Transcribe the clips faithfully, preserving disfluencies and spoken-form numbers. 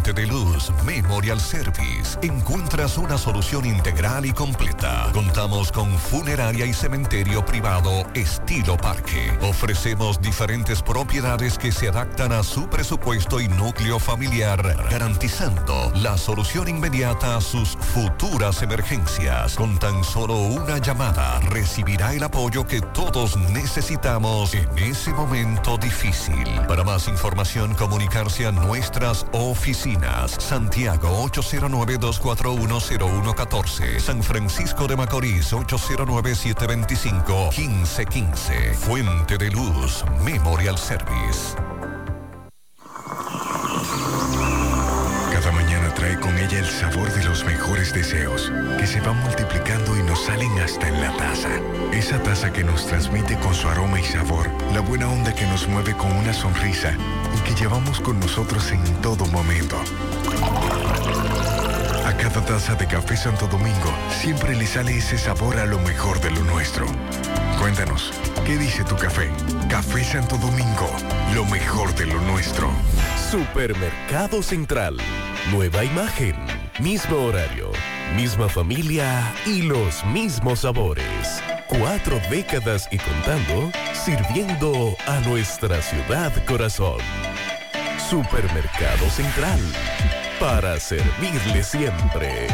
Fuente de Luz Memorial Service. Encuentras una solución integral y completa. Contamos con funeraria y cementerio privado estilo parque. Ofrecemos diferentes propiedades que se adaptan a su presupuesto y núcleo familiar, garantizando la solución inmediata a sus futuras emergencias. Con tan solo una llamada recibirá el apoyo que todos necesitamos en ese momento difícil. Para más información, comunicarse a nuestras oficinas. Santiago ocho cero nueve, dos cuatro uno, cero uno uno cuatro. San Francisco de Macorís ocho cero nueve, siete dos cinco, uno cinco uno cinco. Fuente de Luz Memorial Service. Cada mañana trae con ella el sabor de los mejores deseos, que se van multiplicando y nos salen hasta en la taza. Esa taza que nos transmite con su aroma y sabor, la buena onda que nos mueve con una sonrisa y que llevamos con nosotros en todo momento. A cada taza de Café Santo Domingo siempre le sale ese sabor a lo mejor de lo nuestro. Cuéntanos, ¿qué dice tu café? Café Santo Domingo, lo mejor de lo nuestro. Supermercado Central. Nueva imagen, mismo horario, misma familia y los mismos sabores. Cuatro décadas y contando, sirviendo a nuestra ciudad corazón. Supermercado Central, para servirle siempre.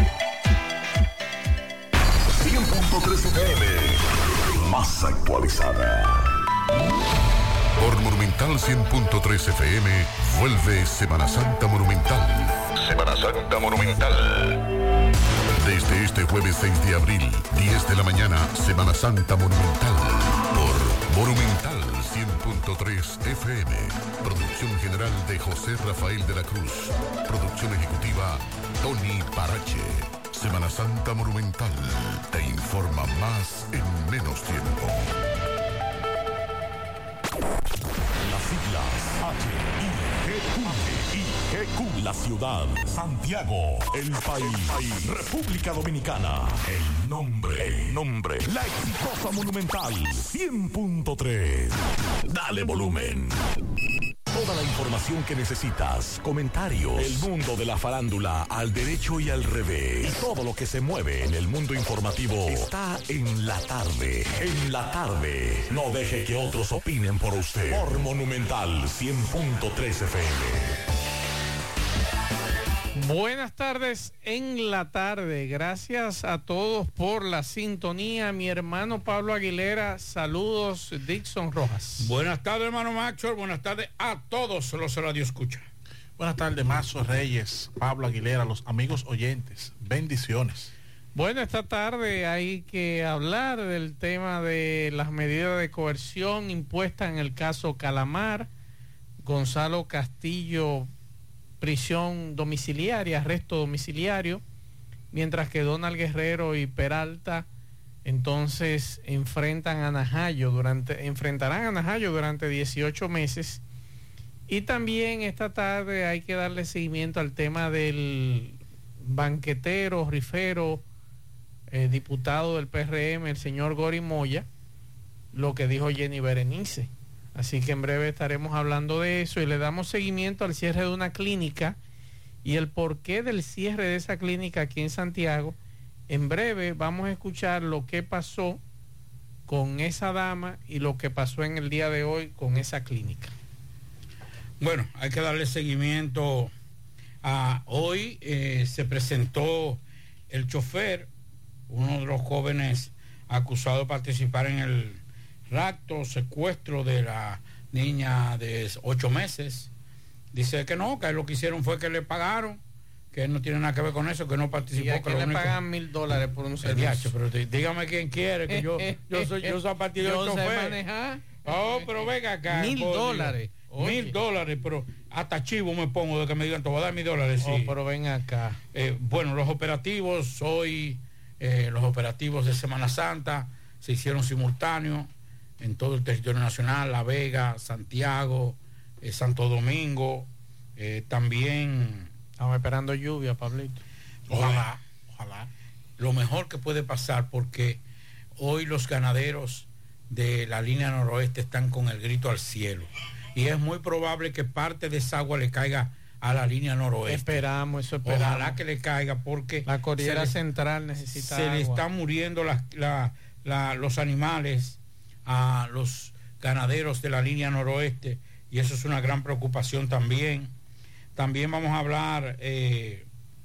cien punto tres F M, más actualizada. Por Monumental cien punto tres F M, vuelve Semana Santa Monumental. Semana Santa Monumental. Desde este jueves seis de abril, diez de la mañana, Semana Santa Monumental. Por Monumental cien punto tres F M. Producción general de José Rafael de la Cruz. Producción ejecutiva, Tony Parache. Semana Santa Monumental. Te informa más en menos tiempo. Las siglas H I G Q. La ciudad, Santiago. El país, República Dominicana. El nombre, el nombre. La exitosa Monumental cien punto tres. Dale volumen. Toda la información que necesitas, comentarios, el mundo de la farándula al derecho y al revés, y todo lo que se mueve en el mundo informativo está en la tarde. En la tarde. No deje que otros opinen por usted. Por Monumental cien punto tres F M. Buenas tardes en la tarde. Gracias a todos por la sintonía. Mi hermano Pablo Aguilera, saludos. Dixon Rojas. Buenas tardes, hermano Maxwell. Buenas tardes a todos los radioescuchas. Buenas tardes, Mazo Reyes, Pablo Aguilera, los amigos oyentes. Bendiciones. Bueno, esta tarde hay que hablar del tema de las medidas de coerción impuestas en el caso Calamar. Gonzalo Castillo, prisión domiciliaria, arresto domiciliario, mientras que Donald Guerrero y Peralta entonces enfrentan a Najayo durante, enfrentarán a Najayo durante dieciocho meses. Y también esta tarde hay que darle seguimiento al tema del banquetero, rifero, eh, diputado del P R M, el señor Gori Moya, lo que dijo Jenny Berenice. Así que en breve estaremos hablando de eso y le damos seguimiento al cierre de una clínica y el porqué del cierre de esa clínica aquí en Santiago. En breve vamos a escuchar lo que pasó con esa dama y lo que pasó en el día de hoy con esa clínica. Bueno, hay que darle seguimiento a hoy. Eh, se presentó el chofer, uno de los jóvenes acusados de participar en el rapto, secuestro de la niña de ocho meses. Dice que no, que lo que hicieron fue que le pagaron, que él no tiene nada que ver con eso, que no participó. Y a que que le único... pagan mil dólares por un servicio. Pero dígame quién quiere, que yo, yo soy, yo soy a partir del chofer. Yo sé manejar. Oh, pero venga acá. Mil dólares. Mil dólares, pero hasta chivo me pongo de que me digan, te voy a dar mil dólares. Oh, sí. pero ven acá. Eh, bueno, los operativos hoy, eh, los operativos de Semana Santa se hicieron simultáneos en todo el territorio nacional, La Vega, Santiago, eh, Santo Domingo, eh, también... Estamos esperando lluvia, Pablito. Ojalá, ojalá. Lo mejor que puede pasar, porque hoy los ganaderos de la línea noroeste están con el grito al cielo. Y es muy probable que parte de esa agua le caiga a la línea noroeste. Esperamos, eso esperamos. Ojalá que le caiga, porque la cordillera le, central necesita se agua. le están muriendo la, la, la, los animales a los ganaderos de la línea noroeste, y eso es una gran preocupación también. También vamos a hablar eh,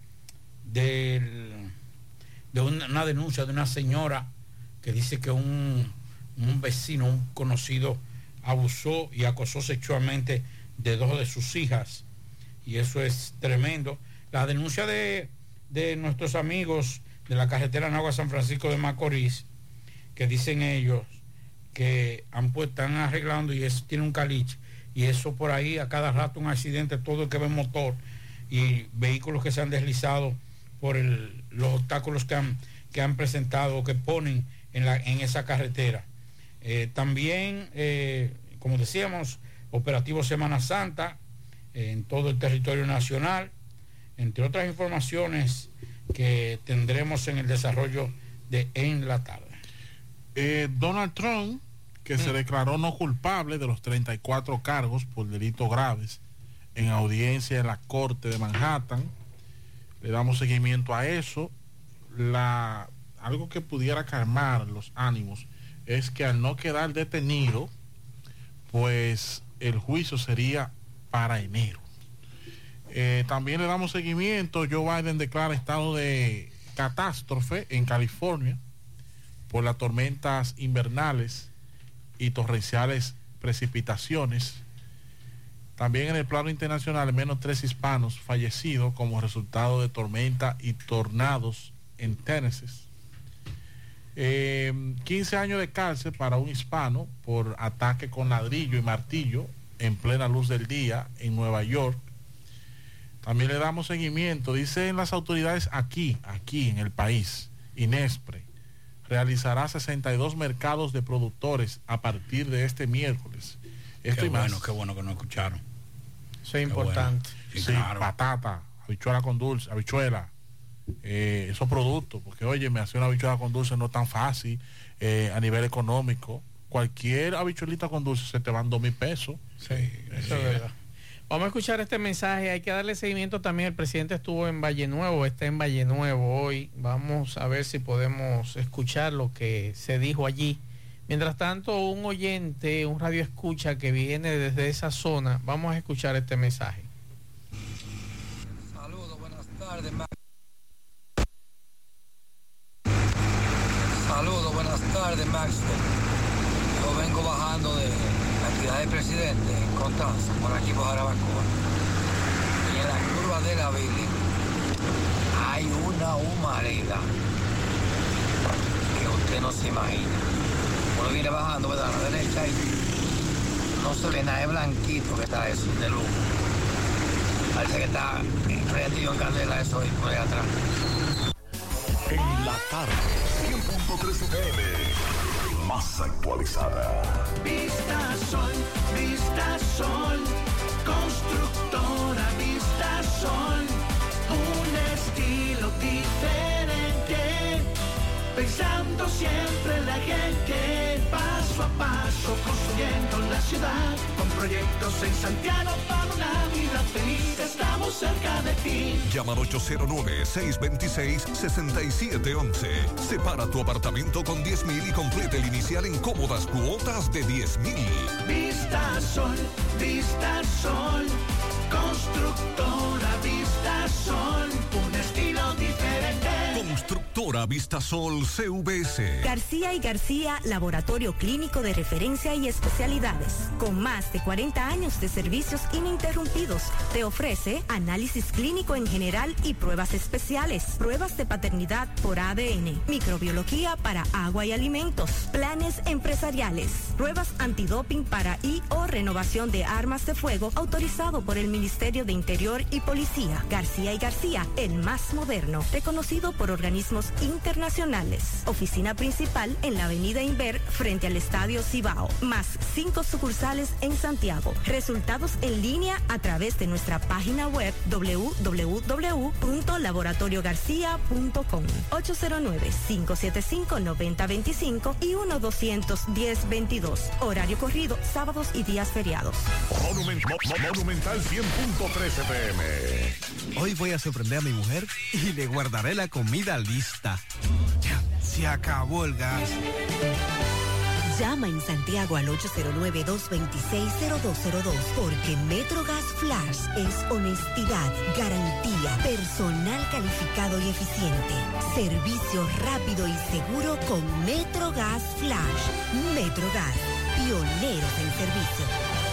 del, de una, una denuncia de una señora que dice que un, un vecino, un conocido, abusó y acosó sexualmente de dos de sus hijas, y eso es tremendo. La denuncia de, de nuestros amigos de la carretera Nagua San Francisco de Macorís, que dicen ellos que han, pues, están arreglando, y eso tiene un caliche, y eso por ahí a cada rato un accidente, todo el que ve motor y vehículos que se han deslizado por el, los obstáculos que han, que han presentado, que ponen en, la, en esa carretera. Eh, también, eh, como decíamos, operativo Semana Santa eh, en todo el territorio nacional, entre otras informaciones que tendremos en el desarrollo de En la Tarde. Eh, Donald Trump, que mm. se declaró no culpable de los treinta y cuatro cargos por delitos graves en audiencia en la Corte de Manhattan. Le damos seguimiento a eso. La, algo que pudiera calmar los ánimos es que al no quedar detenido, pues el juicio sería para enero. Eh, también le damos seguimiento. Joe Biden declara estado de catástrofe en California por las tormentas invernales y torrenciales precipitaciones. También en el plano internacional, al menos tres hispanos fallecidos como resultado de tormenta y tornados en Tennessee. Eh, quince años de cárcel para un hispano por ataque con ladrillo y martillo en plena luz del día en Nueva York. También le damos seguimiento. Dicen las autoridades aquí, aquí en el país, Inespre realizará sesenta y dos mercados de productores a partir de este miércoles. Esto qué y bueno, más. qué bueno que no escucharon. Eso es importante. Bueno. Sí, sí, claro. Patata, habichuela con dulce, habichuela, eh, esos productos, porque oye, me hace una habichuela con dulce no es tan fácil eh, a nivel económico. Cualquier habichuelita con dulce se te van dos mil pesos. Sí, eso sí, es verdad. Vamos a escuchar este mensaje. Hay que darle seguimiento también. El presidente estuvo en Valle Nuevo, está en Valle Nuevo hoy. Vamos a ver si podemos escuchar lo que se dijo allí. Mientras tanto, un oyente, un radio escucha que viene desde esa zona, vamos a escuchar este mensaje. Saludos, buenas tardes, Max. Saludos, buenas tardes, Maxwell. Yo vengo bajando de la actividad del presidente en Constanza, por aquí por Jarabacoa. Y en la curva de la Billy hay una humareda que usted no se imagina. Uno viene bajando, ¿verdad? A la derecha y no se ve nada, es blanquito que está eso, de luz. Parece que está prendido en candela eso y por ahí atrás. En la tarde, cien punto tres F M, más actualizada. Vista Sol, Vista Sol, constructora Vista Sol, un estilo diferente, pensando siempre en la gente, paso a paso construyendo la ciudad, con proyectos en Santiago para una vida feliz, estamos cerca de ti. Llama al ocho cero nueve, seis dos seis, seis siete uno uno. Separa tu apartamento con diez mil y completa el inicial en cómodas cuotas de diez mil. Vista Sol, Vista Sol, constructora Vista Sol, un estilo diferente. Constructora Vistasol C V S. García y García, laboratorio clínico de referencia y especialidades. Con más de cuarenta años de servicios ininterrumpidos, te ofrece análisis clínico en general y pruebas especiales. Pruebas de paternidad por A D N, microbiología para agua y alimentos, planes empresariales, pruebas antidoping para y o renovación de armas de fuego autorizado por el Ministerio de Interior y Policía. García y García, el más moderno, reconocido por organismos internacionales. Oficina principal en la avenida Inver frente al Estadio Cibao, más cinco sucursales en Santiago. Resultados en línea a través de nuestra página web doble u doble u doble u punto laboratorio garcía punto com, ocho cero nueve, cinco siete cinco, nueve cero dos cinco y uno doscientos diez veintidós. Horario corrido, sábados y días feriados. Monument, mo, mo, Monumental cien punto trece P M. Hoy voy a sorprender a mi mujer y le guardaré la comida lista. Ya, se acabó el gas. Llama en Santiago al ocho cero nueve, dos dos seis, cero dos cero dos porque MetroGas Flash es honestidad, garantía, personal calificado y eficiente, servicio rápido y seguro con MetroGas Flash. MetroGas, pioneros en servicio.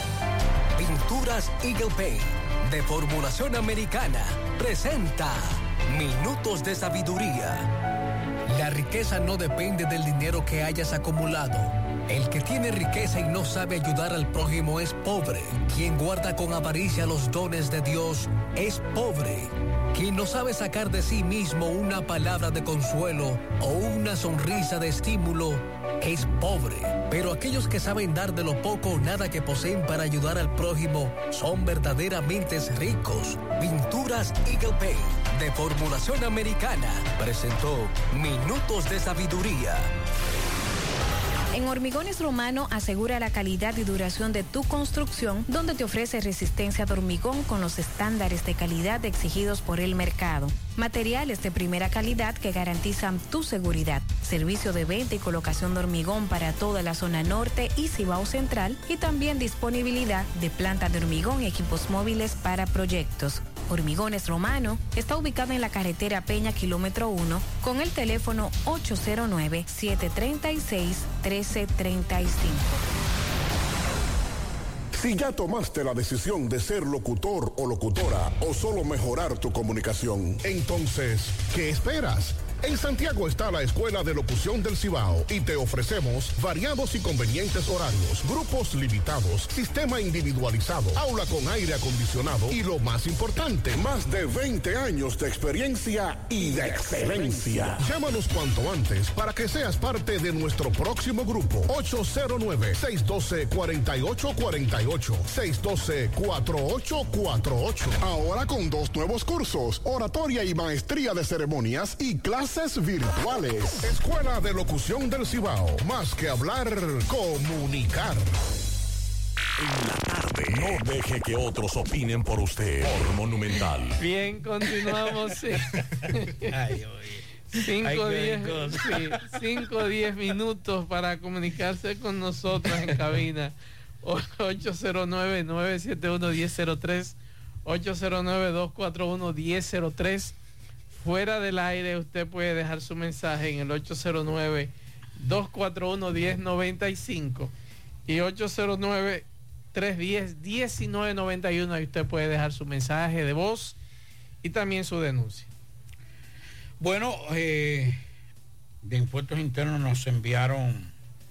Pinturas Eagle Paint de formulación americana presenta Minutos de Sabiduría. La riqueza no depende del dinero que hayas acumulado. El que tiene riqueza y no sabe ayudar al prójimo es pobre. Quien guarda con avaricia los dones de Dios es pobre. Quien no sabe sacar de sí mismo una palabra de consuelo o una sonrisa de estímulo es pobre. Pero aquellos que saben dar de lo poco o nada que poseen para ayudar al prójimo son verdaderamente ricos. Pinturas Eagle Paint de formulación americana presentó Minutos de Sabiduría. En Hormigones Romano asegura la calidad y duración de tu construcción, donde te ofrece resistencia de hormigón con los estándares de calidad exigidos por el mercado. Materiales de primera calidad que garantizan tu seguridad. Servicio de venta y colocación de hormigón para toda la zona norte y Cibao Central, y también disponibilidad de planta de hormigón y equipos móviles para proyectos. Hormigones Romano está ubicado en la carretera Peña, kilómetro uno, con el teléfono ocho cero nueve, siete tres seis, uno tres tres cinco. Si ya tomaste la decisión de ser locutor o locutora o solo mejorar tu comunicación, entonces, ¿qué esperas? En Santiago está la Escuela de Locución del Cibao y te ofrecemos variados y convenientes horarios, grupos limitados, sistema individualizado, aula con aire acondicionado y lo más importante, más de veinte años de experiencia y de excelencia. Llámanos cuanto antes para que seas parte de nuestro próximo grupo. ocho cero nueve, seis uno dos, cuatro ocho cuatro ocho, seis uno dos, cuatro ocho cuatro ocho. Ahora con dos nuevos cursos, oratoria y maestría de ceremonias y clases virtuales. Escuela de Locución del Cibao. Más que hablar, comunicar. En la tarde. No deje que otros opinen por usted. Por Monumental. Bien, continuamos. Sí. Ay, oye. Cinco, diez, sí, cinco o diez minutos para comunicarse con nosotros en cabina. ocho cero nueve, nueve siete uno, uno cero cero tres, ocho cero nueve, dos cuatro uno, uno cero cero tres. Fuera del aire usted puede dejar su mensaje en el ocho cero nueve, dos cuatro uno, uno cero nueve cinco y ocho cero nueve, tres uno cero, uno nueve nueve uno. Ahí usted puede dejar su mensaje de voz y también su denuncia. Bueno, eh, de Impuestos Internos nos enviaron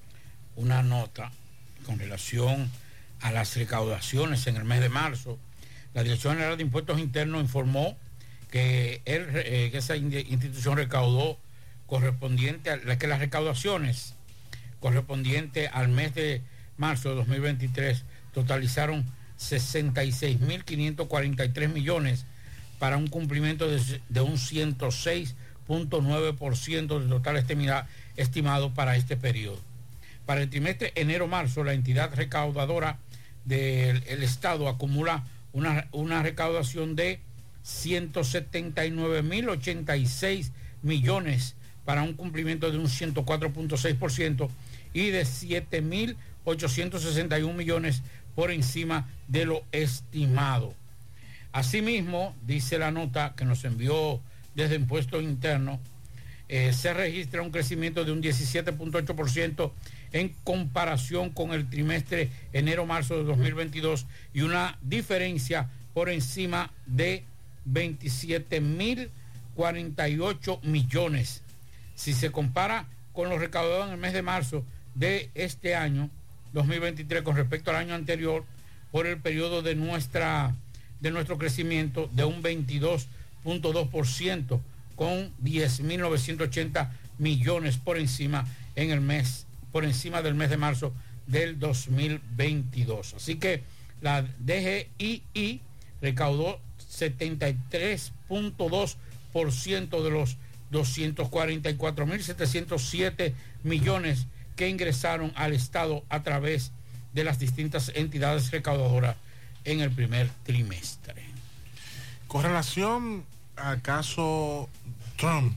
una nota con relación a las recaudaciones en el mes de marzo. La Dirección General de Impuestos Internos informó que, él, eh, que esa institución recaudó correspondiente a la que las recaudaciones correspondientes al mes de marzo de dos mil veintitrés totalizaron sesenta y seis mil quinientos cuarenta y tres millones para un cumplimiento de, de un ciento seis punto nueve por ciento del total estimado, estimado para este periodo. Para el trimestre enero-marzo, la entidad recaudadora del el Estado acumula una, una recaudación de ciento setenta y nueve mil ochenta y seis millones para un cumplimiento de un ciento cuatro punto seis por ciento y de siete mil ochocientos sesenta y un millones por encima de lo estimado. Asimismo, dice la nota que nos envió desde Impuestos Internos, eh, se registra un crecimiento de un diecisiete punto ocho por ciento en comparación con el trimestre enero-marzo de dos mil veintidós y una diferencia por encima de veintisiete mil cuarenta y ocho millones. Si se compara con lo recaudado en el mes de marzo de este año dos mil veintitrés con respecto al año anterior, por el periodo de nuestra de nuestro crecimiento de un veintidós punto dos por ciento con diez mil novecientos ochenta millones por encima en el mes, por encima del mes de marzo del dos mil veintidós. Así que la D G I I recaudó setenta y tres punto dos por ciento de los doscientos cuarenta y cuatro mil setecientos siete millones que ingresaron al Estado a través de las distintas entidades recaudadoras en el primer trimestre. Con relación al caso Trump,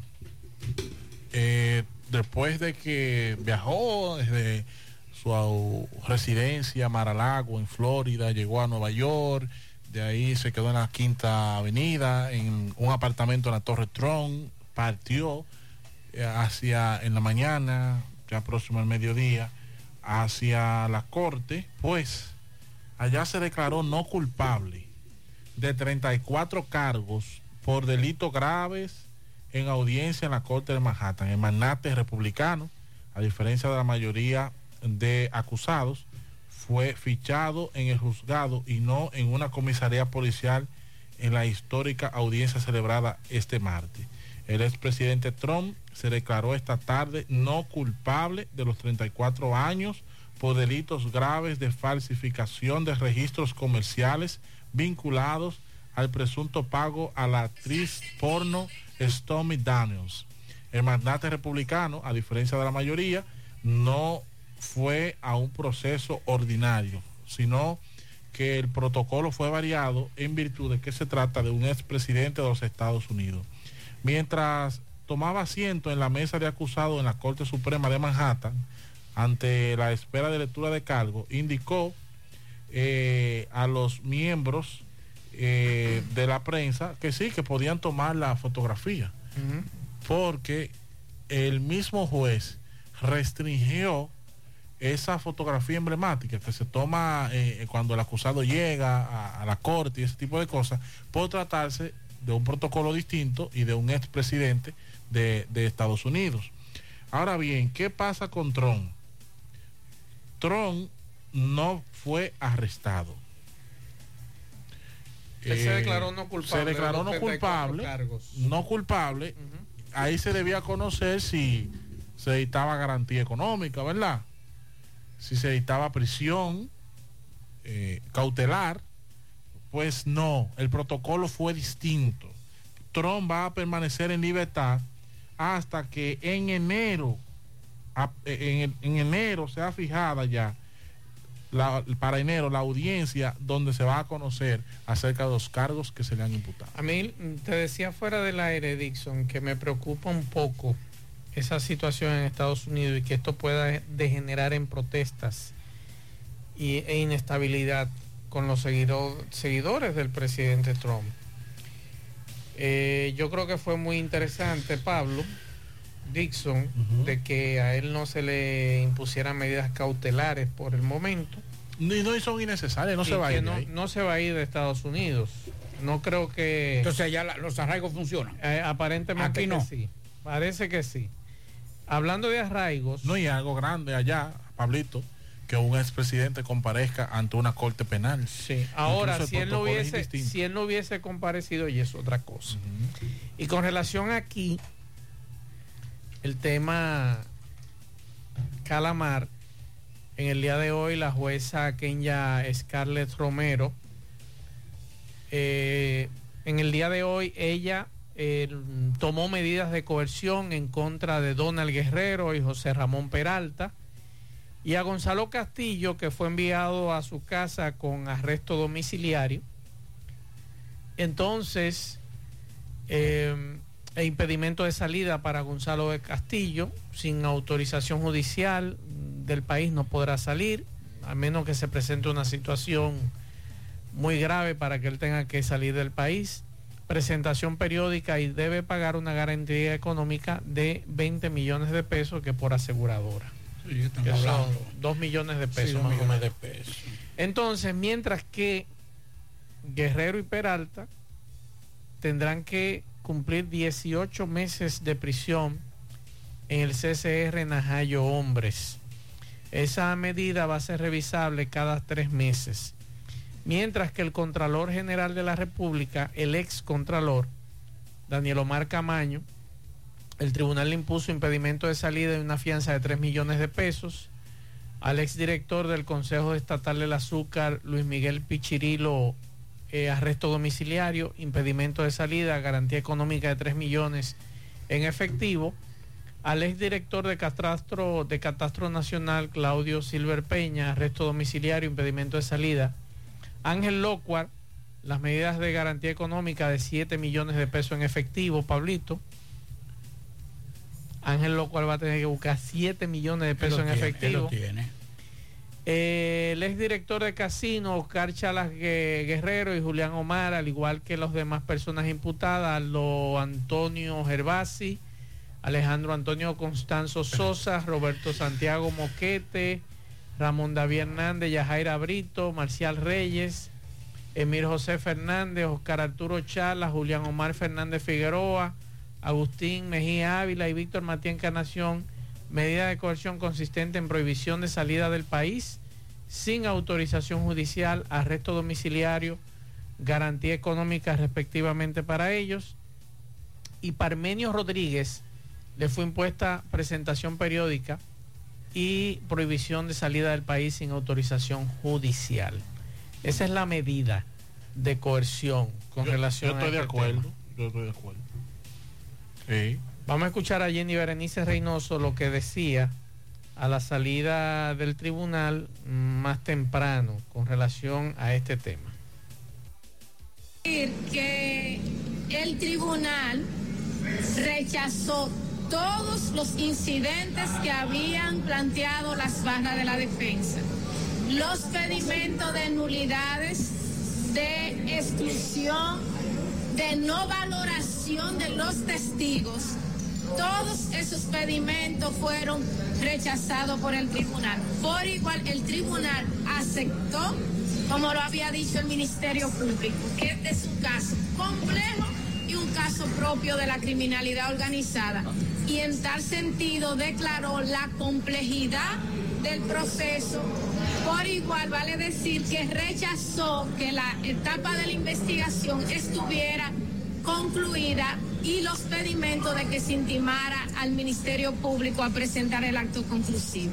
eh, después de que viajó desde su residencia Mar-a-Lago en Florida, llegó a Nueva York, de ahí se quedó en la Quinta Avenida, en un apartamento en la Torre Trump, partió hacia en la mañana, ya próximo al mediodía, hacia la corte, pues allá se declaró no culpable de treinta y cuatro cargos por delitos graves en audiencia en la corte de Manhattan. El magnate republicano, a diferencia de la mayoría de acusados, fue fichado en el juzgado y no en una comisaría policial en la histórica audiencia celebrada este martes. El expresidente Trump se declaró esta tarde no culpable de los treinta y cuatro años por delitos graves de falsificación de registros comerciales vinculados al presunto pago a la actriz porno Stormy Daniels. El magnate republicano, a diferencia de la mayoría, no fue a un proceso ordinario, sino que el protocolo fue variado en virtud de que se trata de un expresidente de los Estados Unidos. Mientras tomaba asiento en la mesa de acusados en la Corte Suprema de Manhattan, ante la espera de lectura de cargo, indicó eh, a los miembros eh, de la prensa que sí, que podían tomar la fotografía, uh-huh. porque el mismo juez restringió esa fotografía emblemática que se toma eh, cuando el acusado llega a, a la corte y ese tipo de cosas, por tratarse de un protocolo distinto y de un expresidente de, de Estados Unidos. Ahora bien, ¿qué pasa con Trump? Trump no fue arrestado. Él eh, se declaró no culpable. Se declaró no culpable. No culpable. Uh-huh. Ahí se debía conocer si se necesitaba garantía económica, ¿verdad? Si se necesitaba prisión eh, cautelar. Pues no, el protocolo fue distinto. Trump va a permanecer en libertad hasta que en enero, a, en, en enero sea fijada ya, la, para enero, la audiencia donde se va a conocer acerca de los cargos que se le han imputado. A mí, te decía fuera del aire, Dixon, que me preocupa un poco esa situación en Estados Unidos y que esto pueda degenerar en protestas y, e inestabilidad con los seguido, seguidores del presidente Trump. Eh, yo creo que fue muy interesante, Pablo, Dixon, uh-huh. de que a él no se le impusieran medidas cautelares por el momento. Y no son innecesarias, no se va a ir. No, no se va a ir de Estados Unidos. No creo que... Entonces ya la, los arraigos funcionan. Eh, aparentemente aquí no. Que sí. Parece que sí. Hablando de arraigos... No, y algo grande allá, Pablito, que un expresidente comparezca ante una corte penal. Sí. Ahora, si él, no hubiese, si él no hubiese comparecido, y es otra cosa. Uh-huh. Y con relación aquí, el tema Calamar, en el día de hoy la jueza Kenya Scarlett Romero, eh, en el día de hoy ella eh, tomó medidas de coerción en contra de Donald Guerrero y José Ramón Peralta, y a Gonzalo Castillo, que fue enviado a su casa con arresto domiciliario. Entonces, eh, el impedimento de salida para Gonzalo Castillo, sin autorización judicial del país no podrá salir, a menos que se presente una situación muy grave para que él tenga que salir del país. Presentación periódica y debe pagar una garantía económica de veinte millones de pesos que por aseguradora. Sí, que son dos millones de pesos. Sí, dos millones de pesos. Entonces, mientras que Guerrero y Peralta tendrán que cumplir dieciocho meses de prisión en el C C R Najayo Hombres. Esa medida va a ser revisable cada tres meses. Mientras que el Contralor General de la República, el ex Contralor, Daniel Omar Camaño, El tribunal le impuso impedimento de salida y una fianza de tres millones de pesos. Al exdirector del Consejo Estatal del Azúcar, Luis Miguel Pichirilo, eh, arresto domiciliario, impedimento de salida, garantía económica de tres millones en efectivo. Al exdirector de Catastro, de Catastro Nacional, Claudio Silver Peña, arresto domiciliario, impedimento de salida. Ángel Locuar, las medidas de garantía económica de siete millones de pesos en efectivo, Pablito. Ángel Locuar va a tener que buscar siete millones de pesos en tiene, efectivo. Él lo tiene. Eh, el exdirector de Casino, Oscar Chalas Guerrero y Julián Omar, al igual que las demás personas imputadas, Aldo Antonio Gervasi, Alejandro Antonio Constanzo Sosa, Roberto Santiago Moquete, Ramón David Hernández, Yajaira Brito, Marcial Reyes, Emir José Fernández, Oscar Arturo Chalas, Julián Omar Fernández Figueroa, Agustín Mejía Ávila y Víctor Matías Encarnación, medida de coerción consistente en prohibición de salida del país sin autorización judicial, arresto domiciliario, garantía económica respectivamente para ellos. Y Parmenio Rodríguez le fue impuesta presentación periódica y prohibición de salida del país sin autorización judicial. Esa es la medida de coerción con yo, relación yo estoy a este de acuerdo, tema. yo estoy de acuerdo. Sí. Vamos a escuchar a Jenny Berenice Reynoso lo que decía a la salida del tribunal más temprano con relación a este tema. Que el tribunal rechazó todos los incidentes que habían planteado las barras de la defensa, los pedimentos de nulidades, de exclusión, de no valoración de los testigos. Todos esos pedimentos fueron rechazados por el tribunal. Por igual, el tribunal aceptó, como lo había dicho el Ministerio Público, que este es un caso complejo y un caso propio de la criminalidad organizada. Y en tal sentido declaró la complejidad del proceso. Por igual, vale decir que rechazó que la etapa de la investigación estuviera concluida y los pedimentos de que se intimara al Ministerio Público a presentar el acto conclusivo.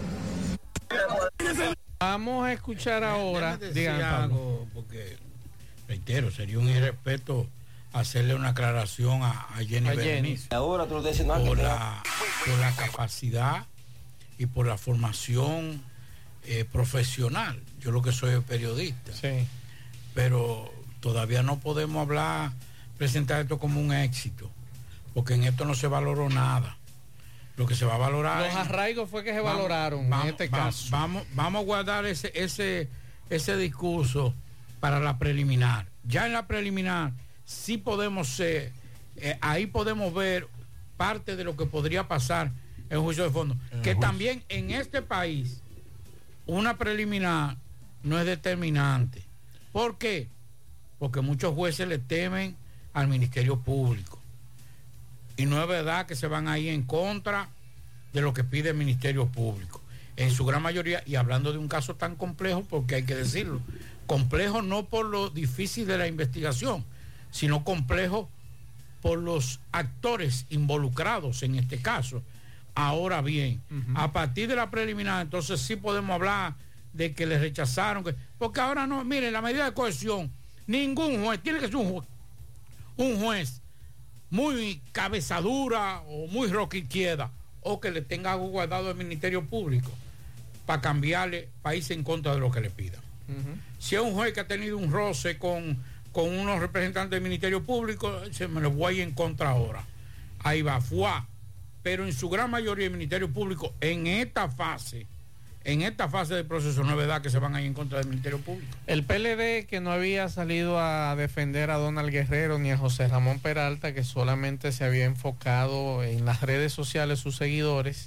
Vamos a escuchar ahora, díganme algo, porque reitero, sería un irrespeto hacerle una aclaración a, a Jenny a Berenice. Jenny. Ahora tú lo estás diciendo por, que la, por la capacidad y por la formación eh, profesional. Yo lo que soy es periodista. Sí. Pero todavía no podemos hablar, presentar esto como un éxito, porque en esto no se valoró nada. Lo que se va a valorar... Los arraigos fue que se vamos, valoraron vamos, en este vamos, caso. Vamos, vamos a guardar ese, ese, ese discurso para la preliminar. Ya en la preliminar sí podemos ser, eh, ahí podemos ver parte de lo que podría pasar en un juicio de fondo. En que juicio. También en este país una preliminar no es determinante. ¿Por qué? Porque muchos jueces le temen al Ministerio Público. Y no es verdad que se van ahí en contra de lo que pide el Ministerio Público. En su gran mayoría, y hablando de un caso tan complejo, porque hay que decirlo, complejo no por lo difícil de la investigación, sino complejo por los actores involucrados en este caso. Ahora bien, uh-huh. a partir de la preliminar, entonces sí podemos hablar de que le rechazaron, que, porque ahora no, miren, la medida de coerción, ningún juez, tiene que ser un juez, un juez muy cabezadura o muy roca izquierda, o que le tenga algo guardado el Ministerio Público para cambiarle país en contra de lo que le pidan. Uh-huh. Si es un juez que ha tenido un roce con, con unos representantes del Ministerio Público, se me lo voy en contra ahora. Ahí va, fuá. Pero en su gran mayoría el Ministerio Público, en esta fase, en esta fase del proceso, no es verdad que se van a ir en contra del Ministerio Público. El P L D, que no había salido a defender a Donald Guerrero ni a José Ramón Peralta, que solamente se había enfocado en las redes sociales sus seguidores,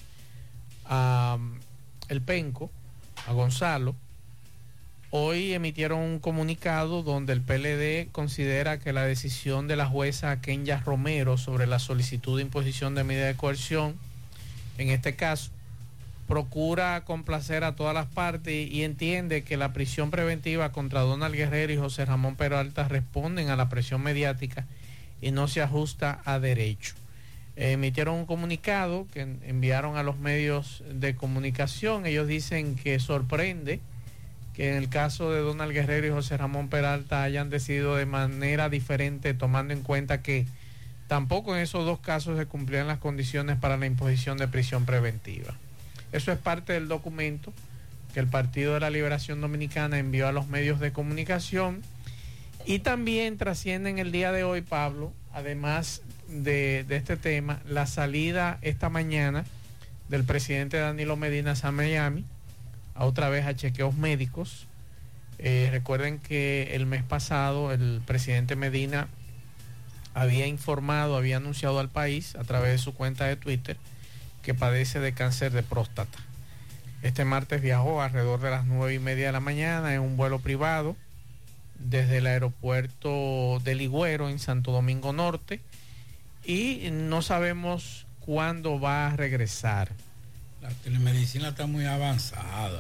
a el Penco, a Gonzalo, hoy emitieron un comunicado donde el P L D considera que la decisión de la jueza Kenya Romero sobre la solicitud de imposición de medida de coerción, en este caso, procura complacer a todas las partes y entiende que la prisión preventiva contra Donald Guerrero y José Ramón Peralta responden a la presión mediática y no se ajusta a derecho. emitieron un comunicado que enviaron a los medios de comunicación. Ellos dicen que sorprende que en el caso de Donald Guerrero y José Ramón Peralta hayan decidido de manera diferente, tomando en cuenta que tampoco en esos dos casos se cumplían las condiciones para la imposición de prisión preventiva. Eso es parte del documento que el Partido de la Liberación Dominicana envió a los medios de comunicación. Y también trasciende en el día de hoy, Pablo, además de, de este tema, la salida esta mañana del presidente Danilo Medina a Miami, a otra vez a chequeos médicos. Eh, recuerden que el mes pasado el presidente Medina había informado, había anunciado al país a través de su cuenta de Twitter que padece de cáncer de próstata. Este martes viajó alrededor de las nueve y media de la mañana en un vuelo privado desde el aeropuerto de Ligüero en Santo Domingo Norte, y no sabemos cuándo va a regresar. La telemedicina está muy avanzada.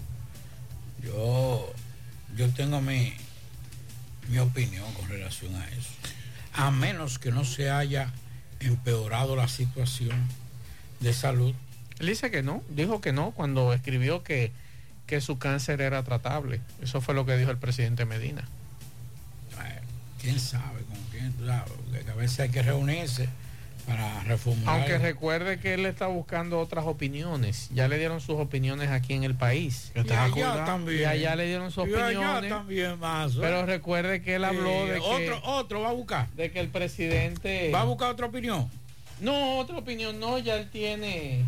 Yo, yo tengo mi, mi opinión con relación a eso. A menos que no se haya empeorado la situación de salud. Él dice que no, dijo que no cuando escribió que, que su cáncer era tratable. Eso fue lo que dijo el presidente Medina. Bueno, quién sabe, con quién, claro, porque a veces hay que reunirse para reformular. Aunque recuerde que él está buscando otras opiniones. Ya le dieron sus opiniones aquí en el país. Y allá también. Y allá le dieron sus y opiniones. Allá también más. ¿eh? Pero recuerde que él habló sí, de otro, que... Otro va a buscar. De que el presidente... ¿Va a buscar otra opinión? No, otra opinión no. Ya él tiene...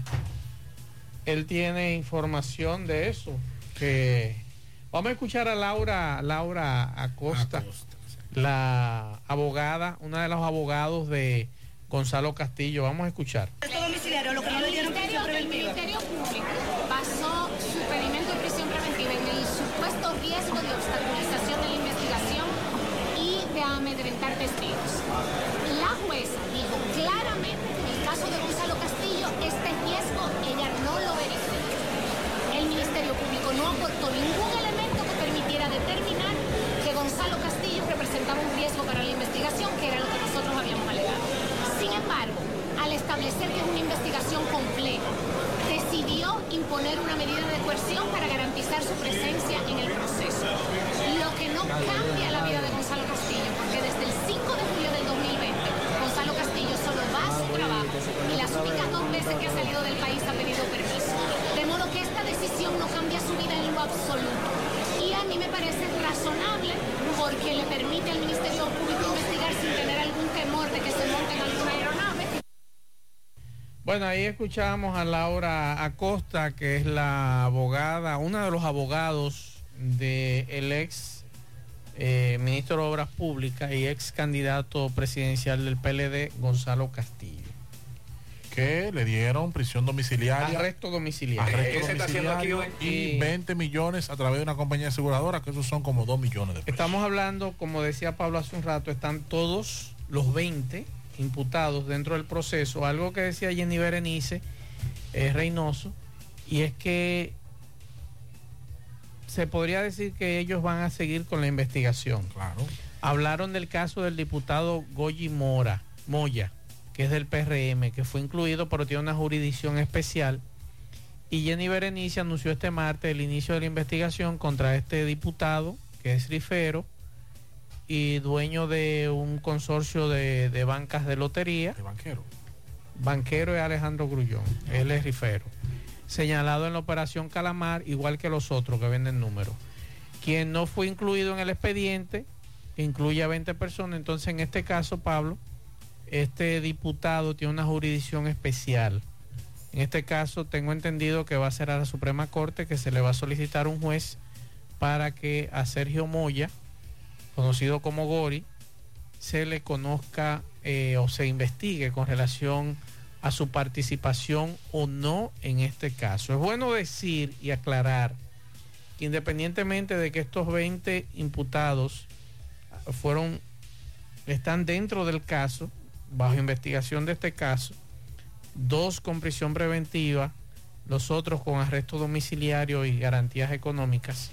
Él tiene información de eso. Que... Vamos a escuchar a Laura, Laura Acosta, Acosta sí. La abogada, una de los abogados de Gonzalo Castillo. Vamos a escuchar. Esto domiciliario, lo que no le dieron prisión preventiva. El Ministerio Público basó su pedimento de prisión preventiva en el supuesto riesgo de obstaculización de la investigación y de amedrentar testigos. La jueza dijo claramente que en el caso de Gonzalo Castillo, este riesgo ella no lo verificó. El Ministerio Público no aportó ningún elemento que permitiera determinar que Gonzalo Castillo representaba un riesgo para la investigación, que era lo que nosotros habíamos alegado. Sin embargo, al establecer que es una investigación compleja, decidió imponer una medida de coerción para garantizar su presencia en el proceso. Lo que no cambia la vida de Gonzalo Castillo, porque desde el cinco de julio del dos mil veinte, Gonzalo Castillo solo va a su trabajo y las únicas dos veces que ha salido del país ha pedido permiso. De modo que esta decisión no cambia su vida en lo absoluto. Y a mí me parece razonable porque le permite al Ministerio Público investigar sin tener algún temor de que se monte en alguna aeronave. Bueno, ahí escuchamos a Laura Acosta, que es la abogada, uno de los abogados del ex eh, ministro de Obras Públicas y ex candidato presidencial del P L D, Gonzalo Castillo. Que le dieron prisión domiciliaria. Arresto domiciliario. Arresto ¿Qué se está haciendo aquí hoy? Y veinte millones a través de una compañía aseguradora, que esos son como dos millones de pesos. Estamos hablando, como decía Pablo hace un rato, están todos los veinte imputados dentro del proceso. Algo que decía Jenny Berenice eh, Reynoso, y es que se podría decir que ellos van a seguir con la investigación. Claro. Hablaron del caso del diputado Goyi Mora, Moya, que es del P R M, que fue incluido pero tiene una jurisdicción especial, y Jenny Berenice anunció este martes el inicio de la investigación contra este diputado, que es rifero y dueño de un consorcio de, de bancas de lotería. ¿De banquero? Banquero es Alejandro Grullón, él es rifero, señalado en la operación Calamar, igual que los otros que venden números. Quien no fue incluido en el expediente, que incluye a veinte personas, entonces en este caso, Pablo, este diputado tiene una jurisdicción especial. En este caso tengo entendido que va a ser a la Suprema Corte, que se le va a solicitar un juez para que a Sergio Moya, conocido como Gori, se le conozca eh, o se investigue con relación a su participación o no en este caso. Es bueno decir y aclarar que independientemente de que estos veinte imputados fueron, están dentro del caso, bajo investigación de este caso, dos con prisión preventiva, los otros con arresto domiciliario y garantías económicas,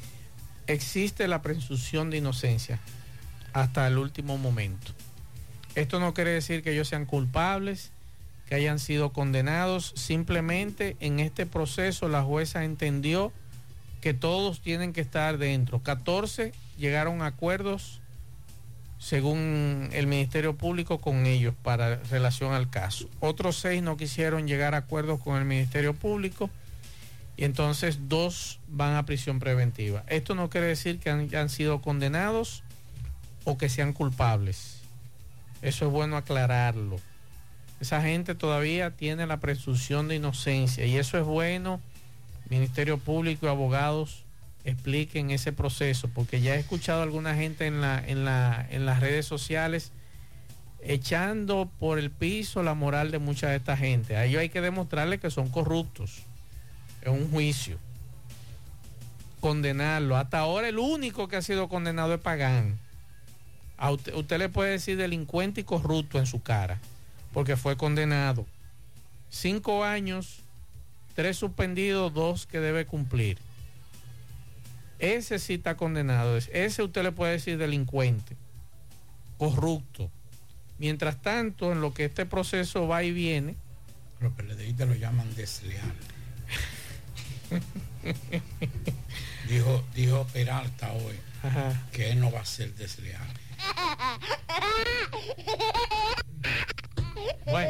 existe la presunción de inocencia hasta el último momento. Esto no quiere decir que ellos sean culpables, que hayan sido condenados. Simplemente en este proceso la jueza entendió que todos tienen que estar dentro. catorce llegaron a acuerdos, según el Ministerio Público, con ellos para relación al caso. Otros seis no quisieron llegar a acuerdos con el Ministerio Público y entonces dos van a prisión preventiva. Esto no quiere decir que han, han sido condenados o que sean culpables. Eso es bueno aclararlo. Esa gente todavía tiene la presunción de inocencia y eso es bueno. Ministerio Público y abogados expliquen ese proceso, porque ya he escuchado a alguna gente en la, en la, en las redes sociales echando por el piso la moral de mucha de esta gente. A ellos hay que demostrarles que son corruptos en un juicio, condenarlo. Hasta ahora el único que ha sido condenado es Pagán. A usted, usted le puede decir delincuente y corrupto en su cara, porque fue condenado. Cinco años, tres suspendidos, dos que debe cumplir. Ese sí está condenado. Ese usted le puede decir delincuente, corrupto. Mientras tanto, en lo que este proceso va y viene, los PLDistas lo llaman desleal. dijo, dijo Peralta hoy, ajá, que él no va a ser desleal. Bueno.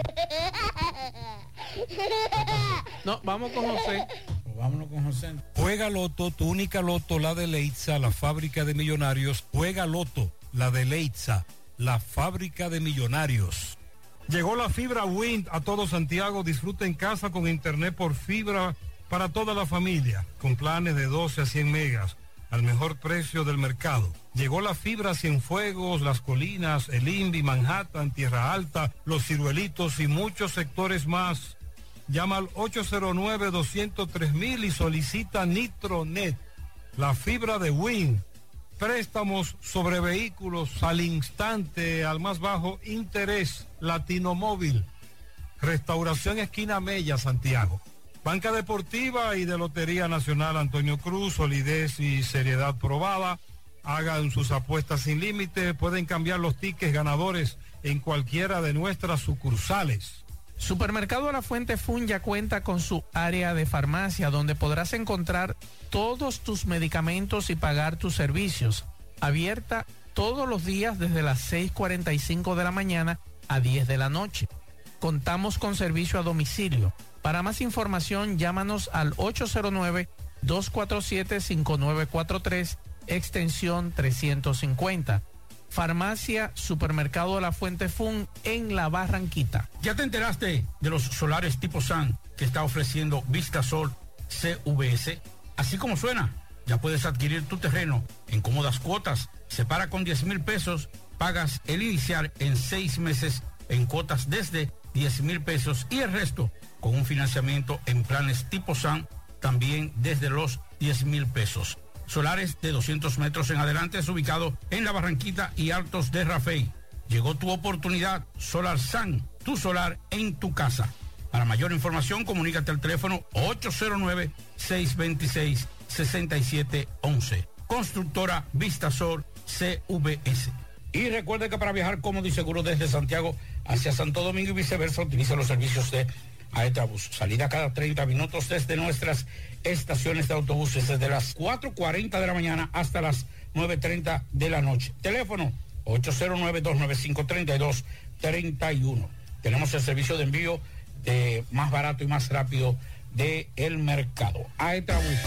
No, vamos con José. Vámonos con José. Juega Loto, tu única Loto, la de Leitza, la fábrica de millonarios. Juega Loto, la de Leitza, la fábrica de millonarios. Llegó la fibra Wind a todo Santiago. Disfruta en casa con internet por fibra para toda la familia, con planes de doce a cien megas, al mejor precio del mercado. Llegó la fibra Cienfuegos, Las Colinas, El Invi, Manhattan, Tierra Alta, Los Ciruelitos y muchos sectores más. Llama al ocho cero nueve, dos cero tres mil y solicita Nitronet, la fibra de Win. Préstamos sobre vehículos al instante, al más bajo interés. Latino Móvil. Restauración Esquina Mella, Santiago. Banca Deportiva y de Lotería Nacional Antonio Cruz, solidez y seriedad probada. Hagan sus apuestas sin límite. Pueden cambiar los tickets ganadores en cualquiera de nuestras sucursales. Supermercado La Fuente Fun ya cuenta con su área de farmacia, donde podrás encontrar todos tus medicamentos y pagar tus servicios. Abierta todos los días desde las seis cuarenta y cinco de la mañana a diez de la noche. Contamos con servicio a domicilio. Para más información, llámanos al ocho cero nueve, dos cuatro siete, cinco nueve cuatro tres, extensión trescientos cincuenta. Farmacia Supermercado La Fuente Fun en La Barranquita. ¿Ya te enteraste de los solares tipo S A N que está ofreciendo Vistasol C V S? Así como suena, ya puedes adquirir tu terreno en cómodas cuotas. Separa con diez mil pesos, pagas el inicial en seis meses en cuotas desde diez mil pesos y el resto con un financiamiento en planes tipo S A N también desde los diez mil pesos. Solares de doscientos metros en adelante es ubicado en La Barranquita y Altos de Rafey. Llegó tu oportunidad. Solar S A N, tu solar en tu casa. Para mayor información, comunícate al teléfono ocho cero nueve, seis dos seis, seis siete uno uno. Constructora Vistasol C V S. Y recuerde que para viajar cómodo y seguro desde Santiago hacia Santo Domingo y viceversa, utiliza los servicios de Aetrabús. Salida cada treinta minutos desde nuestras estaciones de autobuses, desde las cuatro cuarenta de la mañana hasta las nueve treinta de la noche. Teléfono ocho cero nueve, dos nueve cinco, tres dos tres uno. Tenemos el servicio de envío de más barato y más rápido del mercado. Aetrabús.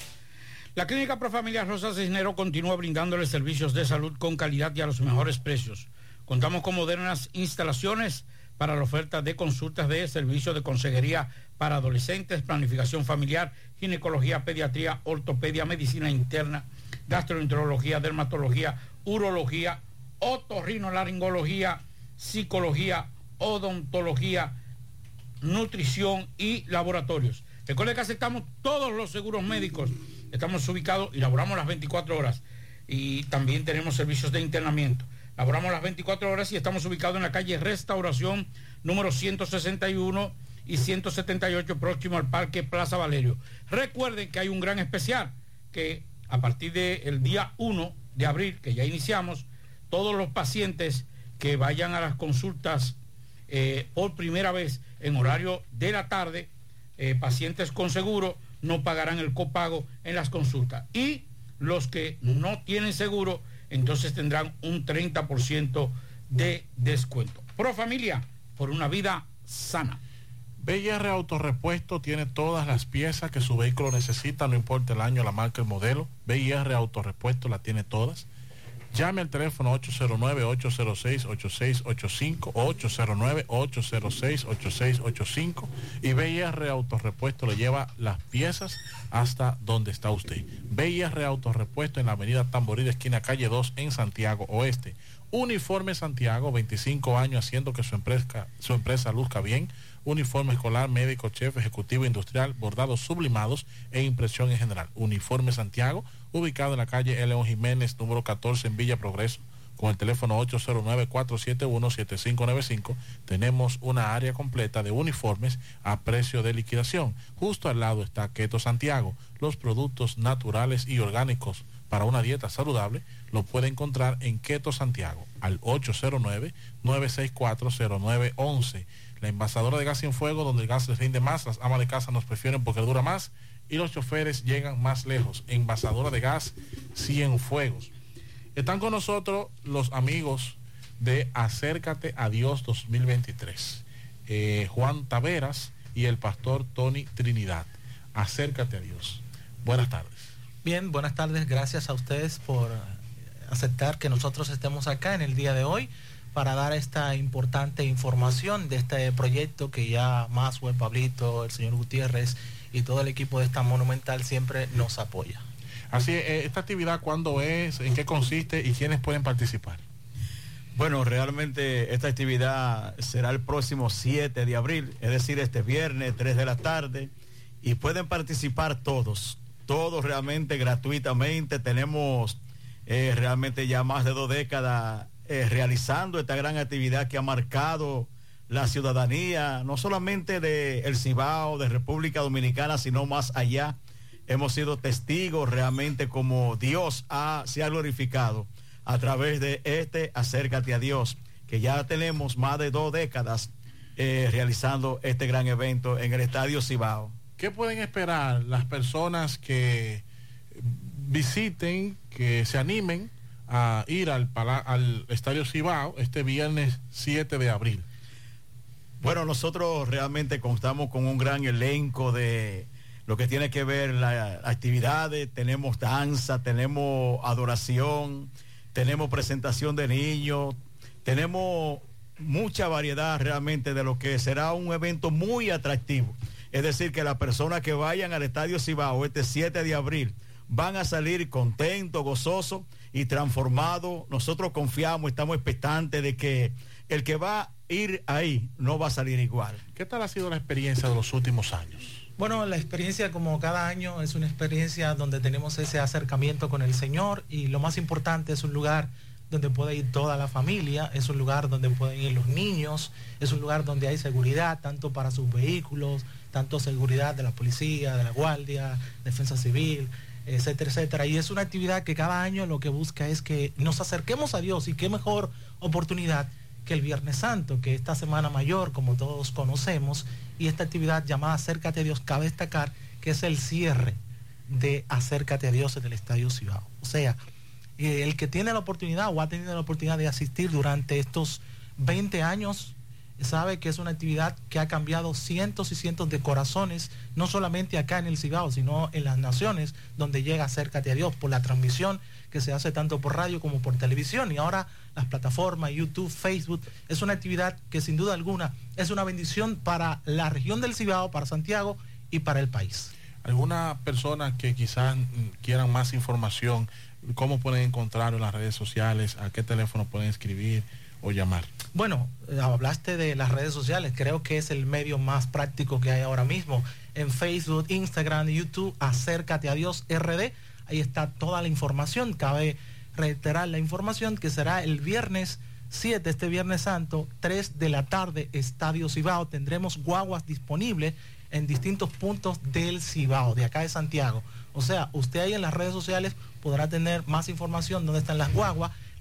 La Clínica Profamiliar Rosa Cisnero continúa brindándole servicios de salud con calidad y a los mejores precios. Contamos con modernas instalaciones para la oferta de consultas de servicio de consejería para adolescentes, planificación familiar, ginecología, pediatría, ortopedia, medicina interna, gastroenterología, dermatología, urología, otorrinolaringología, psicología, odontología, nutrición y laboratorios. Recuerde que aceptamos todos los seguros médicos. Estamos ubicados y laboramos las veinticuatro horas y también tenemos servicios de internamiento. Laboramos las veinticuatro horas y estamos ubicados en la calle Restauración número ciento sesenta y uno y ciento setenta y ocho, próximo al Parque Plaza Valerio. Recuerden que hay un gran especial que a partir del día uno de abril, que ya iniciamos, todos los pacientes que vayan a las consultas eh, por primera vez en horario de la tarde. Eh, pacientes con seguro no pagarán el copago en las consultas, y los que no tienen seguro entonces tendrán un treinta por ciento de descuento. Pro Familia, por una vida sana. B I R Autorepuesto tiene todas las piezas que su vehículo necesita, no importa el año, la marca, el modelo. B I R Autorepuesto la tiene todas. Llame al teléfono ocho cero nueve, ocho cero seis, ocho seis ocho cinco, ocho cero nueve, ocho cero seis, ocho seis ocho cinco, y B I R Autorepuesto le lleva las piezas hasta donde está usted. B I R Autorepuesto en la avenida Tamboril, esquina calle dos, en Santiago Oeste. Uniforme Santiago, veinticinco años haciendo que su empresa, su empresa luzca bien. Uniforme escolar, médico, chef, ejecutivo, industrial, bordados sublimados e impresión en general. Uniforme Santiago, ubicado en la calle León Jiménez, número catorce, en Villa Progreso, con el teléfono ocho cero nueve, cuatro siete uno, siete cinco nueve cinco. Tenemos una área completa de uniformes a precio de liquidación. Justo al lado está Keto Santiago. Los productos naturales y orgánicos para una dieta saludable lo puede encontrar en Keto Santiago, al ocho cero nueve, nueve seis cuatro, cero nueve uno uno. La envasadora de gas sin fuego, donde el gas les rinde más, las amas de casa nos prefieren porque dura más y los choferes llegan más lejos. Envasadora de gas Cienfuegos. Están con nosotros los amigos de Acércate a Dios dos mil veintitrés, eh, Juan Taveras y el pastor Tony Trinidad. Acércate a Dios. Buenas tardes. Bien, buenas tardes. Gracias a ustedes por aceptar que nosotros estemos acá en el día de hoy para dar esta importante información de este proyecto que ya Maswell, Pablito, el señor Gutiérrez y todo el equipo de esta Monumental siempre nos apoya. Así es, ¿esta actividad cuándo es? ¿En qué consiste? ¿Y quiénes pueden participar? Bueno, realmente esta actividad será el próximo siete de abril, es decir, este viernes, tres de la tarde, y pueden participar todos, todos realmente gratuitamente. Tenemos eh, realmente ya más de dos décadas Eh, realizando esta gran actividad que ha marcado la ciudadanía, no solamente de El Cibao, de República Dominicana, sino más allá. Hemos sido testigos realmente como Dios ha, se ha glorificado a través de este Acércate a Dios, que ya tenemos más de dos décadas eh, realizando este gran evento en el Estadio Cibao. ¿Qué pueden esperar las personas que visiten, que se animen a ir al, al Estadio Cibao este viernes siete de abril? Bueno, nosotros realmente contamos con un gran elenco de lo que tiene que ver las actividades. Tenemos danza, tenemos adoración, tenemos presentación de niños, tenemos mucha variedad realmente de lo que será un evento muy atractivo. Es decir, que las personas que vayan al Estadio Cibao este siete de abril van a salir contentos, gozosos y transformados. Nosotros confiamos, estamos expectantes de que el que va a ir ahí no va a salir igual. ¿Qué tal ha sido la experiencia de los últimos años? Bueno, la experiencia, como cada año, es una experiencia donde tenemos ese acercamiento con el Señor, y lo más importante, es un lugar donde puede ir toda la familia, es un lugar donde pueden ir los niños, es un lugar donde hay seguridad tanto para sus vehículos, tanto seguridad de la policía, de la guardia, defensa civil, etcétera, etcétera. Y es una actividad que cada año lo que busca es que nos acerquemos a Dios, y qué mejor oportunidad que el Viernes Santo, que esta Semana Mayor, como todos conocemos, y esta actividad llamada Acércate a Dios, cabe destacar que es el cierre de Acércate a Dios en el Estadio Cibao. O sea, eh, el que tiene la oportunidad o ha tenido la oportunidad de asistir durante estos veinte años, sabe que es una actividad que ha cambiado cientos y cientos de corazones, no solamente acá en el Cibao, sino en las naciones donde llega Acércate a Dios, por la transmisión que se hace tanto por radio como por televisión, y ahora las plataformas, YouTube, Facebook. Es una actividad que sin duda alguna es una bendición para la región del Cibao, para Santiago y para el país. ¿Alguna persona que quizás quieran más información, cómo pueden encontrarlo en las redes sociales? ¿A qué teléfono pueden escribir o llamar? Bueno, hablaste de las redes sociales, creo que es el medio más práctico que hay ahora mismo. En Facebook, Instagram, YouTube, Acércate a Dios R D, ahí está toda la información. Cabe reiterar la información que será el viernes siete, este Viernes Santo, tres de la tarde, Estadio Cibao. Tendremos guaguas disponibles en distintos puntos del Cibao, de acá de Santiago. O sea, usted ahí en las redes sociales podrá tener más información, dónde están las guaguas,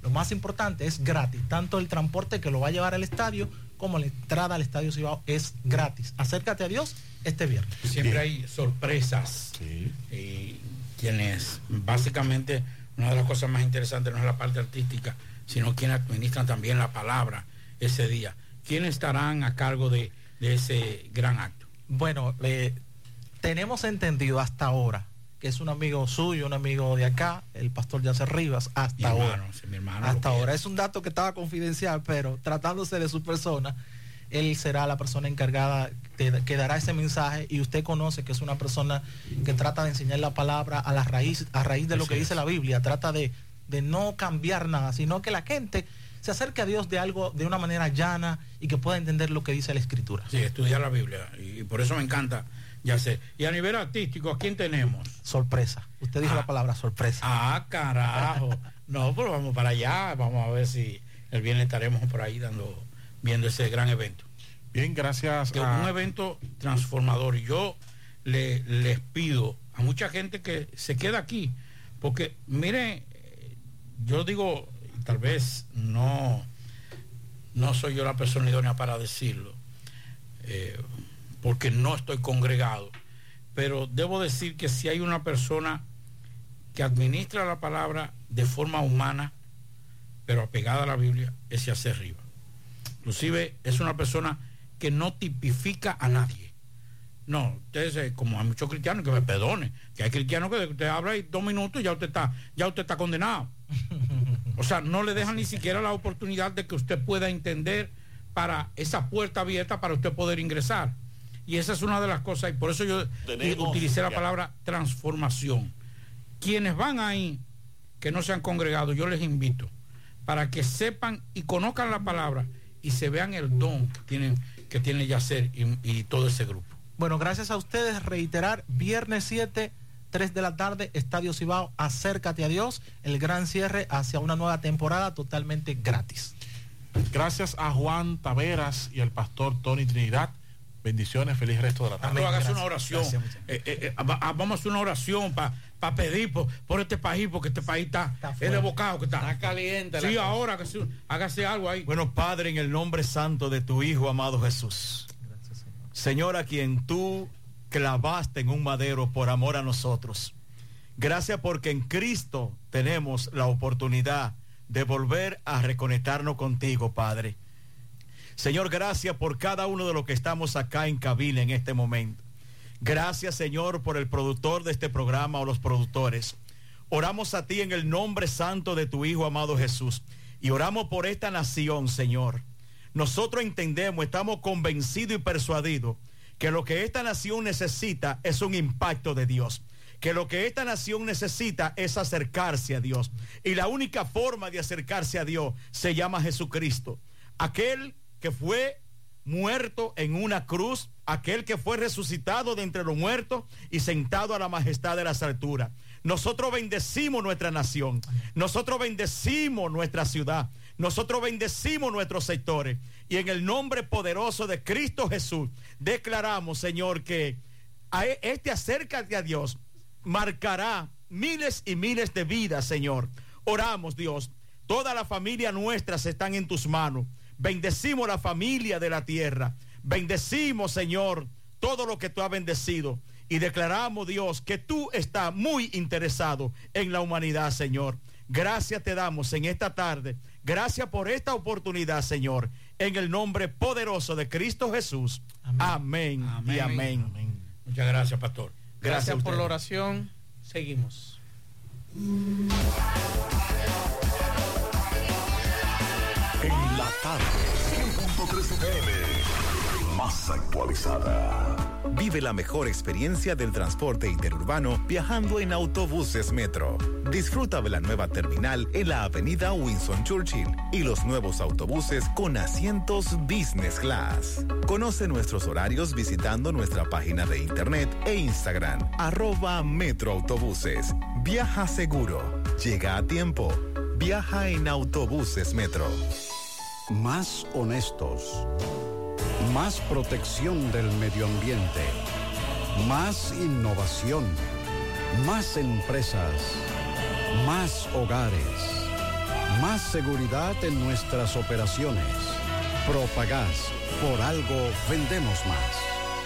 Lo más importante es gratis, tanto el transporte que lo va a llevar al estadio como la entrada al Estadio Cibao es gratis. Acércate a Dios este viernes. Siempre Bien. hay sorpresas. Sí. Y quienes, básicamente, una de las cosas más interesantes no es la parte artística, sino quienes administran también la palabra ese día. ¿Quiénes estarán a cargo de, de ese gran acto? Bueno, eh, tenemos entendido hasta ahora que es un amigo suyo, un amigo de acá, el pastor Yacer Rivas, hasta Mi hermano, ahora. sí, mi hermano hasta lo ahora. quiere. Es un dato que estaba confidencial, pero tratándose de su persona, él será la persona encargada de, que dará ese mensaje, y usted conoce que es una persona que trata de enseñar la palabra a la raíz, a raíz de lo Así que es. dice la Biblia, trata de, de no cambiar nada, sino que la gente se acerque a Dios de algo, de una manera llana, y que pueda entender lo que dice la Escritura. Sí, estudiar la Biblia, y por eso me encanta, ya sé. Y a nivel artístico, ¿a quién tenemos? Sorpresa. Usted dijo Ah. la palabra sorpresa. Ah, carajo. No, pues vamos para allá, vamos a ver si el viernes estaremos por ahí dando, viendo ese gran evento. Bien, gracias Que a... un evento transformador. Y yo le, les pido a mucha gente que se quede aquí, porque mire, yo digo, tal vez no, no soy yo la persona idónea para decirlo, eh, porque no estoy congregado, pero debo decir que si hay una persona que administra la palabra de forma humana, pero apegada a la Biblia, es Yacer Rivas. Inclusive es una persona que no tipifica a nadie. No, ustedes, eh, como hay muchos cristianos, que me perdone, que hay cristianos que usted habla y dos minutos y ya usted está, ya usted está condenado. O sea, no le dejan ni siquiera la oportunidad de que usted pueda entender, para esa puerta abierta para usted poder ingresar. Y esa es una de las cosas, y por eso yo Tenemos utilicé la ya. palabra transformación. Quienes van ahí, que no se han congregado, yo les invito para que sepan y conozcan la palabra y se vean el don que tienen, que tiene Yacer y, y todo ese grupo. Bueno, gracias a ustedes. Reiterar, viernes siete, tres de la tarde, Estadio Cibao, acércate a Dios, el gran cierre hacia una nueva temporada totalmente gratis. Gracias a Juan Taveras y al pastor Tony Trinidad. Bendiciones, feliz resto de la tarde. Cuando hagas una oración, Gracias, muchachos. eh, eh, eh, va- ah, vamos a hacer una oración para pa pedir por, por este país, porque este país está, es de bocado que está. Está caliente la Sí, cosa. ahora que sí, hágase algo ahí. Bueno, Padre, en el nombre santo de tu Hijo amado Jesús, Señor, a quien tú clavaste en un madero por amor a nosotros, gracias porque en Cristo tenemos la oportunidad de volver a reconectarnos contigo, Padre. Señor, gracias por cada uno de los que estamos acá en cabina en este momento. Gracias, Señor, por el productor de este programa o los productores. Oramos a ti en el nombre santo de tu Hijo amado Jesús, y oramos por esta nación, Señor. Nosotros entendemos, estamos convencidos y persuadidos que lo que esta nación necesita es un impacto de Dios, que lo que esta nación necesita es acercarse a Dios, y la única forma de acercarse a Dios se llama Jesucristo, aquel que fue muerto en una cruz, aquel que fue resucitado de entre los muertos y sentado a la majestad de las alturas. Nosotros bendecimos nuestra nación, nosotros bendecimos nuestra ciudad, nosotros bendecimos nuestros sectores, y en el nombre poderoso de Cristo Jesús declaramos, Señor, que a este acércate a Dios marcará miles y miles de vidas, Señor. Oramos, Dios, toda la familia nuestra están en tus manos. Bendecimos la familia de la tierra. Bendecimos, Señor, todo lo que tú has bendecido. Y declaramos, Dios, que tú estás muy interesado en la humanidad, Señor. Gracias te damos en esta tarde. Gracias por esta oportunidad, Señor. En el nombre poderoso de Cristo Jesús. Amén, Amén. y amén. Amén. Muchas gracias, pastor. Gracias, Gracias a por la ustedes. oración. Seguimos. En la tarde, cien punto tres F M, más actualizada. Vive la mejor experiencia del transporte interurbano viajando en autobuses Metro. Disfruta de la nueva terminal en la avenida Winston Churchill y los nuevos autobuses con asientos Business Class. Conoce nuestros horarios visitando nuestra página de internet e Instagram, arroba Metroautobuses. Viaja seguro. Llega a tiempo. Viaja en autobuses Metro. Más honestos. Más protección del medio ambiente. Más innovación. Más empresas. Más hogares. Más seguridad en nuestras operaciones. Propagás, por algo vendemos más.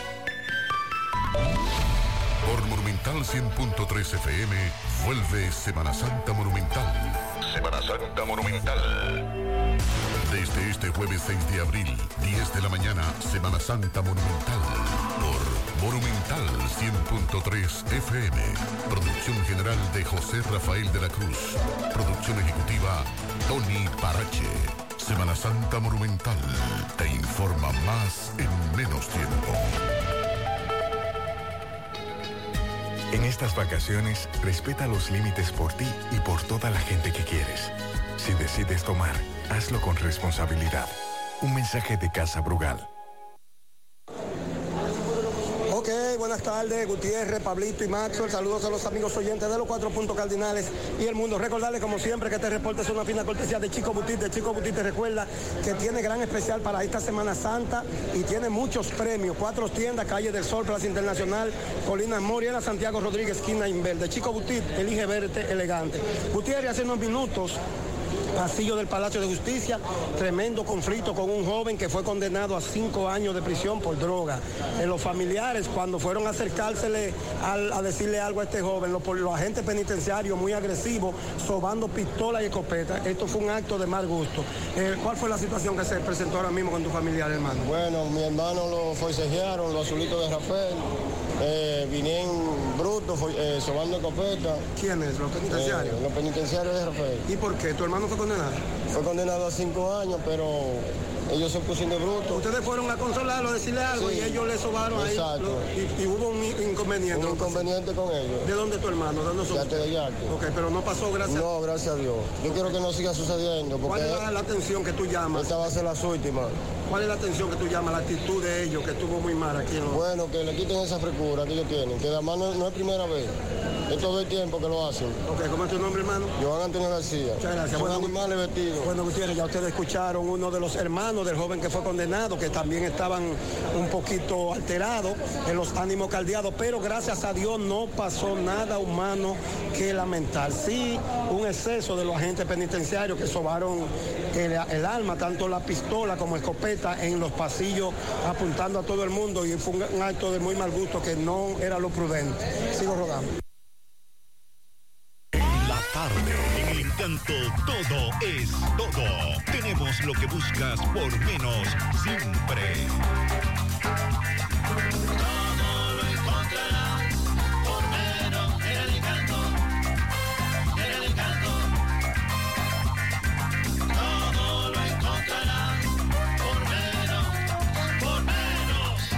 Por Monumental cien punto tres F M, vuelve Semana Santa Monumental. Semana Santa Monumental. Desde este jueves seis de abril, diez de la mañana, Semana Santa Monumental. Por Monumental cien punto tres F M. Producción general de José Rafael de la Cruz. Producción ejecutiva, Tony Parache. Semana Santa Monumental. Te informa más en menos tiempo. En estas vacaciones, respeta los límites por ti y por toda la gente que quieres. Si decides tomar, hazlo con responsabilidad. Un mensaje de Casa Brugal. Ok, buenas tardes, Gutiérrez, Pablito y Maxwell. Saludos a los amigos oyentes de los cuatro puntos cardinales y el mundo. Recordarles, como siempre, que este reporte es una fina cortesía de Chico Butit. De Chico Butit te recuerda que tiene gran especial para esta Semana Santa y tiene muchos premios. Cuatro tiendas, Calle del Sol, Plaza Internacional, Colinas Moriela, Santiago Rodríguez, esquina Inver. De Chico Butit, elige verte elegante. Gutiérrez, hace unos minutos, pasillo del Palacio de Justicia, tremendo conflicto con un joven que fue condenado a cinco años de prisión por droga. En los familiares, cuando fueron a acercársele al, a decirle algo a este joven, los, los agentes penitenciarios muy agresivos, sobando pistola y escopeta. Esto fue un acto de mal gusto. Eh, ¿Cuál fue la situación que se presentó ahora mismo con tu familiar, hermano? Bueno, mi hermano lo forcejearon, los azulitos de Rafael. Eh, vinieron brutos, eh, sobando escopeta. ¿Quiénes? ¿Los penitenciarios? Eh, los penitenciarios de Rafael. ¿Y por qué? ¿Tu hermano fue condenado? Fue condenado a cinco años, pero ellos se pusieron de brutos. Ustedes fueron a consolarlo, a decirle algo, sí, y ellos le sobaron ahí. Lo, y, y hubo un inconveniente. Un inconveniente con ellos. ¿De dónde tu hermano? ¿De nosotros? Yate de Yate. Ok, pero no pasó, gracias. No, gracias a Dios. Yo quiero que no siga sucediendo. Porque ¿cuál es la atención que tú llamas? Esta va a ser la última. ¿Cuál es la atención que tú llamas, la actitud de ellos, que estuvo muy mal aquí en los... Bueno, que le quiten esa frescura que ellos tienen, que además no, no es primera vez, es todo el tiempo que lo hacen. Ok, ¿cómo es tu nombre, hermano? Joan Antonio García. Muchas gracias. Son Bueno, animales vestidos. Bueno, Gutiérrez, ya ustedes escucharon uno de los hermanos del joven que fue condenado, que también estaban un poquito alterados, en los ánimos caldeados, pero gracias a Dios no pasó nada humano que lamentar. Sí, un exceso de los agentes penitenciarios que sobaron el, el arma, tanto la pistola como escopeta, en los pasillos apuntando a todo el mundo, y fue un, un acto de muy mal gusto que no era lo prudente. Sigo rodando. En la tarde, en El Encanto, todo es todo. Tenemos lo que buscas por menos siempre. Todo lo encontrarás por menos en El Encanto. En El Encanto. Todo lo encontrarás por menos, por menos.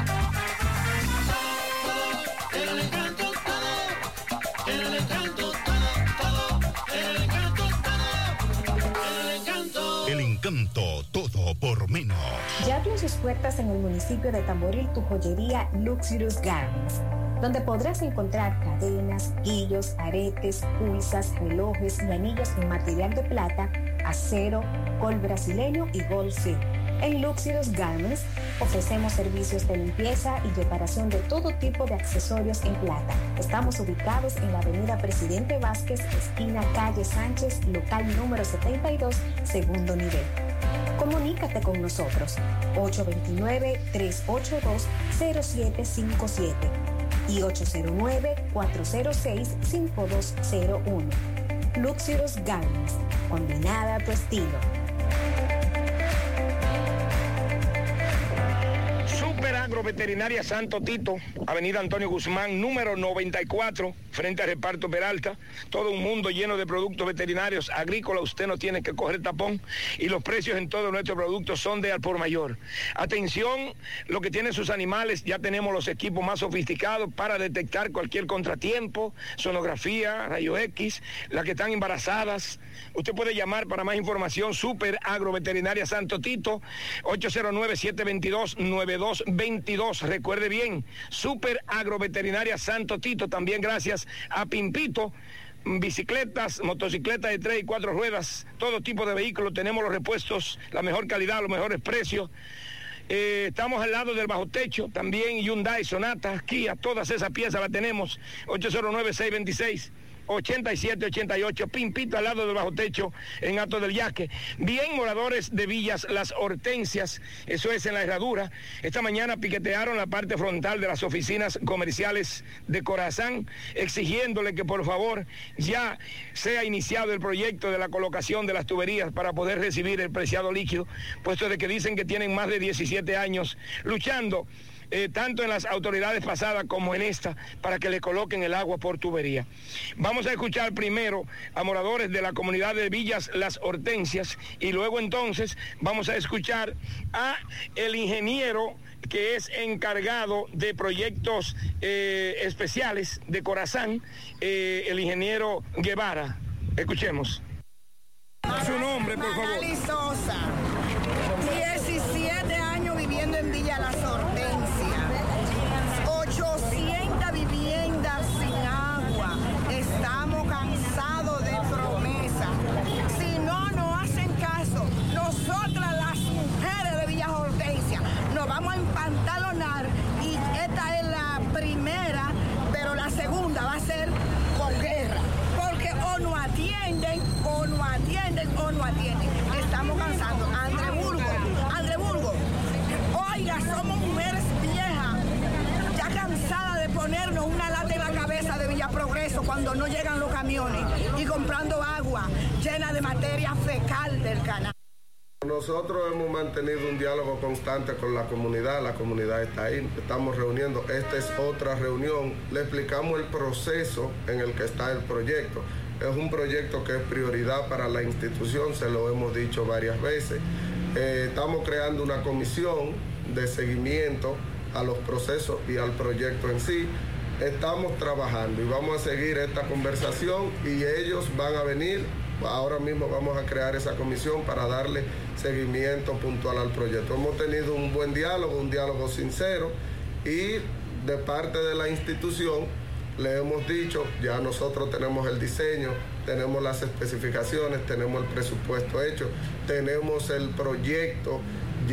Todo, en El Encanto, todo. En El Encanto, todo, todo. En El Encanto, todo. En El Encanto. El Encanto, todo por menos. Ya abrió sus puertas en el municipio de Tamboril tu joyería Luxurious Garments, donde podrás encontrar cadenas, guillos, aretes, pulsas, relojes y anillos en material de plata, acero, gold brasileño y gold silk. En Luxurious Garments ofrecemos servicios de limpieza y reparación de todo tipo de accesorios en plata. Estamos ubicados en la avenida Presidente Vázquez, esquina calle Sánchez, local número setenta y dos, segundo nivel. Comunícate con nosotros, ocho dos nueve, tres ocho dos, cero siete cinco siete y ocho cero nueve, cuatro cero seis, cinco dos cero uno. Luxurious Garments, combinada a tu estilo. Super Agroveterinaria Santo Tito, Avenida Antonio Guzmán, número noventa y cuatro, frente al reparto Peralta. Todo un mundo lleno de productos veterinarios agrícolas. Usted no tiene que coger tapón y los precios en todos nuestros productos son de al por mayor. Atención, lo que tienen sus animales, ya tenemos los equipos más sofisticados para detectar cualquier contratiempo, sonografía, rayo X, las que están embarazadas. Usted puede llamar para más información, Super Agroveterinaria Santo Tito, ocho cero nueve, siete dos dos, nueve dos dos dos. Recuerde bien, Super Agroveterinaria Santo Tito, también gracias a Pimpito. Bicicletas, motocicletas de tres y cuatro ruedas, todo tipo de vehículos, tenemos los repuestos, la mejor calidad, los mejores precios. Eh, estamos al lado del bajo techo, también Hyundai, Sonata, Kia, todas esas piezas las tenemos. Ocho cero nueve, seis dos seis, ochenta y siete ochenta y ocho, Pimpito al lado del bajo techo en Alto del Yaque. Bien, moradores de Villas Las Hortensias, eso es en la Herradura, esta mañana piquetearon la parte frontal de las oficinas comerciales de Corazán, exigiéndole que por favor ya sea iniciado el proyecto de la colocación de las tuberías para poder recibir el preciado líquido, puesto de que dicen que tienen más de diecisiete años luchando, Eh, tanto en las autoridades pasadas como en esta, para que le coloquen el agua por tubería. Vamos a escuchar primero a moradores de la comunidad de Villas Las Hortensias y luego entonces vamos a escuchar a el ingeniero que es encargado de proyectos eh, especiales de Corazán, eh, el ingeniero Guevara. Escuchemos. Su nombre, por favor. Ali Sosa, diecisiete años viviendo en Villa Las Hortensias, ochocientas viviendas sin agua, estamos cansados de promesas, si no nos hacen caso, nosotras las mujeres de Villa Hortensias nos vamos a empantalonar y esta es la primera, pero la segunda va a ser con guerra, porque o no atienden, o no atienden, o no atienden, estamos cansados. André Burgo, André Burgo, oiga, somos mujeres viejas, ya cansadas de ponernos una lata en la cabeza de Villa Progreso cuando no llegan los camiones y comprando agua llena de materia fecal del canal. Nosotros hemos mantenido un diálogo constante con la comunidad, la comunidad está ahí, estamos reuniendo, esta es otra reunión, le explicamos el proceso en el que está el proyecto. Es un proyecto que es prioridad para la institución, se lo hemos dicho varias veces. Eh, estamos creando una comisión de seguimiento a los procesos y al proyecto en sí. Estamos trabajando y vamos a seguir esta conversación y ellos van a venir. Ahora mismo vamos a crear esa comisión para darle seguimiento puntual al proyecto. Hemos tenido un buen diálogo, un diálogo sincero y de parte de la institución le hemos dicho, ya nosotros tenemos el diseño, tenemos las especificaciones, tenemos el presupuesto hecho, tenemos el proyecto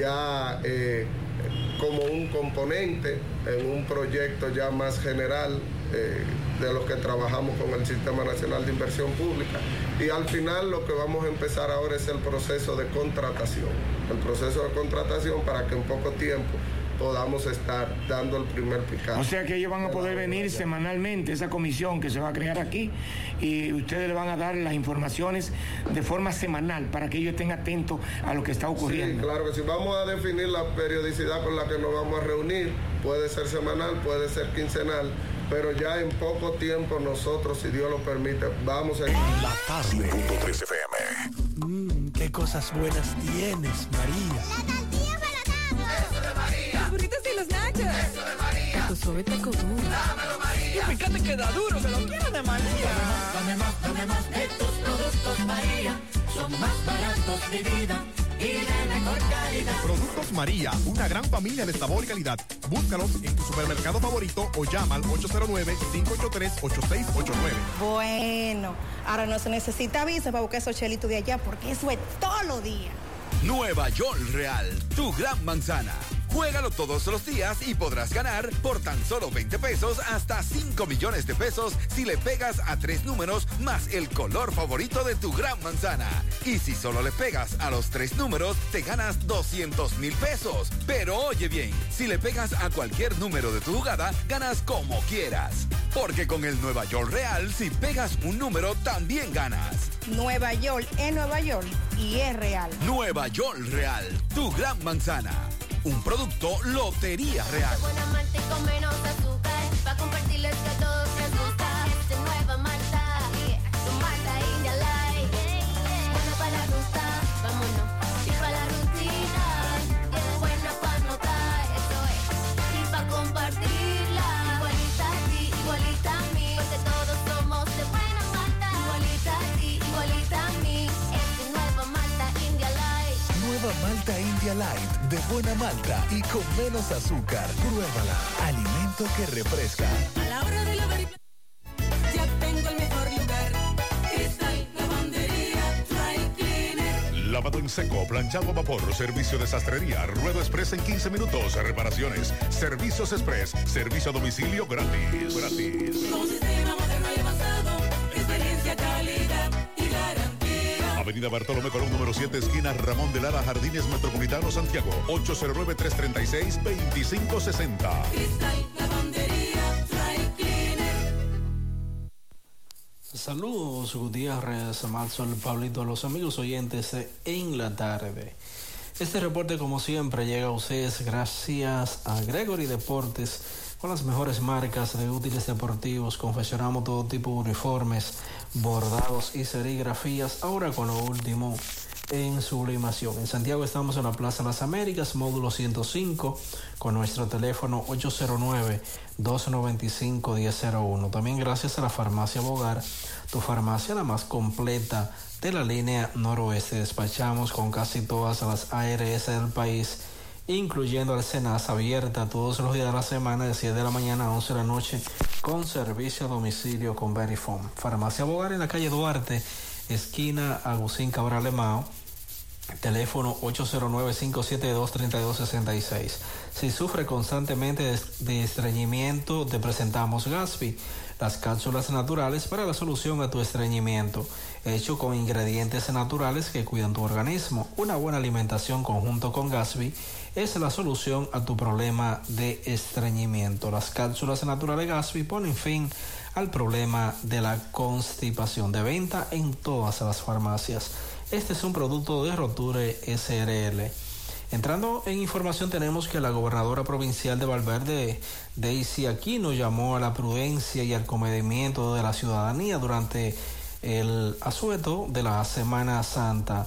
ya eh, como un componente en un proyecto ya más general eh, de los que trabajamos con el Sistema Nacional de Inversión Pública. Y al final lo que vamos a empezar ahora es el proceso de contratación, el proceso de contratación para que en poco tiempo podamos estar dando el primer picado. O sea que ellos van a poder venir semanalmente, esa comisión que se va a crear aquí, y ustedes le van a dar las informaciones de forma semanal para que ellos estén atentos a lo que está ocurriendo. Sí, claro que sí. Vamos a definir la periodicidad con la que nos vamos a reunir. Puede ser semanal, puede ser quincenal, pero ya en poco tiempo nosotros, si Dios lo permite, vamos a... La tarde. cinco punto tres F M. Mmm, qué cosas buenas tienes, María. La tortilla para Eso de María. Los burritos y los nachos. Eso de María. Tu suave taco duro. Dámelo, María. Y fíjate que da duro, que lo quiero de María. Dame más, dame más de tus productos, María. Son más baratos de vida y de mejor calidad. Productos María, una gran familia de sabor y calidad. Búscalos en tu supermercado favorito o llama al ocho cero nueve, cinco ocho tres, ocho seis ocho nueve. Bueno, ahora no se necesita visa para buscar esos chelitos de allá, porque eso es todo lo día. Nueva York Real, tu gran manzana. Juégalo todos los días y podrás ganar por tan solo veinte pesos hasta cinco millones de pesos si le pegas a tres números más el color favorito de tu gran manzana. Y si solo le pegas a los tres números, te ganas doscientos mil pesos. Pero oye bien, si le pegas a cualquier número de tu jugada, ganas como quieras. Porque con el Nueva York Real, si pegas un número, también ganas. Nueva York es Nueva York y es real. Nueva York Real, tu gran manzana. Un producto Lotería Real. Buena malta y con menos azúcar, para compartirles que a todos les gusta. Es de Nueva Malta, tu Malta India Light. Buena para la ruta, vámonos, y para la rutina. Es buena para notar, eso es, y para compartirla. Igualita a ti, igualita a mí, porque todos somos de Buena Malta. Igualita a ti, igualita a mí, es de Nueva Malta India Light. Nueva Malta India Light, de buena malta y con menos azúcar. Pruébala. Alimento que refresca. A la hora de lavar y ya tengo el mejor lugar. Cristal, lavandería, dry cleaner. Lavado en seco, planchado a vapor, servicio de sastrería, ruedo express en quince minutos, reparaciones, servicios express, servicio a domicilio gratis. Gratis. Con un sistema moderno y avanzado, es calidad y garantía. Avenida Bartolomé Colón, número siete, esquina Ramón de Lara, Jardines Metropolitano, Santiago. ocho cero nueve, tres tres seis, dos cinco seis cero. Cristal, lavandería, dry cleaner. Saludos, Gutiérrez, Maxwell, Pablito, a los amigos oyentes en la tarde. Este reporte, como siempre, llega a ustedes gracias a Gregory Deportes, con las mejores marcas de útiles deportivos. Confeccionamos todo tipo de uniformes, bordados y serigrafías, ahora con lo último en sublimación. En Santiago estamos en la Plaza Las Américas, módulo ciento cinco, con nuestro teléfono ocho cero nueve, dos nueve cinco, uno cero cero uno. También gracias a la Farmacia Bogar, tu farmacia la más completa de la línea noroeste. Despachamos con casi todas las A R S del país, incluyendo al Senasa, abierta todos los días de la semana de siete de la mañana a once de la noche, con servicio a domicilio con Verifone. Farmacia Bogar en la calle Duarte, esquina Agustín Cabral Emao, teléfono ocho cero nueve, cinco siete dos, tres dos seis seis. Si sufre constantemente de, de estreñimiento, te presentamos Gaspi, las cápsulas naturales para la solución a tu estreñimiento, hecho con ingredientes naturales que cuidan tu organismo. Una buena alimentación conjunto con Gaspi es la solución a tu problema de estreñimiento. Las cápsulas naturales Gaspi ponen fin al problema de la constipación, de venta en todas las farmacias. Este es un producto de Roture S R L. Entrando en información, tenemos que la gobernadora provincial de Valverde, Daisy Aquino, llamó a la prudencia y al comedimiento de la ciudadanía durante el asueto de la Semana Santa.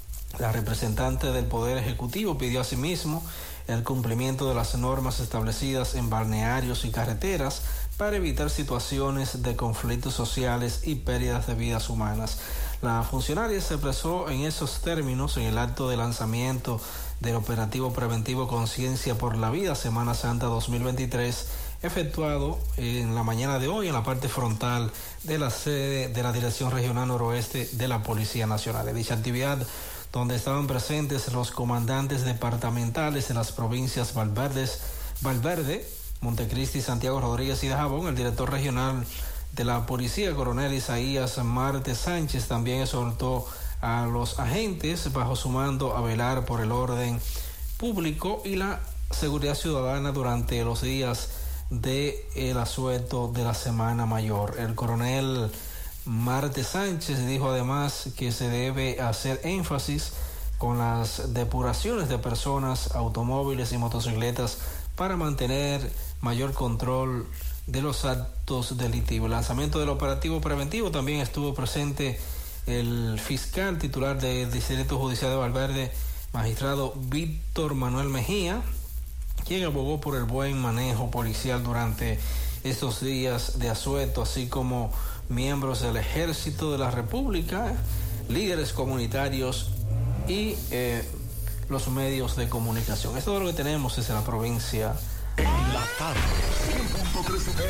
La representante del Poder Ejecutivo pidió asimismo el cumplimiento de las normas establecidas en balnearios y carreteras para evitar situaciones de conflictos sociales y pérdidas de vidas humanas. La funcionaria se expresó en esos términos en el acto de lanzamiento del operativo preventivo Conciencia por la Vida Semana Santa dos mil veintitrés, efectuado en la mañana de hoy en la parte frontal de la sede de la Dirección Regional Noroeste de la Policía Nacional. En dicha actividad, donde estaban presentes los comandantes departamentales de las provincias Valverdes, Valverde, Montecristi, Santiago Rodríguez y Dajabón, el director regional de la Policía, coronel Isaías Marte Sánchez, también exhortó a los agentes bajo su mando a velar por el orden público y la seguridad ciudadana durante los días del asueto de la Semana Mayor. El coronel Marte Sánchez dijo además que se debe hacer énfasis con las depuraciones de personas, automóviles y motocicletas para mantener mayor control de los actos delictivos. El lanzamiento del operativo preventivo también estuvo presente el fiscal titular del Distrito Judicial de Valverde, magistrado Víctor Manuel Mejía, quien abogó por el buen manejo policial durante estos días de asueto, así como miembros del Ejército de la República, líderes comunitarios y eh, los medios de comunicación. Es todo lo que tenemos desde la provincia. En la tarde, cien punto tres F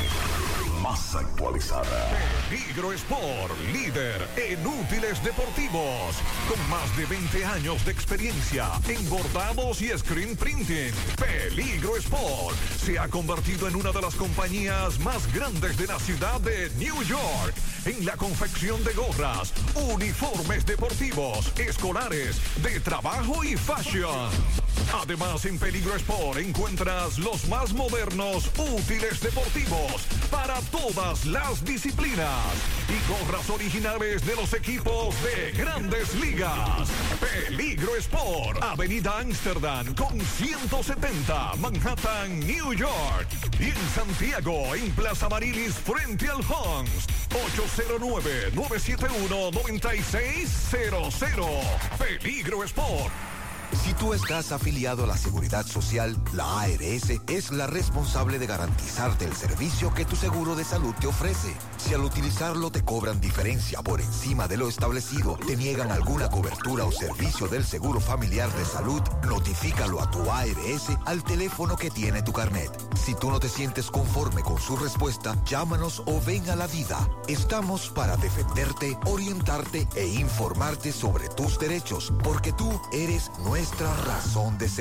M, más actualizada. Peligro Sport, líder en útiles deportivos, con más de veinte años de experiencia en bordados y screen printing. Peligro Sport se ha convertido en una de las compañías más grandes de la ciudad de New York en la confección de gorras, uniformes deportivos, escolares, de trabajo y fashion. Además, en Peligro Sport encuentras los más modernos útiles deportivos para todas las disciplinas y gorras originales de los equipos de Grandes Ligas. Peligro Sport, Avenida Amsterdam con ciento setenta, Manhattan, New York. Y en Santiago, en Plaza Marilis, frente al Hans, ocho cero nueve, nueve siete uno, nueve seis cero cero. Peligro Sport. Si tú estás afiliado a la Seguridad Social, la A R S es la responsable de garantizarte el servicio que tu seguro de salud te ofrece. Si al utilizarlo te cobran diferencia por encima de lo establecido, te niegan alguna cobertura o servicio del Seguro Familiar de Salud, notifícalo a tu A R S al teléfono que tiene tu carnet. Si tú no te sientes conforme con su respuesta, llámanos o ven a la vida. Estamos para defenderte, orientarte e informarte sobre tus derechos, porque tú eres nuestra razón de ser.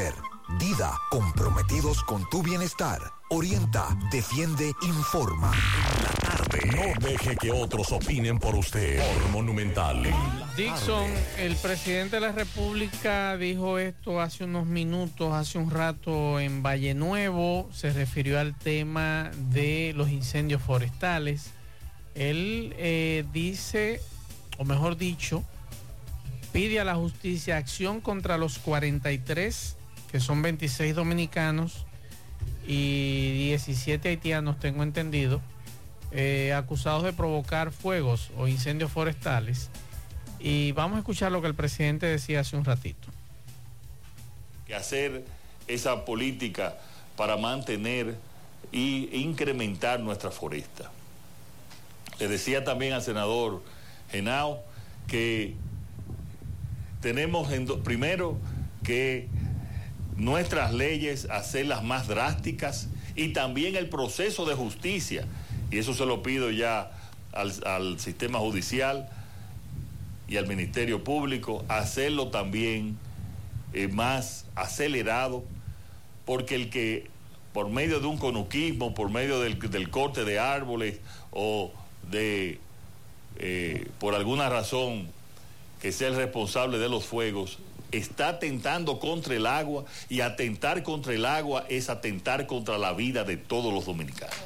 Dida, comprometidos con tu bienestar. Orienta, defiende, informa. En la tarde. No deje que otros opinen por usted. Por Monumental. Dixon, el presidente de la República dijo esto hace unos minutos, hace un rato en Valle Nuevo. Se refirió al tema de los incendios forestales. Él eh, dice, o mejor dicho, pide a la justicia acción contra los cuarenta y tres, que son veintiséis dominicanos y diecisiete haitianos, tengo entendido, eh, acusados de provocar fuegos o incendios forestales. Y vamos a escuchar lo que el presidente decía hace un ratito. Que hacer esa política para mantener e incrementar nuestra foresta. Le decía también al senador Henao que tenemos en do, primero que nuestras leyes hacerlas más drásticas y también el proceso de justicia, y eso se lo pido ya al, al sistema judicial y al Ministerio Público, hacerlo también eh, más acelerado, porque el que por medio de un conuquismo, por medio del, del corte de árboles o de eh, por alguna razón que sea el responsable de los fuegos, está atentando contra el agua, y atentar contra el agua es atentar contra la vida de todos los dominicanos.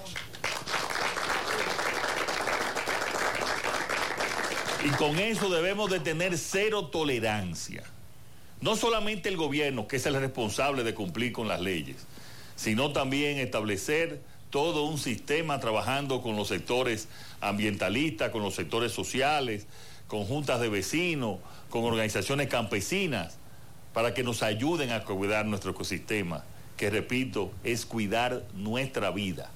Y con eso debemos de tener cero tolerancia. No solamente el gobierno, que es el responsable de cumplir con las leyes, sino también establecer todo un sistema trabajando con los sectores ambientalistas, con los sectores sociales, con juntas de vecinos, con organizaciones campesinas, para que nos ayuden a cuidar nuestro ecosistema, que repito, es cuidar nuestra vida.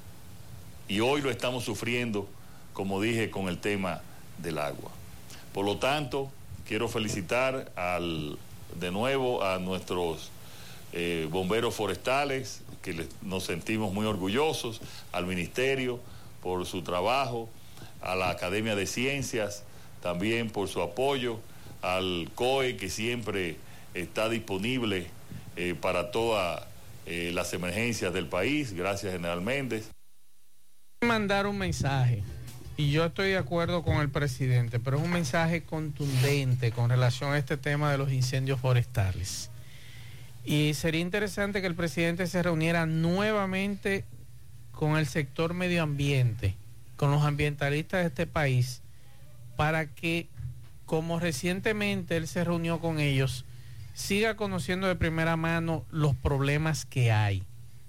Y hoy lo estamos sufriendo, como dije, con el tema del agua. Por lo tanto, quiero felicitar al, de nuevo a nuestros eh, bomberos forestales, que les, nos sentimos muy orgullosos, al Ministerio por su trabajo, a la Academia de Ciencias también por su apoyo, al C O E, que siempre está disponible eh, para todas eh, las emergencias del país. Gracias, General Méndez. Mandar un mensaje, y yo estoy de acuerdo con el presidente, pero es un mensaje contundente con relación a este tema de los incendios forestales. Y sería interesante que el presidente se reuniera nuevamente con el sector medio ambiente, con los ambientalistas de este país, para que, como recientemente él se reunió con ellos, siga conociendo de primera mano los problemas que hay.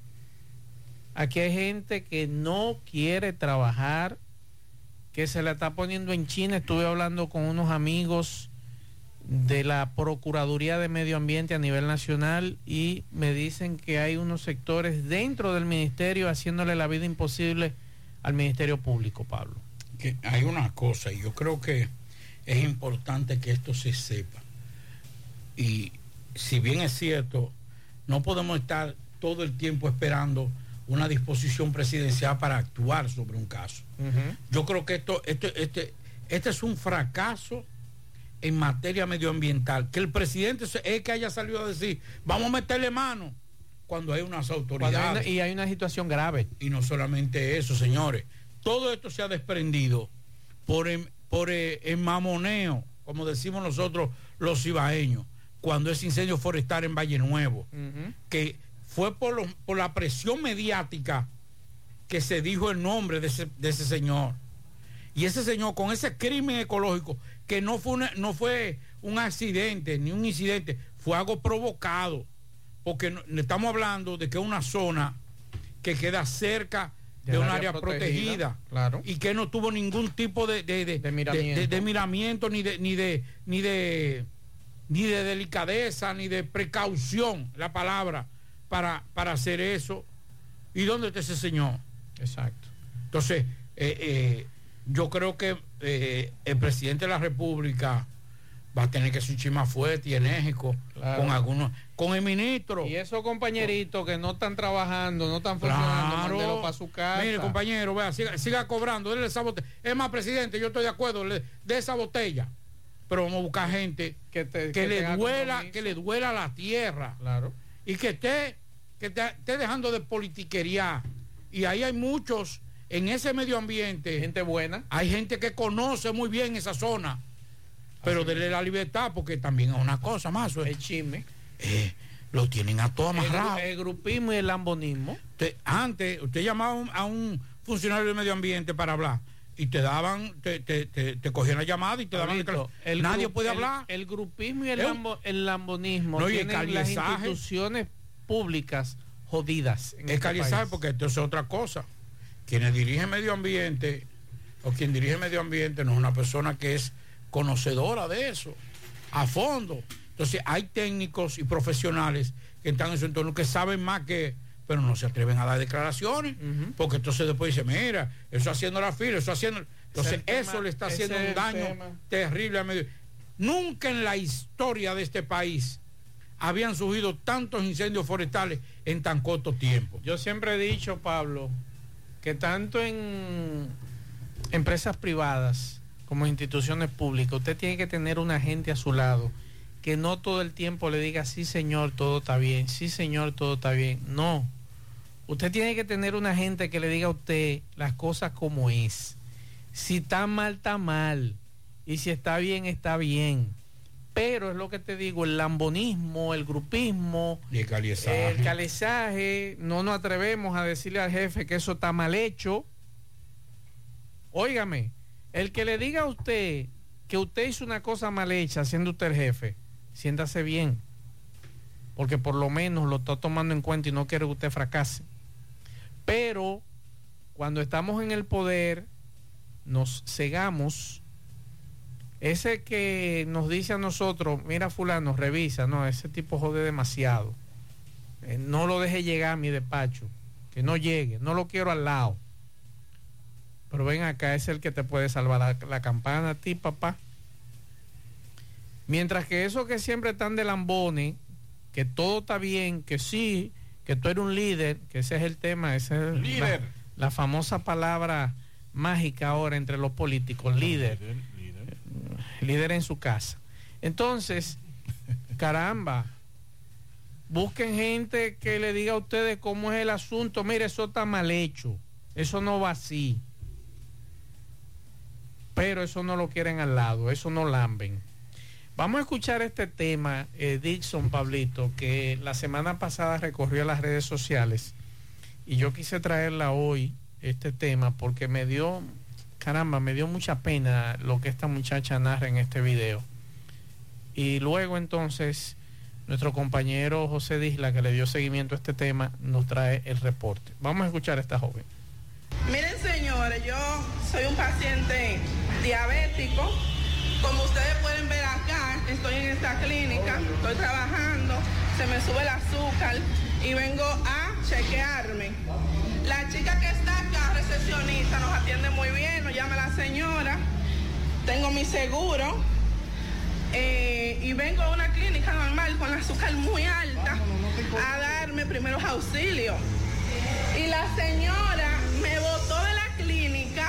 Aquí hay gente que no quiere trabajar, que se la está poniendo en China. Estuve hablando con unos amigos de la Procuraduría de Medio Ambiente a nivel nacional y me dicen que hay unos sectores dentro del ministerio haciéndole la vida imposible al Ministerio Público, Pablo. Que hay una cosa, y yo creo que es importante que esto se sepa. Y si bien es cierto, no podemos estar todo el tiempo esperando una disposición presidencial para actuar sobre un caso. Uh-huh. Yo creo que esto, este, este, este es un fracaso en materia medioambiental, que el presidente es que haya salido a decir vamos a meterle mano cuando hay unas autoridades hay una, y hay una situación grave. Y no solamente eso, señores, todo esto se ha desprendido por el, por el, el mamoneo, como decimos nosotros los cibaeños, cuando es incendio forestal en Valle Nuevo, uh-huh. que fue por, los, por la presión mediática que se dijo el nombre de ese, de ese señor. Y ese señor, con ese crimen ecológico, que no fue, una, no fue un accidente ni un incidente, fue algo provocado, porque no, estamos hablando de que es una zona que queda cerca de, de un área protegida, protegida claro. y que no tuvo ningún tipo de, de, de, de miramiento, de, de, de miramiento ni de ni de ni de ni de delicadeza ni de precaución, la palabra, para, para hacer eso. ¿Y dónde está ese señor? Exacto. Entonces, eh, eh, yo creo que eh, el presidente de la República va a tener que ser un chin más fuerte y enérgico, claro. con algunos, con el ministro. Y esos compañeritos que no están trabajando, no están funcionando, claro. mándelo para su casa. Mire, compañero, vea, siga, siga cobrando, déle esa botella. Es más, presidente, yo estoy de acuerdo, le, de esa botella. Pero vamos a buscar gente que, te, que, que le duela, que le duela la tierra. Claro. y que esté, que te, esté dejando de politiquería. Y ahí hay muchos en ese medio ambiente. Gente buena. Hay gente que conoce muy bien esa zona. Pero denle la libertad, porque también es una cosa más. El chisme. Eh, lo tienen a todo amarrado. El, el grupismo y el lambonismo. Usted, antes, usted llamaba a un, a un funcionario del medio ambiente para hablar y te daban, te, te, te, te cogían la llamada y te daban Pablito, el, el Nadie gru, puede el, hablar. El grupismo y el, ¿Eh? lambo, el lambonismo no, tienen las instituciones públicas jodidas. En es este porque esto es otra cosa. Quienes dirigen medio ambiente o quien dirige medio ambiente no es una persona que es conocedora de eso a fondo. Entonces hay técnicos y profesionales que están en su entorno que saben más que, pero no se atreven a dar declaraciones, uh-huh. porque entonces después dice, mira, eso haciendo la fila, eso haciendo, entonces eso tema, le está haciendo un daño tema. terrible al medio. Nunca en la historia de este país habían surgido tantos incendios forestales en tan corto tiempo. Yo siempre he dicho, Pablo, que tanto en empresas privadas como instituciones públicas, usted tiene que tener una gente a su lado que no todo el tiempo le diga, sí señor, todo está bien, sí señor, todo está bien. No, usted tiene que tener una gente que le diga a usted las cosas como es. Si está mal, está mal, y si está bien, está bien. Pero es lo que te digo, el lambonismo, el grupismo, y el calezaje. el calezaje, no nos atrevemos a decirle al jefe que eso está mal hecho. Óigame, el que le diga a usted que usted hizo una cosa mal hecha siendo usted el jefe, siéntase bien, porque por lo menos lo está tomando en cuenta y no quiere que usted fracase. Pero cuando estamos en el poder nos cegamos. Ese que nos dice a nosotros, mira fulano, revisa, no, ese tipo jode demasiado, eh, no lo deje llegar a mi despacho, que no llegue, no lo quiero al lado. Pero ven acá, es el que te puede salvar la, la campana a ti, papá. Mientras que esos que siempre están de lambones, que todo está bien, que sí, que tú eres un líder, que ese es el tema, esa es líder. La, la famosa palabra mágica ahora entre los políticos, líder. líder. líder en su casa. Entonces, caramba, busquen gente que le diga a ustedes cómo es el asunto. Mire, eso está mal hecho, eso no va así. Pero eso no lo quieren al lado, eso no lamben. Vamos a escuchar este tema, eh, Dixon, Pablito, que la semana pasada recorrió las redes sociales y yo quise traerla hoy, este tema, porque me dio, caramba, me dio mucha pena lo que esta muchacha narra en este video. Y luego entonces nuestro compañero José Disla, que le dio seguimiento a este tema, nos trae el reporte. Vamos a escuchar a esta joven. Miren, señores, yo soy un paciente diabético. Como ustedes pueden ver acá, estoy en esta clínica, estoy trabajando, se me sube el azúcar y vengo a chequearme. La chica que está acá, recepcionista, nos atiende muy bien, nos llama la señora, tengo mi seguro eh, y vengo a una clínica normal con el azúcar muy alta a darme primeros auxilios. Y la señora me botó de la clínica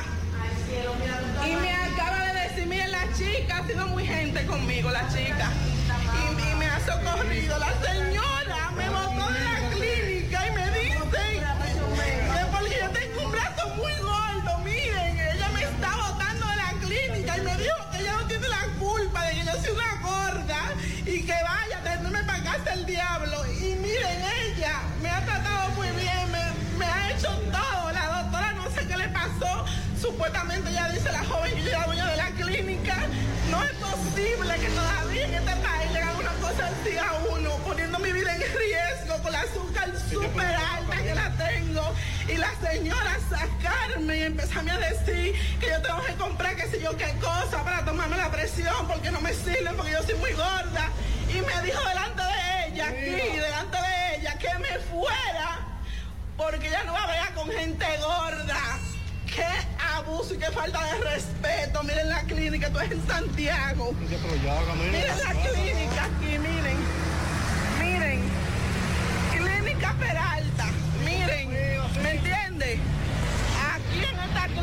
y me acaba de decir, miren, la chica ha sido muy gente conmigo, la chica, y, y me ha socorrido. La señora me botó de la clínica y me dice que porque yo tengo un brazo muy gordo, miren, ella me está botando de la clínica y me dijo que ella no tiene la culpa de que yo soy una gorda y que vaya a tenerme para casa el diablo. Y miren, ella me ha tratado muy bien, me, me ha hecho todo. La doctora no sé qué le pasó, supuestamente ella dice, la joven, yo soy la dueña de la clínica. No es posible que todavía en este país le hagan una cosa así a uno, poniendo mi vida en riesgo con la azúcar súper alta que la tengo. Y la señora sacarme y empezarme a decir que yo tengo que comprar qué sé yo qué cosa para tomarme la presión porque no me sirven, porque yo soy muy gorda. Y me dijo delante de ella, aquí, delante de ella, que me fuera porque ella no va a ver con gente gorda. Qué abuso y qué falta de respeto. Miren la clínica, esto es en Santiago. Miren la clínica aquí, miren. Miren. Clínica Peralta. Miren. ¿Me entiende? Aquí en esta clínica,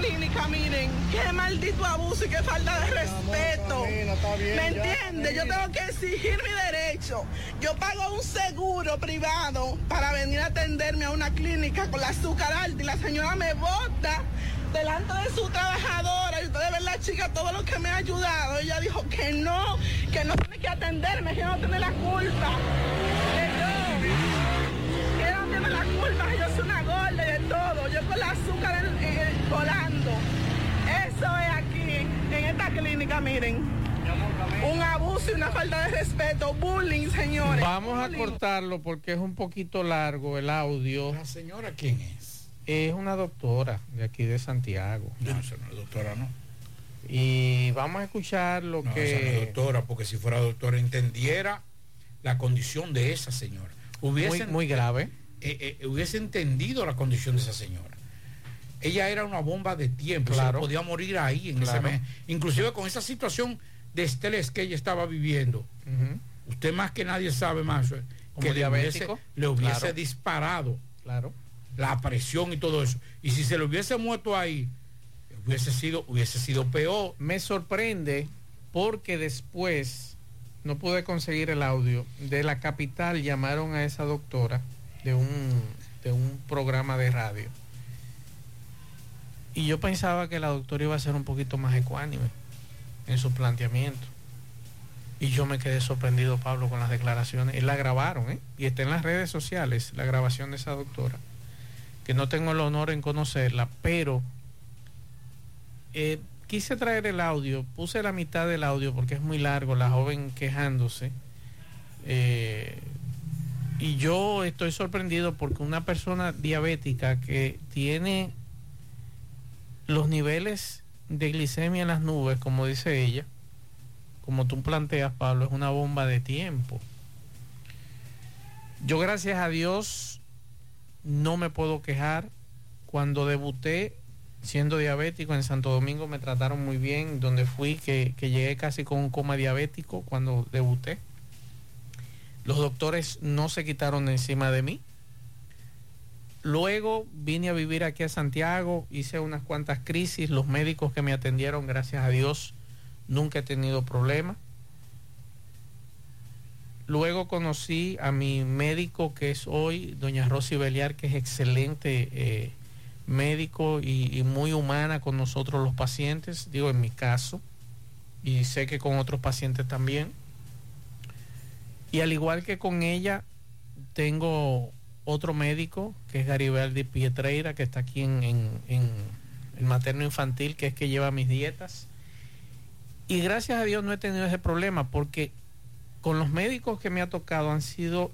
miren, qué maldito abuso y qué falta de respeto. ¿Me entiende? Yo tengo que exigir mi derecho. Yo pago un seguro privado para venir a atenderme a una clínica con la azúcar alta y la señora me bota delante de su trabajadora y ustedes ven la chica todo lo que me ha ayudado. Ella dijo que no, que no tiene que atenderme, que no tiene la culpa. Que yo, que no tiene la culpa, que yo soy una gorda y de todo. Yo con la azúcar en, en, volando. Eso es aquí, en esta clínica, miren. Un abuso y una falta de respeto, bullying, señores. Vamos bullying. a cortarlo porque es un poquito largo el audio. ¿La señora quién es? Es una doctora de aquí de Santiago. No, esa no es doctora, no. Y vamos a escuchar lo no, que... Esa no es doctora, porque si fuera doctora entendiera la condición de esa señora. Hubiese, muy, muy grave. Eh, eh, hubiese entendido la condición de esa señora. Ella era una bomba de tiempo, claro. Se podía morir ahí, en claro. ese mes. Inclusive con esa situación de estrés que ella estaba viviendo. Uh-huh. Usted más que nadie sabe más que le hubiese, le hubiese claro. disparado claro. la presión y todo eso. Y si se le hubiese muerto ahí, hubiese sido, hubiese sido peor. Me sorprende porque después no pude conseguir el audio. De la capital llamaron a esa doctora de un, de un programa de radio. Y yo pensaba que la doctora iba a ser un poquito más ecuánime en su planteamiento. Y yo me quedé sorprendido, Pablo, con las declaraciones. Y la grabaron, ¿eh? Y está en las redes sociales la grabación de esa doctora, que no tengo el honor en conocerla, pero eh, quise traer el audio, puse la mitad del audio porque es muy largo, la joven quejándose. Eh, y yo estoy sorprendido porque una persona diabética que tiene los niveles de glicemia en las nubes, como dice ella, como tú planteas, Pablo, es una bomba de tiempo. Yo, gracias a Dios, no me puedo quejar. Cuando debuté siendo diabético en Santo Domingo me trataron muy bien, donde fui, que, que llegué casi con un coma diabético cuando debuté. Los doctores no se quitaron de encima de mí. Luego vine a vivir aquí a Santiago, hice unas cuantas crisis, los médicos que me atendieron, gracias a Dios, nunca he tenido problema. Luego conocí a mi médico que es hoy, doña Rosy Beliar, que es excelente eh, médico y, y muy humana con nosotros los pacientes, digo en mi caso, y sé que con otros pacientes también. Y al igual que con ella, tengo otro médico, que es Garibaldi Pietreira, que está aquí en, en, en el materno infantil, que es que lleva mis dietas. Y gracias a Dios no he tenido ese problema, porque con los médicos que me ha tocado han sido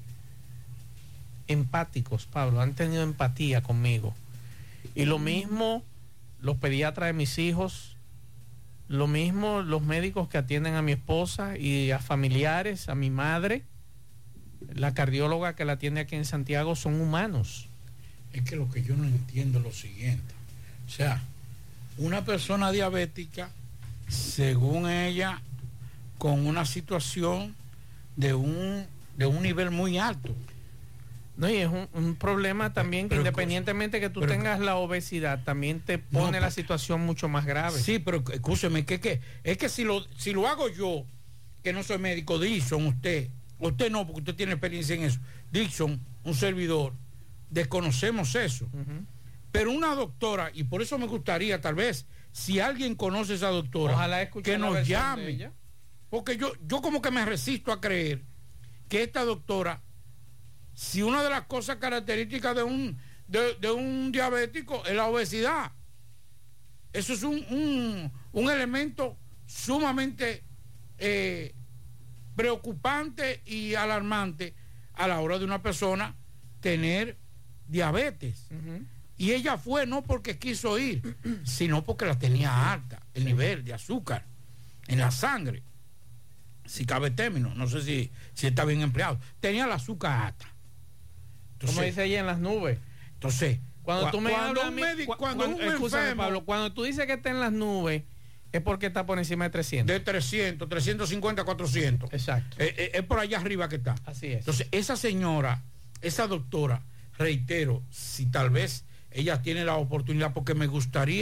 empáticos, Pablo, han tenido empatía conmigo. Y lo mismo los pediatras de mis hijos, lo mismo los médicos que atienden a mi esposa y a familiares, a mi madre, la cardióloga que la atiende aquí en Santiago, son humanos. Es que lo que yo no entiendo es lo siguiente. O sea, una persona diabética, según ella, con una situación de un, de un nivel muy alto. No, y es un, un problema también que pero, independientemente que tú pero, tengas la obesidad, también te pone no, la situación mucho más grave. Sí, pero escúcheme, que, que es que si lo, si lo hago yo, que no soy médico, Dixon, usted, usted no, porque usted tiene experiencia en eso, Dixon, un servidor, desconocemos eso. Uh-huh. Pero una doctora, y por eso me gustaría, tal vez, si alguien conoce a esa doctora, ojalá que nos llame. Porque yo, yo como que me resisto a creer que esta doctora, si una de las cosas características de un, de, de un diabético es la obesidad. Eso es un, un, un elemento sumamente eh, preocupante y alarmante a la hora de una persona tener diabetes. Uh-huh. Y ella fue no porque quiso ir, sino porque la tenía alta, el sí. nivel de azúcar en la sangre. Si cabe término, no sé si, si está bien empleado. Tenía el azúcar alta. Entonces, como dice ella, en las nubes. Entonces, cuando tú me cuando hablas, un médico, cuando, cuando un enfermo, Pablo, cuando tú dices que está en las nubes, es porque está por encima de trescientos. De trescientos, trescientos cincuenta, cuatrocientos. Exacto. Eh, eh, es por allá arriba que está. Así es. Entonces, esa señora, esa doctora, reitero, si tal vez ella tiene la oportunidad, porque me gustaría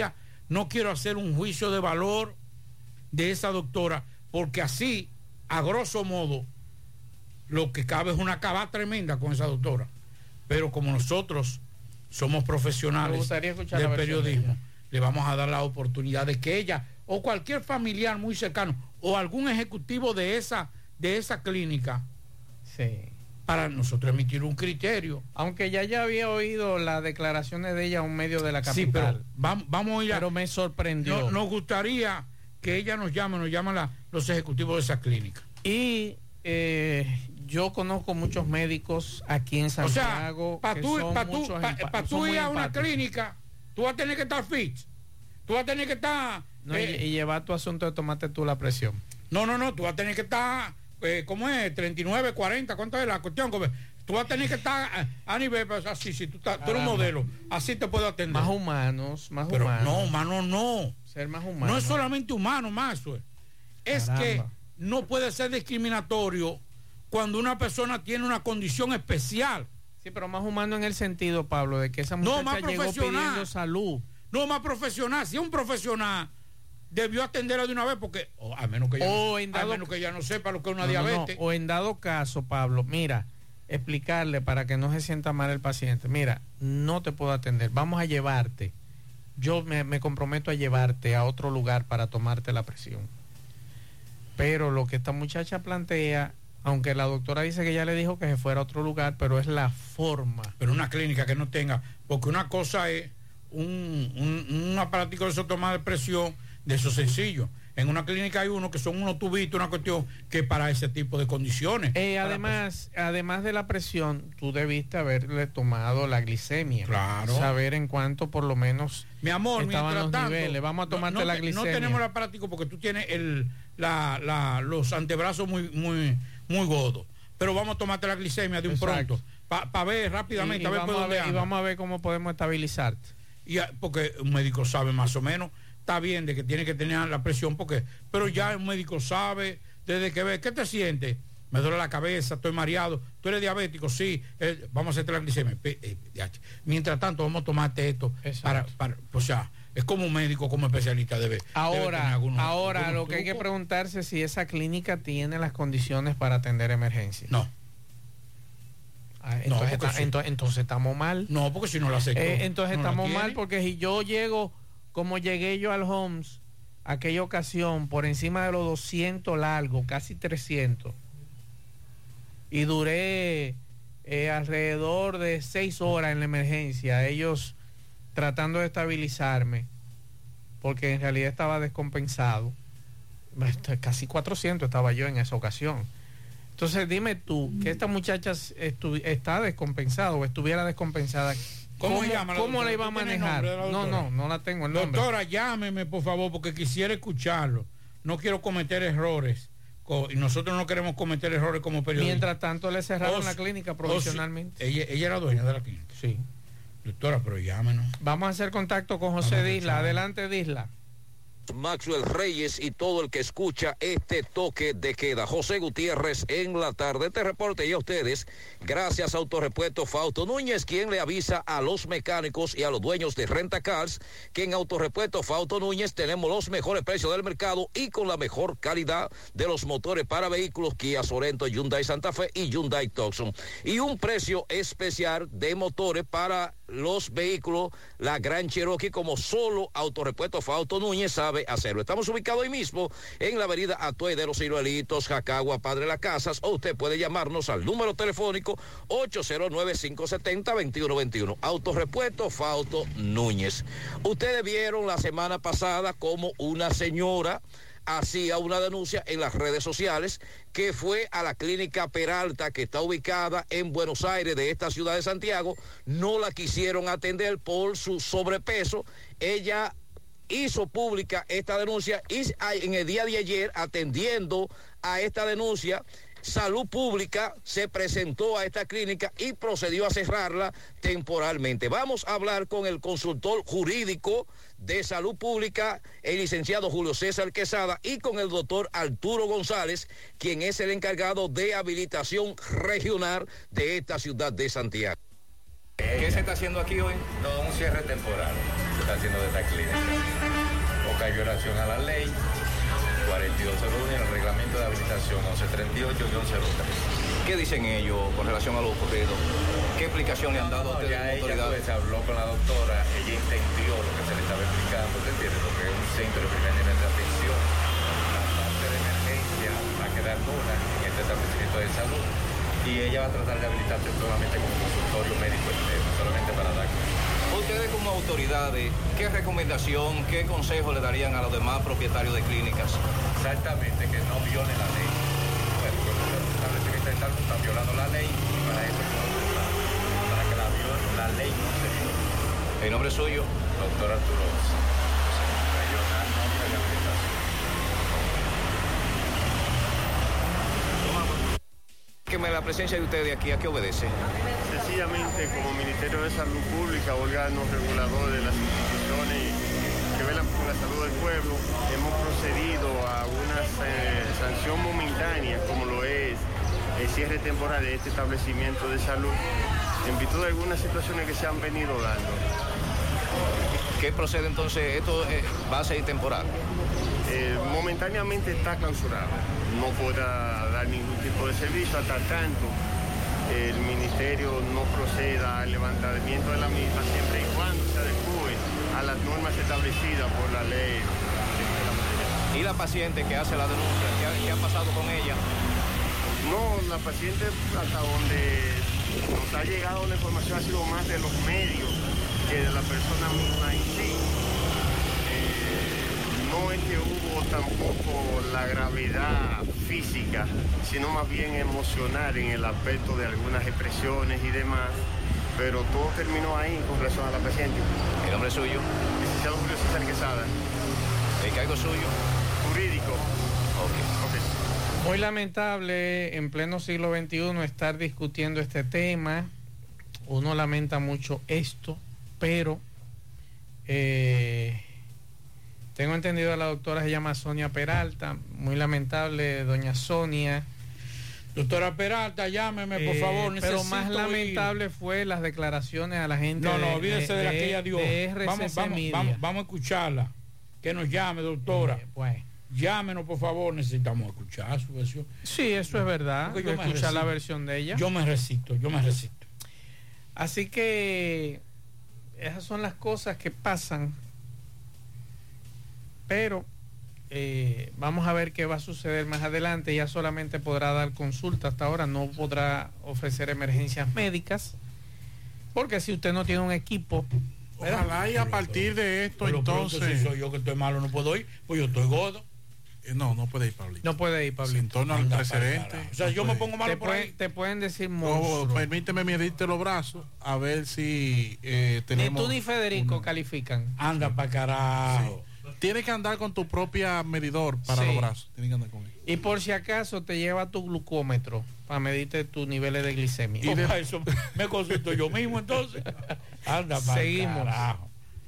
no quiero hacer un juicio de valor de esa doctora, porque así, a grosso modo, lo que cabe es una cabada tremenda con esa doctora. Pero como nosotros somos profesionales del periodismo, le vamos a dar la oportunidad de que ella o cualquier familiar muy cercano o algún ejecutivo de esa, de esa clínica, sí, para nosotros emitir un criterio. Aunque ya ya había oído las declaraciones de ella a un medio de la capital. Sí, pero vamos, vamos a ir a... Pero me sorprendió. No, nos gustaría que ella nos llame, nos llaman la, los ejecutivos de esa clínica. Y eh, yo conozco muchos médicos aquí en Santiago. O sea, para tú, pa tú, pa, pa tú ir a una clínica, tú vas a tener que estar fit. Tú vas a tener que estar... No, eh, y, y llevar tu asunto de tomarte tú la presión. No, no, no, tú vas a tener que estar... Eh, ¿Cómo es? treinta y nueve, cuarenta, ¿cuánto es la cuestión? Tú vas a tener que estar a, a nivel, pues, así, si tú, estás, tú eres un modelo, así te puedo atender. Más humanos, más Pero humanos. no, humano no. Ser más humano. No es solamente humano, más es Caramba. que no puede ser discriminatorio cuando una persona tiene una condición especial. Sí, pero más humano en el sentido, Pablo, de que esa muchacha no, más llegó pidiendo salud. No, más profesional. Si es un profesional, debió atenderla de una vez porque, oh, a menos que ya, o no, en dado, a menos que ya no sepa lo que es una no, diabetes. No, no. O en dado caso, Pablo, mira, explicarle para que no se sienta mal el paciente. Mira, no te puedo atender. Vamos a llevarte. Yo me, me comprometo a llevarte a otro lugar para tomarte la presión. Pero lo que esta muchacha plantea, aunque la doctora dice que ya le dijo que se fuera a otro lugar, pero es la forma. Pero una clínica que no tenga, porque una cosa es un, un, un aparatico de eso tomar de presión, de eso sencillo. En una clínica hay uno que son unos tubitos, una cuestión que para ese tipo de condiciones. Eh, además, además de la presión, tú debiste haberle tomado la glicemia. Claro. Saber en cuánto por lo menos mi amor, estaban los tanto, niveles. Vamos a tomarte no, no, la glicemia. No tenemos el aparatico porque tú tienes el, la, la, los antebrazos muy, muy, muy gordos. Pero vamos a tomarte la glicemia de un Exacto. pronto. Para pa ver rápidamente. Y, y, a ver vamos a ver, y vamos a ver cómo podemos estabilizarte. Y, porque un médico sabe más o menos. Está bien de que tiene que tener la presión, porque, pero ya un médico sabe desde que ve, ¿qué te sientes? Me duele la cabeza, estoy mareado, tú eres diabético, sí, eh, vamos a hacerte la glicemia. Eh, eh, mientras tanto, vamos a tomarte esto para, para, o sea, es como un médico, como especialista debe. Ahora, debe algunos, ahora algunos lo que hay que trucos. preguntarse es si esa clínica tiene las condiciones para atender emergencias. No. Ah, entonces, no, está, sí. entonces, entonces estamos mal. No, porque si no la acepto. Eh, entonces no estamos mal, porque si yo llego, como llegué yo al Homs, aquella ocasión, por encima de los doscientos largos, casi trescientos, y duré eh, alrededor de seis horas en la emergencia, ellos tratando de estabilizarme, porque en realidad estaba descompensado, casi cuatrocientos estaba yo en esa ocasión. Entonces dime tú, que esta muchacha está descompensada o estuviera descompensada, ¿cómo, ¿cómo, llama la ¿cómo la iba a manejar? No, no, no la tengo el nombre. Doctora, llámeme por favor, porque quisiera escucharlo. No quiero cometer errores. Y nosotros no queremos cometer errores como periodistas. Mientras tanto le cerraron o, la clínica provisionalmente. Si, ella, ella era dueña de la clínica. Sí. Doctora, pero llámenos. Vamos a hacer contacto con José Disla. Adelante, Disla. Maxwell Reyes y todo el que escucha este toque de queda. José Gutiérrez en la tarde. Este reporte y a ustedes, gracias a Autorepuesto Fausto Núñez, quien le avisa a los mecánicos y a los dueños de Renta Cars que en Autorepuesto Fausto Núñez tenemos los mejores precios del mercado y con la mejor calidad de los motores para vehículos Kia Sorento, Hyundai Santa Fe y Hyundai Tucson. Y un precio especial de motores para los vehículos, la Gran Cherokee, como solo Autorepuesto Fausto Núñez sabe hacerlo. Estamos ubicados ahí mismo en la avenida Atuey de los Ciruelitos, Jacagua, Padre Las Casas, o usted puede llamarnos al número telefónico ocho cero nueve, cinco siete cero, dos uno dos uno. Autorepuesto Fausto Núñez. Ustedes vieron la semana pasada como una señora hacía una denuncia en las redes sociales que fue a la clínica Peralta, que está ubicada en Buenos Aires, de esta ciudad de Santiago. No la quisieron atender por su sobrepeso. Ella hizo pública esta denuncia y en el día de ayer, atendiendo a esta denuncia, Salud Pública se presentó a esta clínica y procedió a cerrarla temporalmente. Vamos a hablar con el consultor jurídico de Salud Pública, el licenciado Julio César Quesada, y con el doctor Arturo González, quien es el encargado de habilitación regional de esta ciudad de Santiago. ¿Qué se está haciendo aquí hoy? No, un cierre temporal se está haciendo de esta clínica. Porque hay violación a la ley cuarenta y dos cero uno y el reglamento de habilitación once treinta y ocho y once cero tres. ¿Qué dicen ellos con relación a lo ocurrido? ¿Qué explicación le han dado No, a ustedes ya como ella autoridad? pues habló con la doctora, ella entendió lo que se le estaba explicando, ¿te entiendes? Porque es un centro de primer nivel de atención. La parte de emergencia va a quedar nula en este establecimiento de salud y ella va a tratar de habilitarse solamente como consultorio médico externo, solamente para dar. Ustedes como autoridades, ¿qué recomendación, qué consejo le darían a los demás propietarios de clínicas? Exactamente, que no violen la ley. Bueno, pues el establecimiento de salud está violando la ley y para eso es para que la, la ley no se viole. ¿El nombre suyo? Doctor Arturo Regional Norte de Rehabilitación. Que me la presencia de ustedes aquí, ¿a qué obedece? Sencillamente, como Ministerio de Salud Pública, órgano regulador de las instituciones que velan por la salud del pueblo, hemos procedido a una eh, sanción momentánea, como lo es el cierre temporal de este establecimiento de salud, en virtud de algunas situaciones que se han venido dando. ¿Qué procede entonces? ¿Esto eh, va a ser temporal? Eh, momentáneamente está clausurado. No podrá dar ningún tipo de servicio hasta tanto el ministerio no proceda al levantamiento de la misma, siempre y cuando se adecue a las normas establecidas por la ley. ¿Y la paciente que hace la denuncia? ¿Qué ha, qué ha pasado con ella? No, la paciente hasta donde nos ha llegado la información ha sido más de los medios que de la persona misma en sí. No es que hubo tampoco la gravedad física, sino más bien emocional en el aspecto de algunas expresiones y demás, pero todo terminó ahí con relación a la paciente. ¿El nombre suyo? Licenciado Julio César Quesada. ¿El cargo suyo? Jurídico. Ok. Okay. Muy lamentable en pleno siglo veintiuno estar discutiendo este tema. Uno lamenta mucho esto, pero... Eh, tengo entendido a la doctora se llama Sonia Peralta. Muy lamentable, doña Sonia. Doctora Peralta, llámeme, por favor. Eh, pero más lamentable ir. fue las declaraciones a la gente. No, no, de, olvídese de, de la que ella dio. Vamos, vamos, vamos, vamos a escucharla. Que nos llame, doctora. Eh, pues. Llámenos, por favor. Necesitamos escuchar su versión. Sí, eso es verdad. Yo escuchar la versión de ella. Yo me resisto, yo me resisto. Así que esas son las cosas que pasan. Pero eh, vamos a ver qué va a suceder más adelante. Ella solamente podrá dar consulta hasta ahora, no podrá ofrecer emergencias médicas, porque si usted no tiene un equipo, ojalá y a partir de esto pero entonces pronto, si soy yo que estoy malo no puedo ir, pues yo estoy gordo. Eh, no, no puede ir, Pablito. No puede ir, Pablito. En torno al precedente. O sea, no yo me pongo malo te por pueden, ahí. Te pueden decir monstruo. No, permíteme medirte los brazos a ver si eh, tenemos... Ni tú ni Federico una... califican. Anda para carajo. Sí. Tienes que andar con tu propia medidor para sí. los brazos. Tienes que andar con él. Y por si acaso te lleva tu glucómetro para medirte tus niveles de glicemia. Y de eso me consulto yo mismo entonces. Anda para Seguimos. Carajo.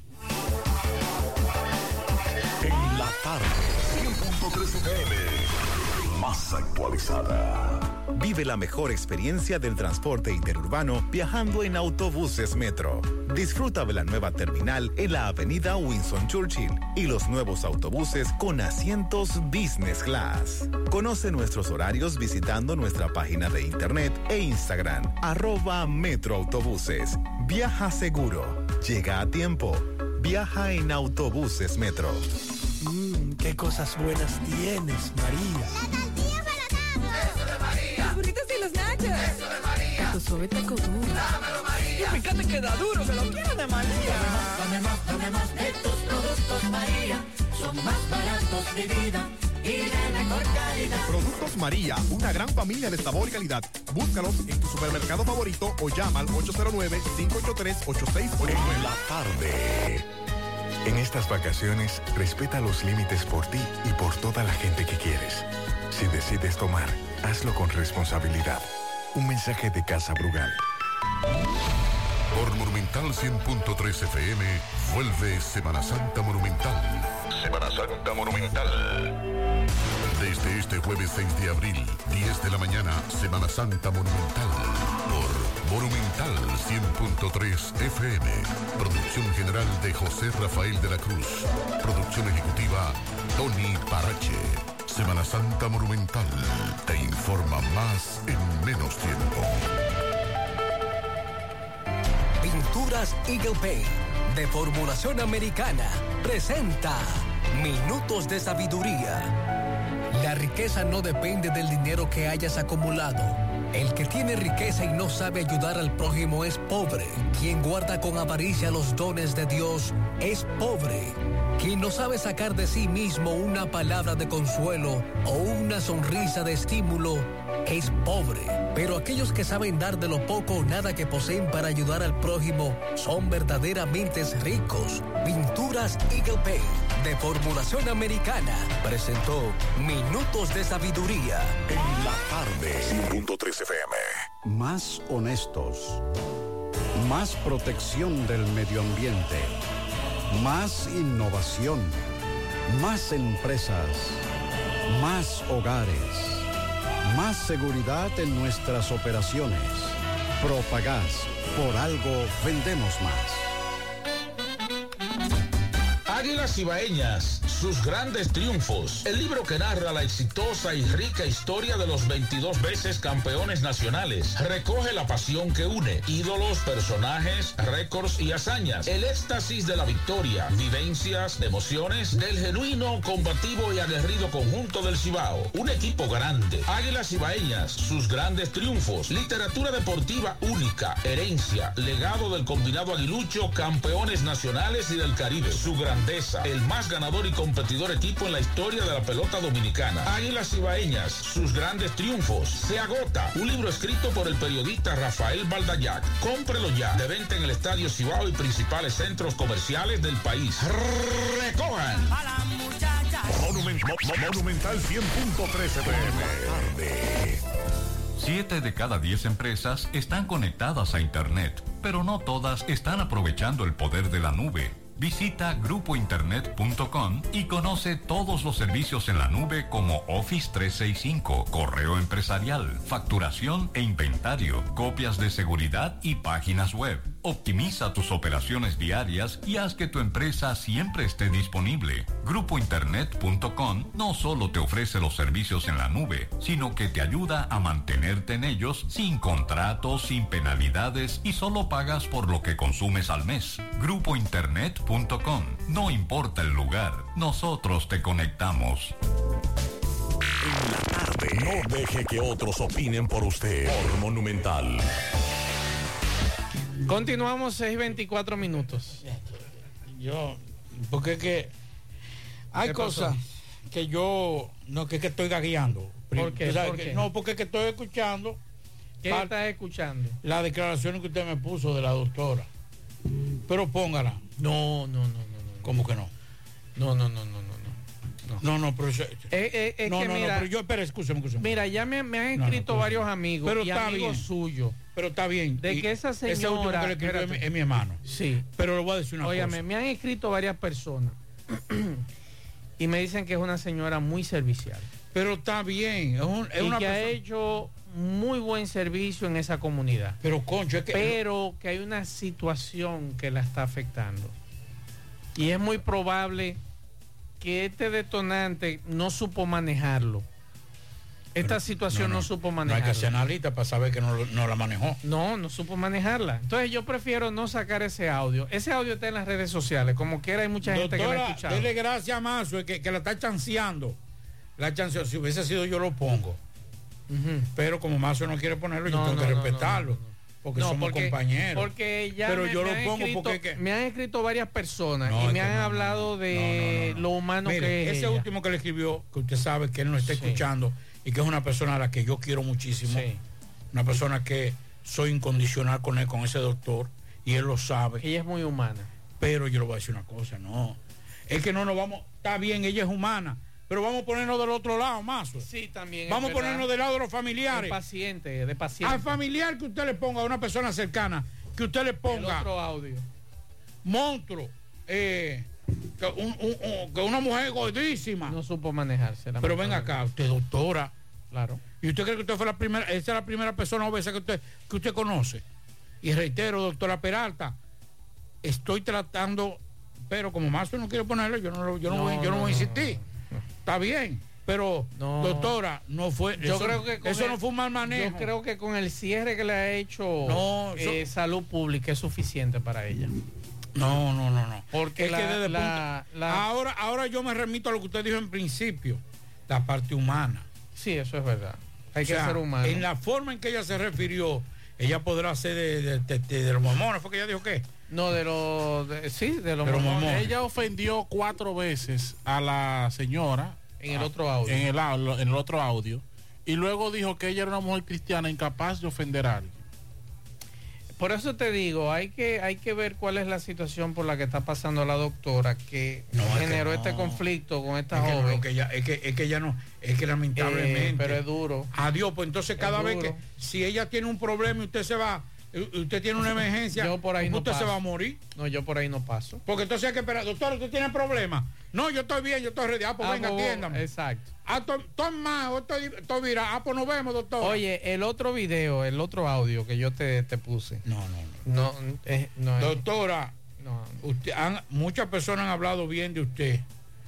En la tarde, cien punto tres F M, más actualizada. Vive la mejor experiencia del transporte interurbano viajando en autobuses Metro. Disfruta de la nueva terminal en la avenida Winston Churchill y los nuevos autobuses con asientos Business Class. Conoce nuestros horarios visitando nuestra página de internet e Instagram, arroba Metroautobuses. Viaja seguro. Llega a tiempo. Viaja en autobuses Metro. Mmm, qué cosas buenas tienes, María. La tortilla para Eso de María. Los burritos y los nachos. Eso de María. Tu suave taco duro. Dámelo, María. Y fíjate que da duro, que lo quiero de María. Dame más, dame más de tus productos, María. Son más baratos de vida y de mejor calidad. Productos María, una gran familia de sabor y calidad. Búscalos en tu supermercado favorito o llama al ocho cero nueve, cinco ocho tres, ocho seis ocho nueve. En la tarde. En estas vacaciones, respeta los límites por ti y por toda la gente que quieres. Si decides tomar, hazlo con responsabilidad. Un mensaje de Casa Brugal. Por Monumental cien punto tres F M, vuelve Semana Santa Monumental. Semana Santa Monumental. Desde este jueves seis de abril, diez de la mañana, Semana Santa Monumental. Por Monumental cien punto tres F M. Producción general de José Rafael de la Cruz. Producción ejecutiva Tony Parache. Semana Santa Monumental te informa más en menos tiempo. Pinturas Eagle Paint de formulación americana presenta Minutos de Sabiduría. La riqueza no depende del dinero que hayas acumulado. El que tiene riqueza y no sabe ayudar al prójimo es pobre. Quien guarda con avaricia los dones de Dios es pobre. Quien no sabe sacar de sí mismo una palabra de consuelo o una sonrisa de estímulo es pobre. Pero aquellos que saben dar de lo poco o nada que poseen para ayudar al prójimo son verdaderamente ricos. Pinturas Eagle Paint de formulación americana presentó Minutos de Sabiduría en la tarde. cien punto tres F M. Más honestos. Más protección del medio ambiente. Más innovación. Más empresas. Más hogares. Más seguridad en nuestras operaciones. Propagás. Por algo vendemos más. Águilas Ibaeñas, sus grandes triunfos. El libro que narra la exitosa y rica historia de los veintidós veces campeones nacionales. Recoge la pasión que une, ídolos, personajes, récords y hazañas. El éxtasis de la victoria, vivencias, emociones del genuino, combativo y aguerrido conjunto del Cibao. Un equipo grande. Águilas Ibaeñas, sus grandes triunfos. Literatura deportiva única, herencia, legado del combinado aguilucho, campeones nacionales y del Caribe. Su grandeza. El más ganador y competidor equipo en la historia de la pelota dominicana. Águilas Ibaeñas, sus grandes triunfos. Se agota. Un libro escrito por el periodista Rafael Baldayac. Cómprelo ya. De venta en el Estadio Cibao y principales centros comerciales del país. Recojan. Monument, mo, mo, Monumental cien punto tres F M. Siete de cada diez empresas están conectadas a Internet, pero no todas están aprovechando el poder de la nube. Visita grupo internet punto com y conoce todos los servicios en la nube como Office trescientos sesenta y cinco, correo empresarial, facturación e inventario, copias de seguridad y páginas web. Optimiza tus operaciones diarias y haz que tu empresa siempre esté disponible. grupo internet punto com no solo te ofrece los servicios en la nube, sino que te ayuda a mantenerte en ellos sin contratos, sin penalidades y solo pagas por lo que consumes al mes. grupo internet punto com. No importa el lugar, nosotros te conectamos. En la tarde. No deje que otros opinen por usted. Por Monumental. Continuamos seis veinticuatro minutos. Yo, porque es que hay cosas que yo, no que, que estoy gagueando. ¿Por qué? ¿Por que, qué? No, porque es que estoy escuchando. ¿Qué par, estás escuchando? La declaración que usted me puso de la doctora. Pero póngala. No, no, no, no. no ¿Cómo que no? No, no, no, no, no. No, no, no, pero... Eh, eh, eh, no, que no, mira, no, pero yo, espera, escúchame, escúchame. Mira, ya me, me han escrito no, no, varios amigos pero y está amigos bien. suyos. Pero está bien. De y que esa señora... Ese último que le escribió es, es mi hermano. Sí. Pero le voy a decir una Óyame, cosa. me han escrito varias personas y me dicen que es una señora muy servicial. Pero está bien. Es, un, es y una que persona... ha hecho muy buen servicio en esa comunidad. Pero, concho, es que... Pero que hay una situación que la está afectando. Y es muy probable que este detonante no supo manejarlo. Esta Pero, situación no, no, no supo manejarla. No hay que ser analista para saber que no, no la manejó. No, no supo manejarla. Entonces yo prefiero no sacar ese audio. Ese audio está en las redes sociales. Como quiera hay mucha Doctora, gente que la ha escuchado. Dele gracias a Mazo que, que la está chanceando. La chanceó. Si hubiese sido yo lo pongo. Uh-huh. Pero como Mazo no quiere ponerlo, no, yo tengo no, que no, respetarlo. No, no, no. Porque no, somos porque, compañeros. Porque ya pero me, yo me lo pongo escrito, porque que... me han escrito varias personas no, y me han no, hablado de no, no, no, no. lo humano Mire, que es ese ella. último que le escribió, que usted sabe que él no está sí. escuchando y que es una persona a la que yo quiero muchísimo. Sí. Una persona que soy incondicional con él, con ese doctor, y él lo sabe. Ella es muy humana. Pero yo le voy a decir una cosa, no. Es que no nos vamos, está bien, ella es humana. Pero vamos a ponernos del otro lado, Mazo. Sí, también. Vamos a ponernos del lado de los familiares. De paciente, de paciente. Al familiar que usted le ponga, a una persona cercana, que usted le ponga. El otro audio. Monstruo. Eh, que, un, un, un, que una mujer gordísima. No supo manejarse. Pero venga acá, usted doctora. Claro. ¿Y usted cree que usted fue la primera, esa es la primera persona obesa que usted, que usted conoce? Y reitero, doctora Peralta, estoy tratando, pero como Mazo no quiere ponerlo, yo no, lo- yo no, No, voy, yo no no, voy a no, insistir. Está bien, pero No. doctora, no fue, Yo eso, creo que con eso el- no fue un mal manejo. Yo creo que con el cierre que le ha hecho No, eso- eh, Salud Pública es suficiente para ella. No, no, no, no. Porque Es la- que desde el la- punto- la- ahora, ahora yo me remito a lo que usted dijo en principio, la parte humana. Sí, eso es verdad. Hay O que sea, ser humano. En la forma en que ella se refirió, ella podrá ser de, de, de- de- de los mormones, ¿fue que ella dijo qué? No, de los... de- sí, de los De los mormones. mormones. Ella ofendió cuatro veces a la señora En el otro audio. En el, au- en el otro audio. Y luego dijo que ella era una mujer cristiana incapaz de ofender a alguien. Por eso te digo, hay que hay que ver cuál es la situación por la que está pasando la doctora que No, es que generó no. este conflicto con esta Es que, no, joven. lo que ella, es, que, es que ella no, es que lamentablemente. Eh, pero es duro. Adiós, pues entonces cada Es vez que, duro. si ella tiene un problema y usted se va, y usted tiene una emergencia, Yo por ahí no usted se paso. va a morir. No, yo por ahí no paso. Porque entonces hay que esperar, doctor, ¿usted tiene problemas? No, yo estoy bien, yo estoy ready. Ah, pues Ah, venga, pues, atiéndame. Exacto. Ah, estoy más, estoy, estoy virado. Ah, pues nos vemos, doctor. Oye, el otro video, el otro audio que yo te, te puse. No, no, no. No, es- no es- Doctora, no. usted, han- muchas personas han hablado bien de usted,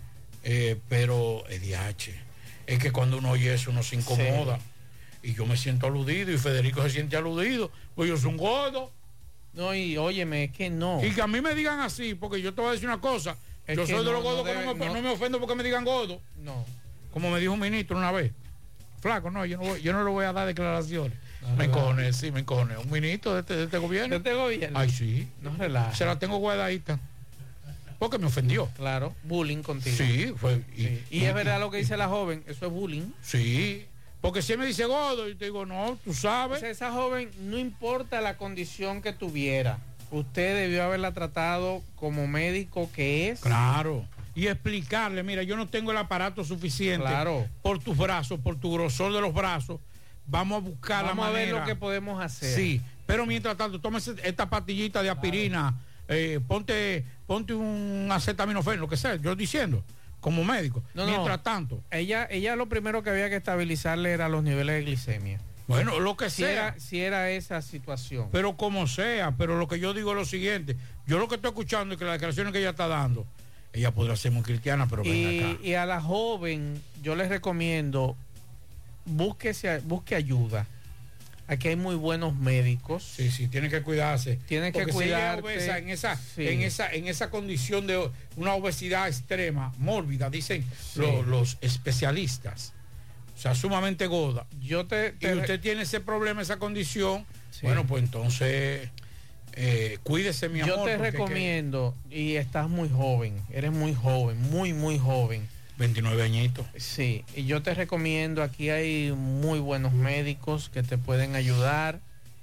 eh, pero es D H. Es que cuando uno oye eso uno se incomoda. Y yo me siento aludido y Federico se siente aludido, pues yo soy un gordo. No, y óyeme, es que no. Y que a mí me digan así, porque yo te voy a decir una cosa. Es yo que soy de no, los gordos no que no, debe- me, no. no me ofendo porque me digan gordo. No. Como me dijo un ministro una vez. Flaco, no, yo no, voy- yo no le voy a dar declaraciones. me encojoné, sí, me encojoné. Un ministro de este, de este gobierno. ¿De este gobierno? Ay, sí. No relaja. Se la tengo guardadita. Porque me ofendió. Claro, bullying contigo. Sí, fue. Y, Sí. Y es verdad lo que dice la joven, eso es bullying. Sí. Porque si él me dice gordo, yo te digo, no, tú sabes. O sea, esa joven, no importa la condición que tuviera, usted debió haberla tratado como médico que es. Claro. Y explicarle, mira, yo no tengo el aparato suficiente. Claro. Por tus brazos, por tu grosor de los brazos. Vamos a buscar Vamos la a ver manera. lo que podemos hacer. Sí, pero mientras tanto, tómese esta pastillita de aspirina, eh, ponte, ponte un acetaminofén, lo que sea, yo diciendo, como médico. No, no. mientras tanto. Ella, ella lo primero que había que estabilizarle era los niveles de glicemia. Bueno, lo que Si sea. era, si era esa situación. Pero como sea, pero lo que yo digo es lo siguiente. Yo lo que estoy escuchando es que las declaraciones que ella está dando, ella podrá ser muy cristiana, pero ven Y, acá. y a la joven, yo les recomiendo, búsquese, busque ayuda. Aquí hay muy buenos médicos. Sí, sí, tiene que cuidarse. Tiene que Porque si ella es cuidarte. obesa, en esa, Sí. en esa, en esa condición de una obesidad extrema, mórbida, dicen Sí. lo- los especialistas. O sea, sumamente gorda. Yo te, te y usted tiene ese problema, esa condición, Sí. bueno, pues entonces eh, cuídese, mi amor. Yo te porque recomiendo, y estás muy joven, eres muy joven, muy, muy joven. que veintinueve añitos. Sí, y yo te recomiendo, aquí hay muy buenos médicos que te pueden ayudar,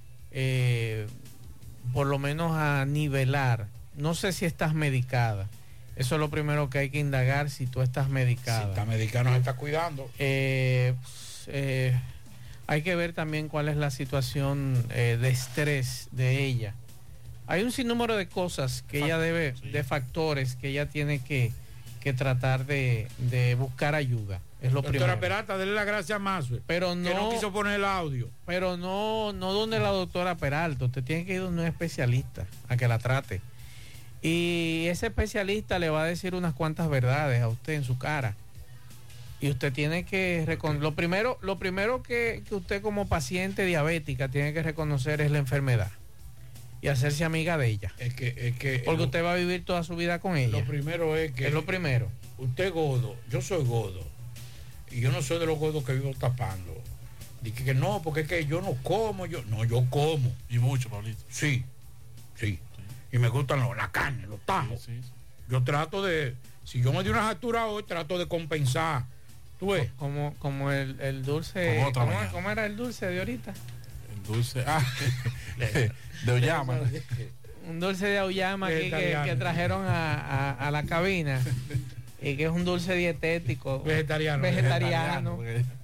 eh, por lo menos a nivelar. No sé si estás medicada. Eso es lo primero que hay que indagar, si tú estás medicada. Si está medicada, se está cuidando. Eh, eh, hay que ver también cuál es la situación eh, de estrés de ella. Hay un sinnúmero de cosas que ella debe, de factores que ella tiene que, que tratar de, de buscar ayuda. Es lo Doctora primero. Peralta, denle las gracias a Masue, Pero que no no, quiso poner el audio. pero no, no donde la doctora Peralta. Usted tiene que ir donde un especialista a que la trate. Y ese especialista le va a decir unas cuantas verdades a usted en su cara. Y usted tiene que reconocer, lo primero, lo primero que, que usted como paciente diabética tiene que reconocer es la enfermedad y hacerse amiga de ella. Es que, es que Porque lo, usted va a vivir toda su vida con ella. lo primero es que Es lo primero. usted es gordo, yo soy gordo, y yo no soy de los gordos que vivo tapando. Dije que no, porque es que yo no como, yo no, yo como. Y mucho, Pablito. Sí, sí. Y me gustan los- la carne, los tajos. Sí, sí. Yo trato de, si yo me doy una altura hoy, trato de compensar. ¿Tú ves? Como, como el, el dulce. Como otra ¿cómo, mañana. cómo era el dulce de ahorita? El dulce. Ah, de Oyama. ¿no? Un dulce de auyama aquí que, Vegetariano. que trajeron a, a- a la cabina. Y que es un dulce dietético. Vegetariano. Vegetariano.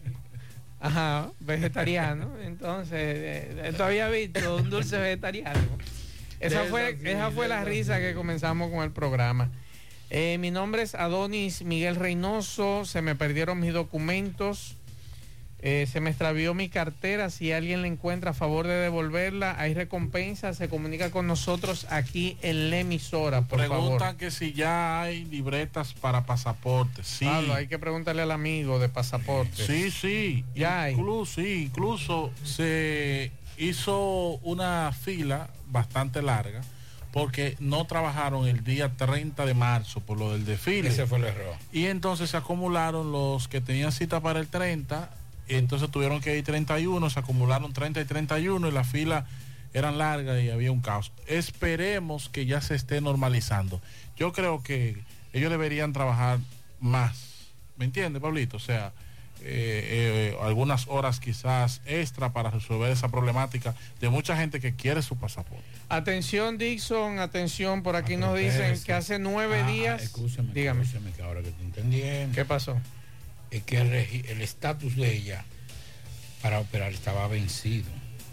Ajá, vegetariano. Entonces, eh, todavía visto un dulce vegetariano. Esa De fue, eso sí, esa fue de la eso risa sí. que comenzamos con el programa. Eh, mi nombre es Adonis Miguel Reynoso. Se me perdieron mis documentos. Eh, se me extravió mi cartera, si alguien la encuentra a favor de devolverla, hay recompensa, se comunica con nosotros aquí en la emisora, por Preguntan favor. que si ya hay libretas para pasaportes. Sí. Pablo, hay que preguntarle al amigo de pasaportes. Sí, sí. Ya hay. Incluso, sí, incluso se hizo una fila bastante larga porque no trabajaron el día treinta de marzo por lo del desfile. Ese fue el error. Y entonces se acumularon los que tenían cita para el treinta, y entonces tuvieron que ir treinta y uno, se acumularon treinta y treinta y uno y la fila eran largas y había un caos. Esperemos que ya se esté normalizando. Yo creo que ellos deberían trabajar más, ¿me entiendes, Pablito? O sea, eh, eh, algunas horas quizás extra para resolver esa problemática de mucha gente que quiere su pasaporte. Atención, Dixon, atención, por aquí ah, nos dicen que hace nueve ah, días... Escúchame, dígame. Escúchame, que ahora que estoy entendiendo. ¿Qué pasó? Es que el estatus de ella para operar estaba vencido.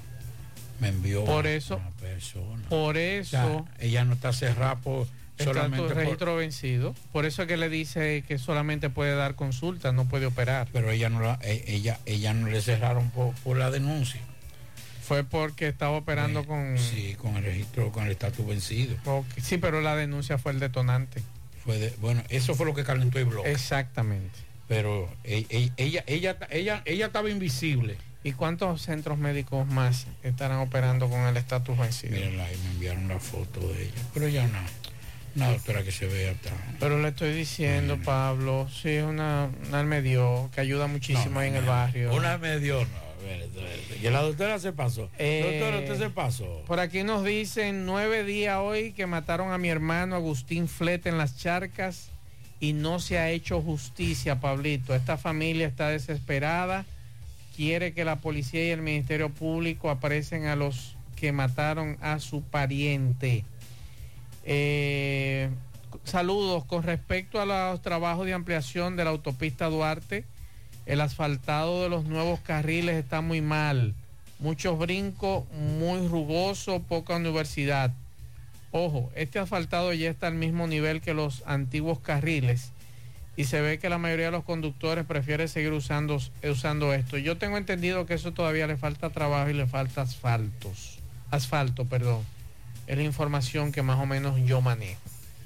Me envió por una, eso, una persona. Por eso... O sea, ella no está cerrada por... Solamente por registro vencido. Por eso es que le dice que solamente puede dar consulta, no puede operar. Pero ella no la, ella, ella no le cerraron por, por la denuncia. Fue porque estaba operando eh, con... Sí, con el registro, con el estatus vencido. Okay. Sí, pero la denuncia fue el detonante. Fue de, bueno, eso fue lo que calentó el bloque. Exactamente. Pero ella, ella, ella, ella, ella estaba invisible. ¿Y cuántos centros médicos más estarán operando con el estatus vencido? Mírenla, ahí me enviaron la foto de ella. Pero ella no. Una doctora que se vea tan... Pero le estoy diciendo, no, no. Pablo, sí, es una, una almedio que ayuda muchísimo no, ahí en no, el barrio. Una almedio, no. Que la doctora se pasó. Eh, doctora, usted se pasó. Por aquí nos dicen nueve días hoy que mataron a mi hermano Agustín Flete en Las Charcas y no se ha hecho justicia, Pablito. Esta familia está desesperada, quiere que la policía y el Ministerio Público aparecen a los que mataron a su pariente. Eh, saludos. Con respecto a los trabajos de ampliación de la autopista Duarte, el asfaltado de los nuevos carriles está muy mal, muchos brincos, muy rugoso, poca universidad. Ojo, este asfaltado ya está al mismo nivel que los antiguos carriles y se ve que la mayoría de los conductores prefiere seguir usando, usando esto. Yo tengo entendido que eso todavía le falta trabajo y le falta asfaltos, asfalto, perdón. Es la información que más o menos yo manejo.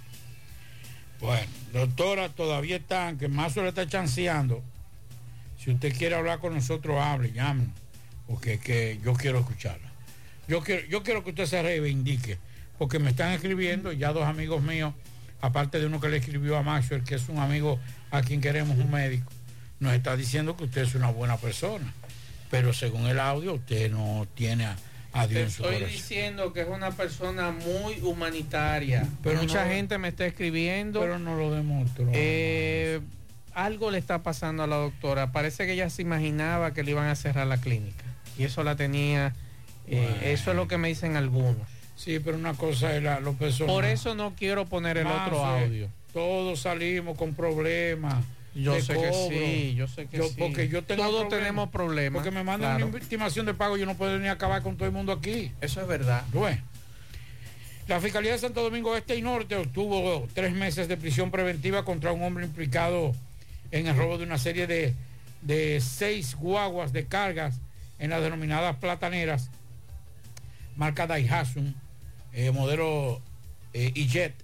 Bueno, doctora, todavía están, que más se le está chanceando. Si usted quiere hablar con nosotros, hable, llame, porque que yo quiero escucharla. Yo quiero, yo quiero que usted se reivindique, porque me están escribiendo ya dos amigos míos, aparte de uno que le escribió a Maxwell, que es un amigo a quien queremos, un médico, nos está diciendo que usted es una buena persona, pero según el audio usted no tiene a, a Dios en su corazón. Estoy diciendo que es una persona muy humanitaria, pero mucha no, gente me está escribiendo, pero no lo demuestro. Eh, algo le está pasando a la doctora. Parece que ella se imaginaba que le iban a cerrar la clínica y eso la tenía, eh, bueno. Eso es lo que me dicen algunos. Sí, pero una cosa es la, lo personal. Por eso no quiero poner el Más otro audio. Todos salimos con problemas. Yo sé cobro. que sí, yo sé que yo, sí. Porque yo tengo Todos problemas, tenemos problemas. Porque me mandan claro. una estimación de pago y yo no puedo ni acabar con todo el mundo aquí. Eso es verdad. Bueno. La Fiscalía de Santo Domingo Este y Norte obtuvo tres meses de prisión preventiva contra un hombre implicado en el robo de una serie de, de seis guaguas de cargas en las denominadas plataneras, marca Daihatsu, eh, modelo eh, E-Jet,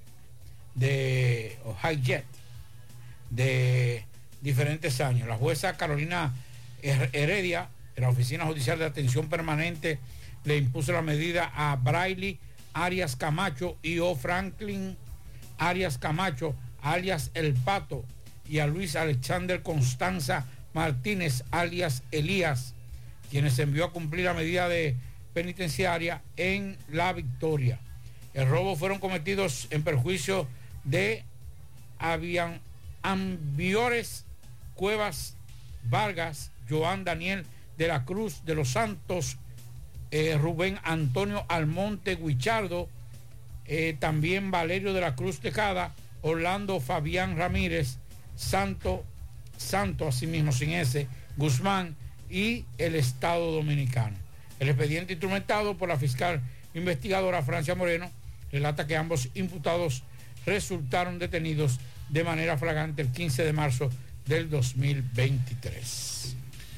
de, o Hi-Jet, de diferentes años. La jueza Carolina Heredia, de la Oficina Judicial de Atención Permanente, le impuso la medida a Braille Arias Camacho y O. Franklin Arias Camacho, alias El Pato, y a Luis Alexander Constanza Martínez, alias Elías, quienes envió a cumplir la medida de penitenciaria en La Victoria. El robo fueron cometidos en perjuicio de Avian, Ambiores Cuevas Vargas, Joan Daniel de la Cruz de los Santos, eh, Rubén Antonio Almonte Guichardo, eh, también Valerio de la Cruz Tejada, Orlando Fabián Ramírez, Santo, Santo, asimismo sin ese, Guzmán y el Estado Dominicano. El expediente instrumentado por la fiscal investigadora Francia Moreno relata que ambos imputados resultaron detenidos de manera flagrante el quince de marzo del dos mil veintitrés.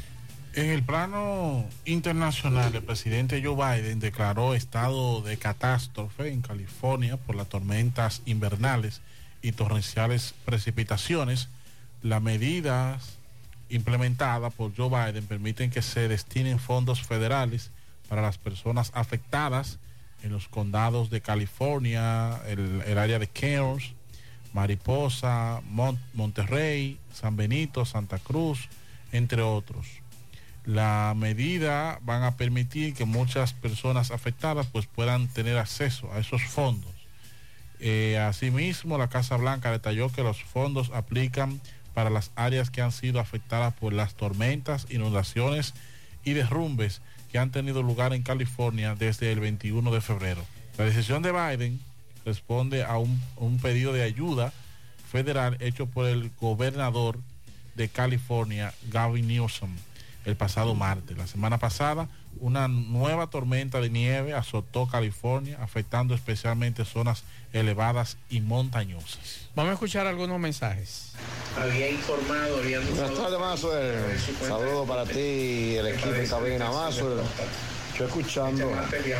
En el plano internacional, el presidente Joe Biden declaró estado de catástrofe en California por las tormentas invernales y torrenciales precipitaciones. Las medidas implementadas por Joe Biden permiten que se destinen fondos federales para las personas afectadas en los condados de California, el, el área de Kern, Mariposa, Mont, Monterrey, San Benito, Santa Cruz, entre otros. La medida van a permitir que muchas personas afectadas pues puedan tener acceso a esos fondos. Eh, asimismo, la Casa Blanca detalló que los fondos aplican para las áreas que han sido afectadas por las tormentas, inundaciones y derrumbes que han tenido lugar en California desde el veintiuno de febrero. La decisión de Biden responde a un, un pedido de ayuda federal hecho por el gobernador de California, Gavin Newsom, el pasado martes. La semana pasada, una nueva tormenta de nieve azotó California, afectando especialmente zonas elevadas y montañosas. Vamos a escuchar algunos mensajes. Había informado, había Buenas tardes, Mazuel. Saludos para ti y el equipo en cabina, Mazuel. Yo escuchando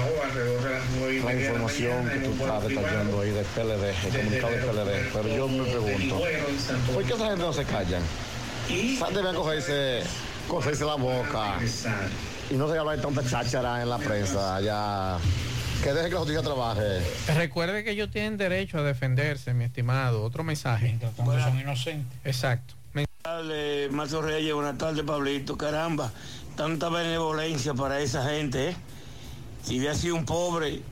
la información que tú estás detallando ahí del P L D, el comunicado del P L D, pero yo me pregunto, ¿por qué esa gente no se callan? Deben cogerse, cogerse la boca y no se habla de tanta cháchara en la prensa, ya que deje que la justicia trabaje. Recuerde que ellos tienen derecho a defenderse, mi estimado. Otro mensaje. Bueno, son inocentes. Exacto. Buenas tardes, Marzo Reyes. Buenas tardes, Pablito. Caramba, tanta benevolencia para esa gente, ¿eh? Si hubiera sido un pobre,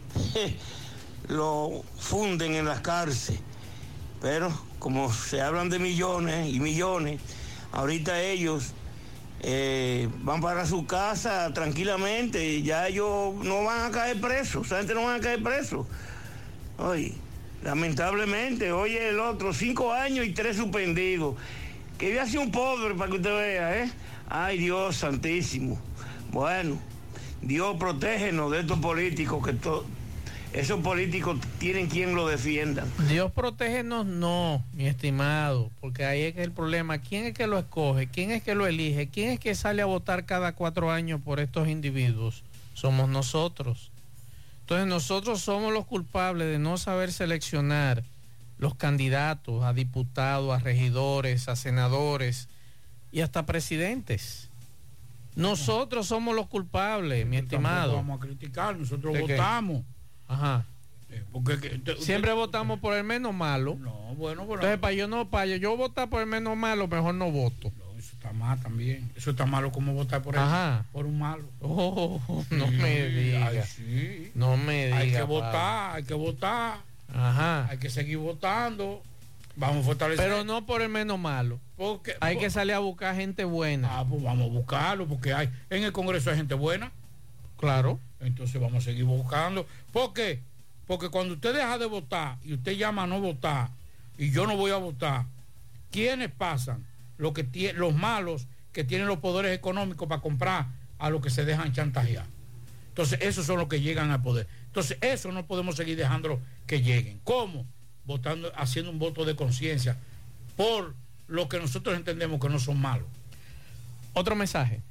lo funden en las cárceles. Pero como se hablan de millones y millones, ahorita ellos eh, van para su casa tranquilamente y ya ellos no van a caer presos, esa gente no van a caer presos. Oye, lamentablemente, oye el otro, cinco años y tres suspendidos. Que había sido un pobre para que usted vea, ¿eh? Ay, Dios santísimo. Bueno, Dios protégenos de estos políticos, que to- esos políticos tienen quien lo defienda. Dios protégenos, no, mi estimado, porque ahí es que es el problema. ¿Quién es que lo escoge? ¿Quién es que lo elige? ¿Quién es que sale a votar cada cuatro años por estos individuos? Somos nosotros. Entonces nosotros somos los culpables de no saber seleccionar los candidatos a diputados, a regidores, a senadores y hasta presidentes. Nosotros somos los culpables, mi estimado. Vamos a criticar, nosotros ¿De votamos. Qué? Ajá. Eh, porque que, te, siempre usted, votamos por el menos malo. No, bueno, bueno. Entonces, para yo no, para yo votar por el menos malo, mejor no voto. No, eso está mal también. Eso está malo como votar por él, por un malo. Oh, no sí, me diga. Ay, sí. No me diga. Hay que votar, hay que votar. Ajá. Hay que seguir votando. Vamos a fortalecer. Pero no por el menos malo. Porque hay por... que salir a buscar gente buena. Ah, pues vamos a buscarlo, porque hay en el Congreso hay gente buena. Claro. Entonces vamos a seguir buscando. ¿Por qué? Porque cuando usted deja de votar y usted llama a no votar y yo no voy a votar, ¿quiénes pasan? Los que tienen, los malos que tienen los poderes económicos para comprar a los que se dejan chantajear. Entonces esos son los que llegan al poder. Entonces eso no podemos seguir dejándolo que lleguen. ¿Cómo? Votando, haciendo un voto de conciencia por lo que nosotros entendemos que no son malos. Otro mensaje.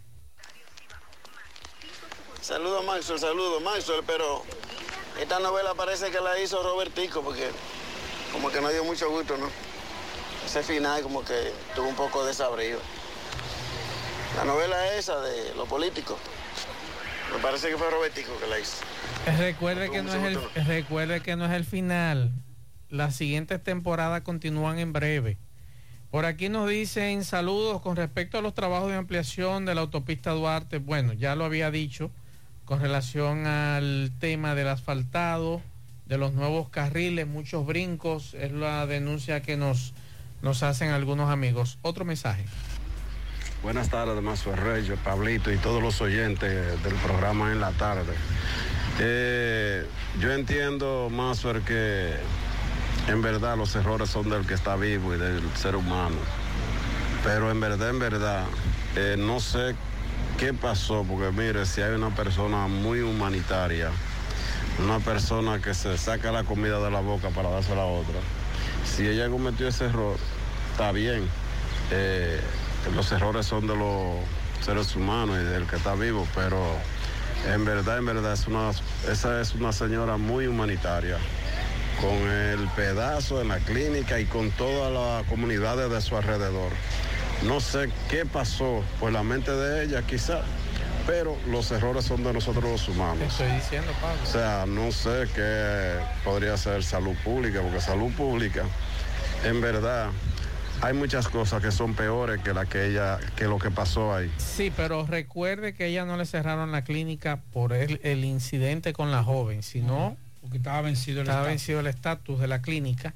Saludos, Maxwell, saludos, Maxwell, pero esta novela parece que la hizo Robertico, porque como que no dio mucho gusto, ¿no? Ese final como que tuvo un poco de desabrido. La novela esa de lo político, me parece que fue Robertico que la hizo. Recuerde que no es el, recuerde que no es el final. Las siguientes temporadas continúan en breve. Por aquí nos dicen saludos con respecto a los trabajos de ampliación de la autopista Duarte. Bueno, ya lo había dicho con relación al tema del asfaltado, de los nuevos carriles, muchos brincos, es la denuncia que nos, nos hacen algunos amigos. Otro mensaje. Buenas tardes, Mazo Reyes, Pablito y todos los oyentes del programa En la Tarde. Eh, yo entiendo, Mazo, que en verdad los errores son del que está vivo y del ser humano. Pero en verdad, en verdad, eh, no sé qué pasó, porque mire, si hay una persona muy humanitaria, una persona que se saca la comida de la boca para dársela a otra, si ella cometió ese error, está bien. Eh, los errores son de los seres humanos y del que está vivo, pero en verdad, en verdad, es una, esa es una señora muy humanitaria, con el pedazo en la clínica y con todas las comunidades de su alrededor. No sé qué pasó por la mente de ella, quizá, pero los errores son de nosotros los humanos. Estoy diciendo, Pablo. O sea, no sé qué podría ser salud pública, porque salud pública, en verdad, hay muchas cosas que son peores que la que ella, que lo que pasó ahí. Sí, pero recuerde que ella no le cerraron la clínica por el, el incidente con la joven, sino porque estaba vencido el estaba estatus. vencido el estatus de la clínica.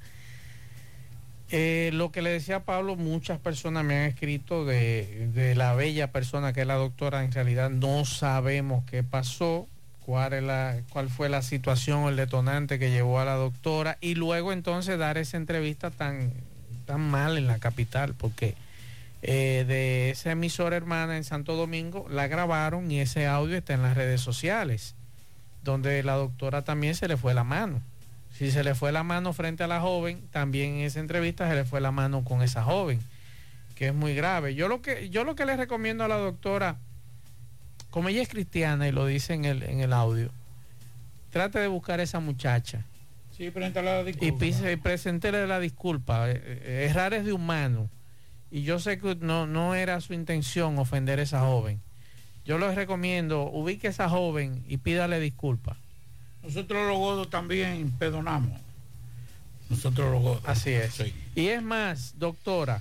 Eh, lo que le decía a Pablo, muchas personas me han escrito de, de la bella persona que es la doctora. En realidad no sabemos qué pasó, cuál, es la, cuál fue la situación o el detonante que llevó a la doctora, y luego entonces dar esa entrevista tan, tan mal en la capital, porque eh, de esa emisora hermana en Santo Domingo la grabaron y ese audio está en las redes sociales, donde la doctora también se le fue la mano. Si se le fue la mano frente a la joven, también en esa entrevista se le fue la mano con esa joven, que es muy grave. Yo lo que, yo lo que le recomiendo a la doctora, como ella es cristiana y lo dice en el, en el audio, trate de buscar a esa muchacha. Sí, preséntale la disculpa. Y, pise, y preséntele la disculpa. Eh, errar es de humano. Y yo sé que no, no era su intención ofender a esa joven. Yo les recomiendo, ubique a esa joven y pídale disculpas. Nosotros los godos también perdonamos. Nosotros los godos. Así es. Sí. Y es más, doctora,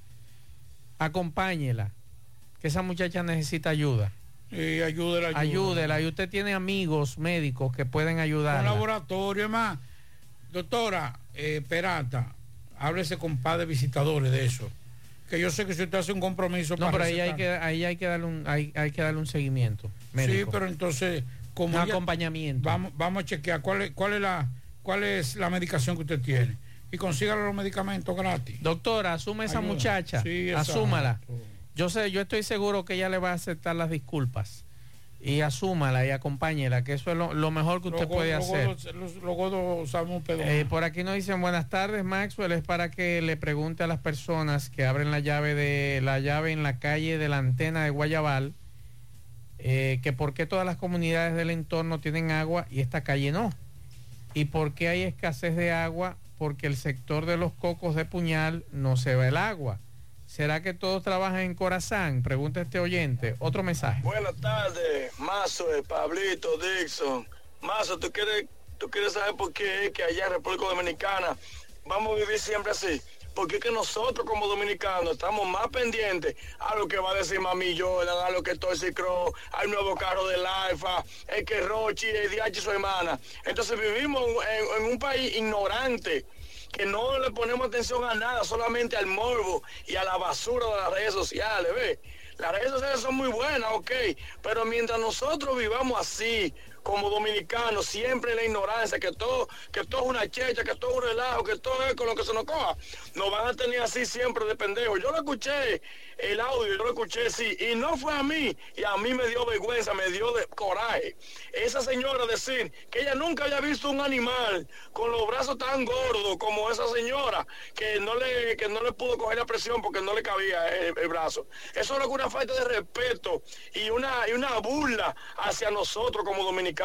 acompáñela, que esa muchacha necesita ayuda. Sí, ayúdela, ayúdela. Ayúdela. Y usted tiene amigos médicos que pueden ayudarla. Un laboratorio, es más. Doctora eh, Peralta, háblese con padres visitadores de eso. Que yo sé que si usted hace un compromiso no, para pero ahí recetar, hay que, ahí hay que darle un, hay, hay que darle un seguimiento médico. Sí, pero entonces como un ella, acompañamiento. Vamos, vamos a chequear cuál es, cuál es la cuál es la medicación que usted tiene y consígale los medicamentos gratis. Doctora, asume esa Ayuda. muchacha, Sí, asúmala. exacto. Yo sé, yo estoy seguro que ella le va a aceptar las disculpas y asúmala y acompáñela, que eso es lo, lo mejor que usted Los puede godos- hacer. Los, los, los godos sabemos perdonar. Eh, por aquí nos dicen buenas tardes, Maxwell. Es para que le pregunte a las personas que abren la llave de la llave en la calle de la antena de Guayabal, eh, que por qué todas las comunidades del entorno tienen agua y esta calle no, y por qué hay escasez de agua, porque el sector de los Cocos de Puñal no se va el agua. ¿Será que todos trabajan en Corazán? Pregunta este oyente. Otro mensaje. Buenas tardes, Mazo, Pablito, Dixon. Mazo, ¿tú quieres, tú quieres saber por qué es que allá en República Dominicana vamos a vivir siempre así? Porque es que nosotros como dominicanos estamos más pendientes a lo que va a decir Mami Jordan, a lo que Toysy Crow, al nuevo carro del Alfa, el que Rochi, el D H y su hermana. Entonces vivimos en, en un país ignorante, que no le ponemos atención a nada, solamente al morbo y a la basura de las redes sociales, ¿ves? Las redes sociales son muy buenas, ok, pero mientras nosotros vivamos así, como dominicanos, siempre en la ignorancia, que todo, que todo es una checha, que todo es un relajo, que todo es con lo que se nos coja, nos van a tener así siempre de pendejos. Yo lo escuché, el audio, yo lo escuché, sí, y no fue a mí, y a mí me dio vergüenza, me dio de coraje. Esa señora decir que ella nunca había visto un animal con los brazos tan gordos como esa señora, que no le, que no le pudo coger la presión porque no le cabía el, el brazo. Eso es una falta de respeto y una, y una burla hacia nosotros como dominicanos.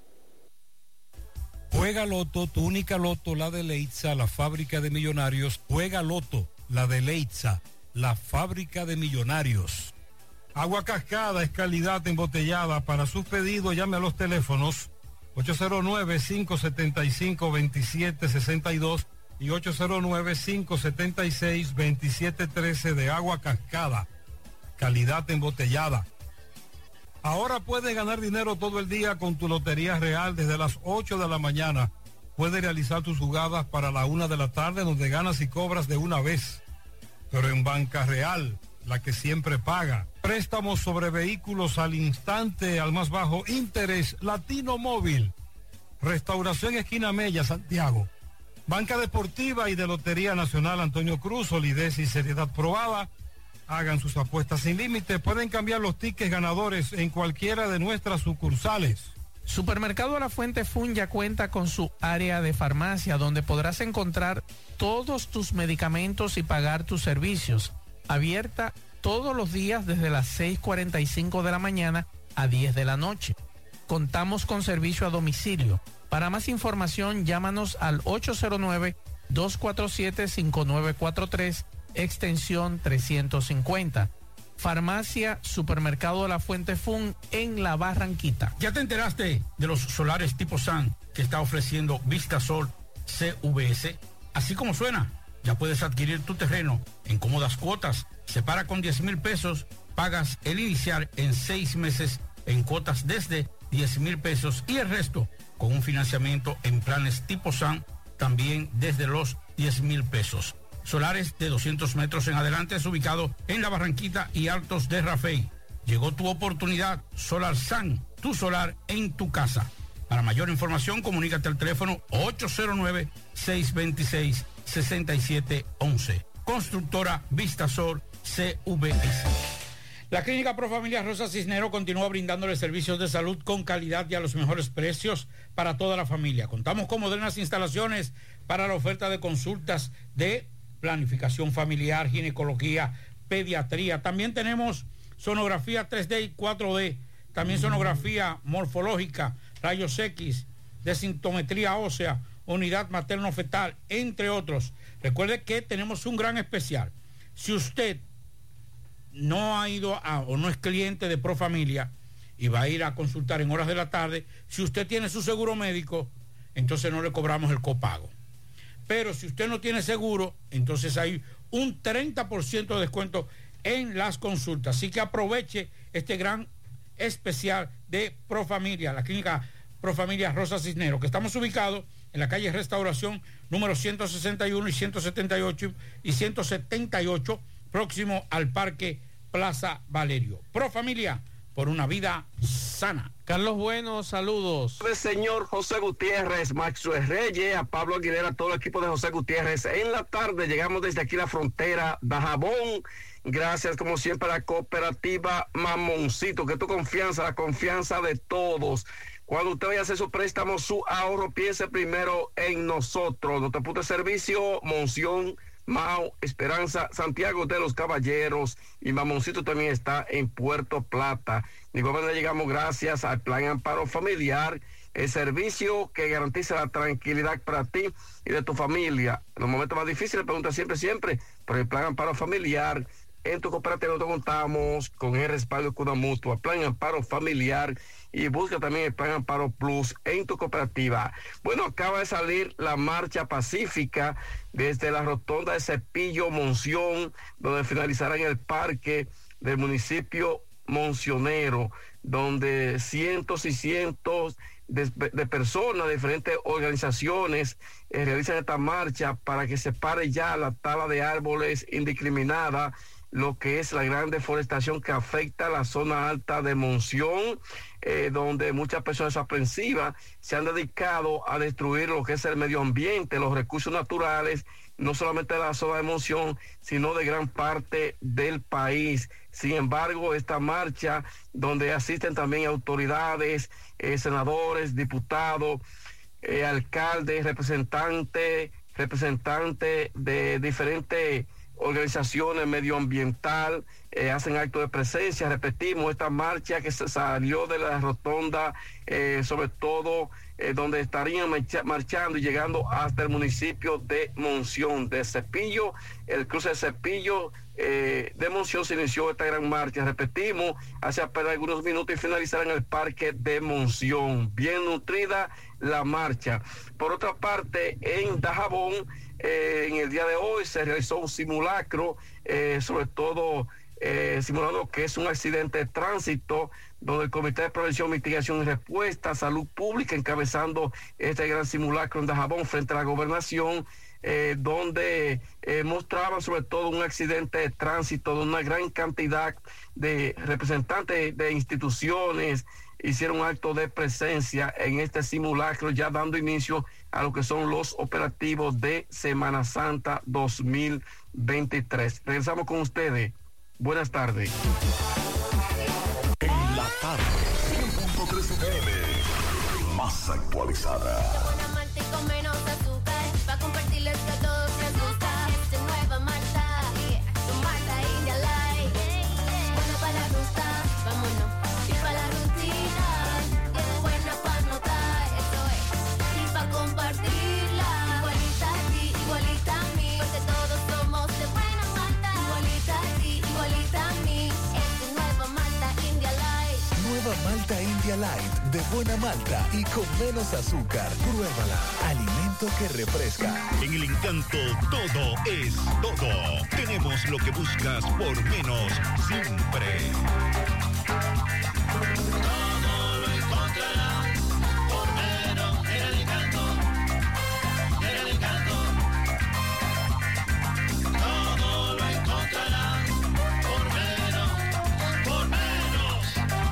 Juega Loto, tu única Loto, la de Leitza, la fábrica de millonarios. Juega Loto, la de Leitza, la fábrica de millonarios. Agua Cascada es calidad embotellada. Para sus pedidos llame a los teléfonos ocho cero nueve, cinco siete cinco, dos siete seis dos y ocho cero nueve, cinco siete seis, dos siete uno tres de Agua Cascada. Calidad embotellada. Ahora puedes ganar dinero todo el día con tu Lotería Real desde las ocho de la mañana. Puedes realizar tus jugadas para la una de la tarde donde ganas y cobras de una vez. Pero en Banca Real, la que siempre paga. Préstamos sobre vehículos al instante, al más bajo interés. Latino Móvil. Restauración Esquina Mella, Santiago. Banca Deportiva y de Lotería Nacional Antonio Cruz, solidez y seriedad probada. Hagan sus apuestas sin límite. Pueden cambiar los tickets ganadores en cualquiera de nuestras sucursales. Supermercado La Fuente Fun ya cuenta con su área de farmacia donde podrás encontrar todos tus medicamentos y pagar tus servicios. Abierta todos los días desde las seis cuarenta y cinco de la mañana a diez de la noche. Contamos con servicio a domicilio. Para más información, llámanos al ocho cero nueve, dos cuatro siete, cinco nueve cuatro tres, extensión trescientos cincuenta. Farmacia Supermercado de la Fuente Fun en La Barranquita. ¿Ya te enteraste de los solares tipo S A N que está ofreciendo Vistasol C V S? Así como suena, ya puedes adquirir tu terreno en cómodas cuotas. Separa con diez mil pesos, pagas el inicial en seis meses en cuotas desde diez mil pesos y el resto con un financiamiento en planes tipo S A N también desde los diez mil pesos. Solares de doscientos metros en adelante es ubicado en La Barranquita y Altos de Rafey. Llegó tu oportunidad, Solar S A N, tu solar en tu casa. Para mayor información, comunícate al teléfono ocho cero nueve, seis dos seis, seis siete uno uno. Constructora Vistasol C V S. La Clínica Profamilia Rosa Cisnero continúa brindándole servicios de salud con calidad y a los mejores precios para toda la familia. Contamos con modernas instalaciones para la oferta de consultas de planificación familiar, ginecología, pediatría. También tenemos sonografía tres D y cuatro D, también sonografía morfológica, rayos X, densitometría ósea, unidad materno-fetal, entre otros. Recuerde que tenemos un gran especial. Si usted no ha ido a, o no es cliente de Profamilia y va a ir a consultar en horas de la tarde, si usted tiene su seguro médico, entonces no le cobramos el copago. Pero si usted no tiene seguro, entonces hay un treinta por ciento de descuento en las consultas. Así que aproveche este gran especial de Profamilia, la clínica Profamilia Rosa Cisnero, que estamos ubicados en la calle Restauración número ciento sesenta y uno y ciento setenta y ocho y ciento setenta y ocho, próximo al Parque Plaza Valerio. Profamilia, por una vida sana. Carlos Bueno, saludos. Señor José Gutiérrez, Maxwell Reyes, a Pablo Aguilera, todo el equipo de José Gutiérrez. En la tarde llegamos desde aquí a la frontera de Dajabón. Gracias, como siempre, a la cooperativa Mamoncito, que tu confianza, la confianza de todos. Cuando usted vaya a hacer su préstamo, su ahorro, piense primero en nosotros. Nuestro punto de servicio, Monción, Mao, Esperanza, Santiago de los Caballeros y Mamoncito también está en Puerto Plata. De igual manera llegamos gracias al Plan Amparo Familiar, el servicio que garantiza la tranquilidad para ti y de tu familia. En los momentos más difíciles, pregunta siempre, siempre, por el Plan Amparo Familiar. En tu cooperativa nosotros contamos con el respaldo de Cuna Mutua, Plan Amparo Familiar, y busca también el Plan Amparo Plus en tu cooperativa. Bueno, acaba de salir la marcha pacífica desde la rotonda de Cepillo Monción, donde finalizará en el parque del municipio moncionero, donde cientos y cientos de, de personas de diferentes organizaciones eh, realizan esta marcha para que se pare ya la tala de árboles indiscriminada, lo que es la gran deforestación que afecta a la zona alta de Monción, eh, donde muchas personas aprensivas se han dedicado a destruir lo que es el medio ambiente, los recursos naturales, no solamente de la zona de Monción, sino de gran parte del país. Sin embargo, esta marcha, donde asisten también autoridades, eh, senadores, diputados, eh, alcaldes, representantes, representantes de diferentes organizaciones medioambiental, eh, hacen acto de presencia. Repetimos, esta marcha que se salió de la rotonda, eh, sobre todo eh, donde estarían marcha, marchando y llegando hasta el municipio de Monción, de Cepillo, el cruce de Cepillo eh, de Monción se inició esta gran marcha. Repetimos, hace apenas algunos minutos y finalizará en el parque de Monción. Bien nutrida la marcha. Por otra parte, en Dajabón, Eh, en el día de hoy se realizó un simulacro, eh, sobre todo eh, simulando que es un accidente de tránsito, donde el Comité de Prevención, Mitigación y Respuesta, Salud Pública, encabezando este gran simulacro en Dajabón frente a la gobernación, eh, donde eh, mostraba sobre todo un accidente de tránsito de una gran cantidad de representantes de instituciones. Hicieron un acto de presencia en este simulacro, ya dando inicio a lo que son los operativos de Semana Santa dos mil veintitrés. Regresamos con ustedes. Buenas tardes. En la tarde, cien punto tres F M, más actualizada. Una malta y con menos azúcar, pa' compartirles que a todos les gusta. Esta nueva malta, tu malta India Light. India Light de buena malta y con menos azúcar. Pruébala. Alimento que refresca. En El Encanto todo es todo. Tenemos lo que buscas por menos siempre. Todo lo encontrarás por menos en El Encanto. En El Encanto. Todo lo encontrarás por menos, por menos.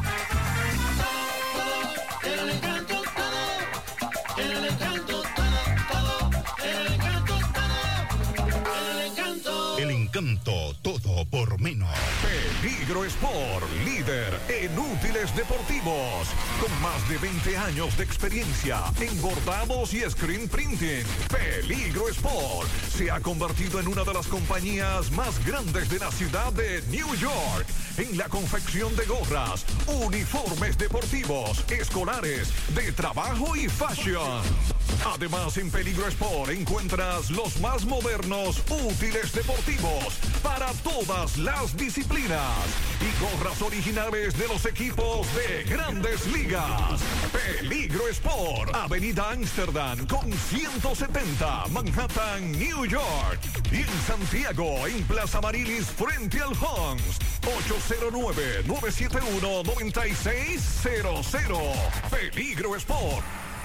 Todo, todo, en El Encanto, todo. En El Encanto, todo, todo. En El Encanto, todo. En El Encanto. El Encanto, todo por menos. Peligro Sport, líder en útiles deportivos, con más de veinte años de experiencia en bordados y screen printing. Peligro Sport se ha convertido en una de las compañías más grandes de la ciudad de New York en la confección de gorras, uniformes deportivos, escolares, de trabajo y fashion. Además, en Peligro Sport encuentras los más modernos útiles deportivos para todas las disciplinas y gorras originales de los equipos de Grandes Ligas. Peligro Sport, Avenida Amsterdam con ciento setenta, Manhattan, New York. Y en Santiago, en Plaza Marilis, frente al Hans, ocho cero nueve, nueve siete uno, nueve seis cero cero. Peligro Sport.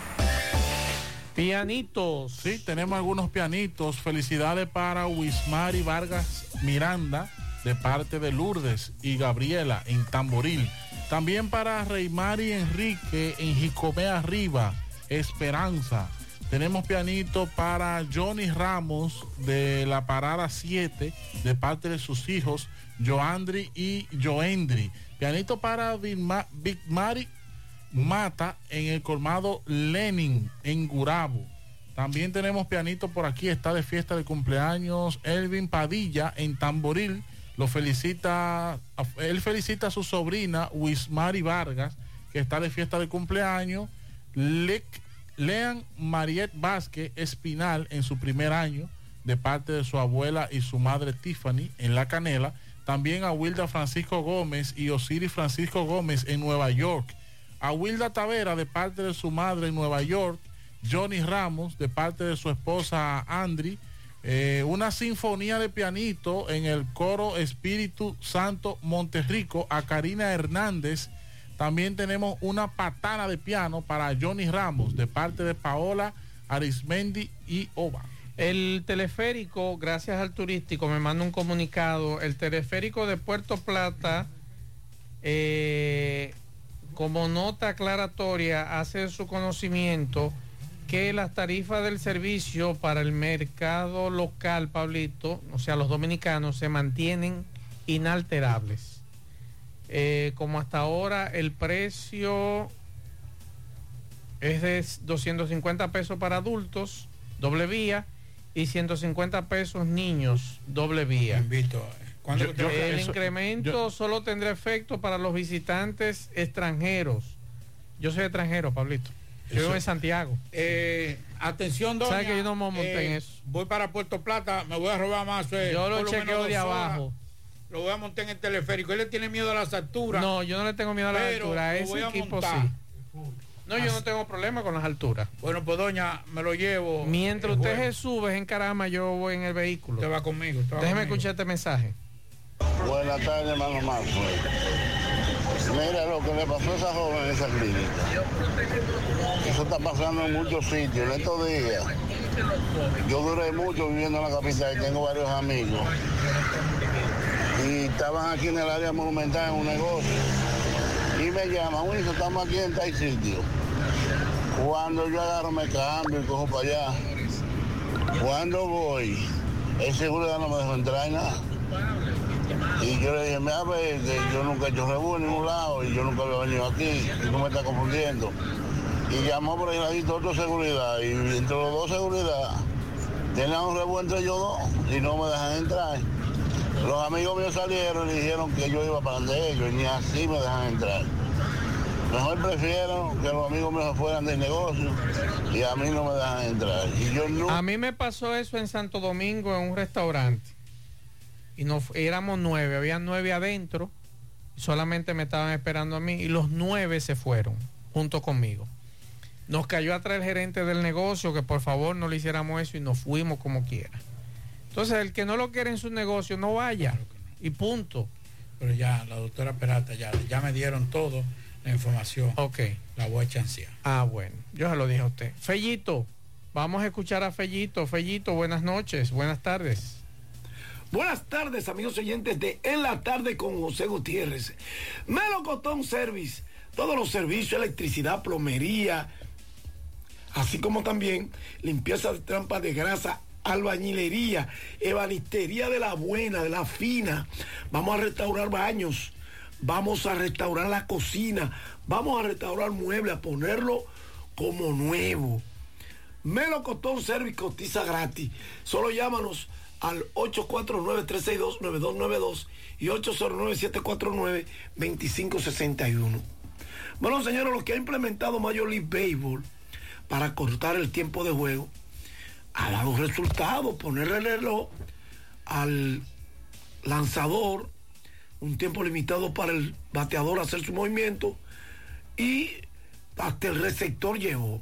Pianitos. Sí, tenemos algunos pianitos. Felicidades para Wismari Vargas Miranda, de parte de Lourdes y Gabriela en Tamboril. También para Reymari Enrique en Jicomé Arriba, Esperanza. Tenemos pianito para Johnny Ramos de la Parada siete, de parte de sus hijos, Joandri y Joendri. Pianito para Bigmari Mata en el colmado Lenin en Gurabo. También tenemos pianito por aquí, está de fiesta de cumpleaños Elvin Padilla en Tamboril. Lo felicita, él felicita a su sobrina Wismari Vargas, que está de fiesta de cumpleaños. Le, Lean Mariet Vázquez Espinal en su primer año, de parte de su abuela y su madre Tiffany en La Canela. También a Wilda Francisco Gómez y Osiris Francisco Gómez en Nueva York. A Wilda Tavera de parte de su madre en Nueva York. Johnny Ramos de parte de su esposa Andri. Eh, una sinfonía de pianito en el coro Espíritu Santo Monterrico a Karina Hernández. También tenemos una patana de piano para Johnny Ramos de parte de Paola Arismendi y Ova. El teleférico, gracias al turístico, me manda un comunicado. El teleférico de Puerto Plata, eh, como nota aclaratoria, hace su conocimiento que las tarifas del servicio para el mercado local, Pablito, o sea, los dominicanos, se mantienen inalterables. Eh, como hasta ahora, el precio es de doscientos cincuenta pesos para adultos, doble vía, y ciento cincuenta pesos niños, doble vía. Invito. Yo, yo, el eso, incremento yo, solo tendrá efecto para los visitantes extranjeros. Yo soy extranjero, Pablito. Yo vivo en Santiago. Eh, atención, doña. ¿Sabes que yo no me monté eh, en eso? Voy para Puerto Plata, me voy a robar más. Eh, yo lo chequeo de abajo. Lo voy a montar en el teleférico. Él le tiene miedo a las alturas. No, yo no le tengo miedo a las alturas. Ese equipo sí. No, yo Así. no tengo problema con las alturas. Bueno, pues doña, me lo llevo. Mientras usted se sube en Carama, yo voy en el vehículo. Usted va conmigo. Usted va Déjeme conmigo. escuchar este mensaje. Buenas tardes, hermano Mazo. Mira lo que le pasó a esa joven en esa clínica. Eso está pasando en muchos sitios. En estos días, yo duré mucho viviendo en la capital y tengo varios amigos. Y estaban aquí en el área monumental en un negocio. Y me llaman, Wilson, estamos aquí en tal sitio. Cuando yo agarro, me cambio y cojo para allá. Cuando voy, el seguridad no me dejó entrar en nada. Y yo le dije, mira, a ver, que yo nunca he hecho rebú en ningún lado y yo nunca había venido aquí y tú me estás confundiendo. Y llamó por ahí ladito otro seguridad y entre los dos seguridad tenían un rebú entre ellos dos y no me dejan entrar. Los amigos míos salieron y dijeron que yo iba para donde ellos y ni así me dejan entrar. Mejor prefiero que los amigos míos fueran del negocio y a mí no me dejan entrar. Y yo no... A mí me pasó eso en Santo Domingo en un restaurante. Y nos éramos nueve, había nueve adentro Solamente me estaban esperando a mí y los nueve se fueron junto conmigo. Nos cayó atrás el gerente del negocio que por favor no le hiciéramos eso y nos fuimos como quiera. Entonces el que no lo quiere en su negocio no vaya y punto. Pero ya la doctora Peralta ya, ya me dieron todo la información. Ok. La voy a chancear. Ah, bueno, yo se lo dije a usted. Fellito, vamos a escuchar a Fellito. Fellito, buenas noches, buenas tardes. Buenas tardes, amigos oyentes de En la Tarde con José Gutiérrez. Melocotón Service, todos los servicios, electricidad, plomería, así como también limpieza de trampas de grasa, albañilería, ebanistería de la buena, de la fina. Vamos a restaurar baños, vamos a restaurar la cocina, vamos a restaurar muebles, a ponerlo como nuevo. Melocotón Service cotiza gratis. Solo llámanos al ocho cuatro nueve, tres seis dos, nueve dos nueve dos y ocho cero nueve, siete cuatro nueve, dos cinco seis uno. Bueno, señores, lo que ha implementado Major League Baseball para cortar el tiempo de juego ha dado resultados. Ponerle el reloj al lanzador, un tiempo limitado para el bateador hacer su movimiento, y hasta el receptor llegó.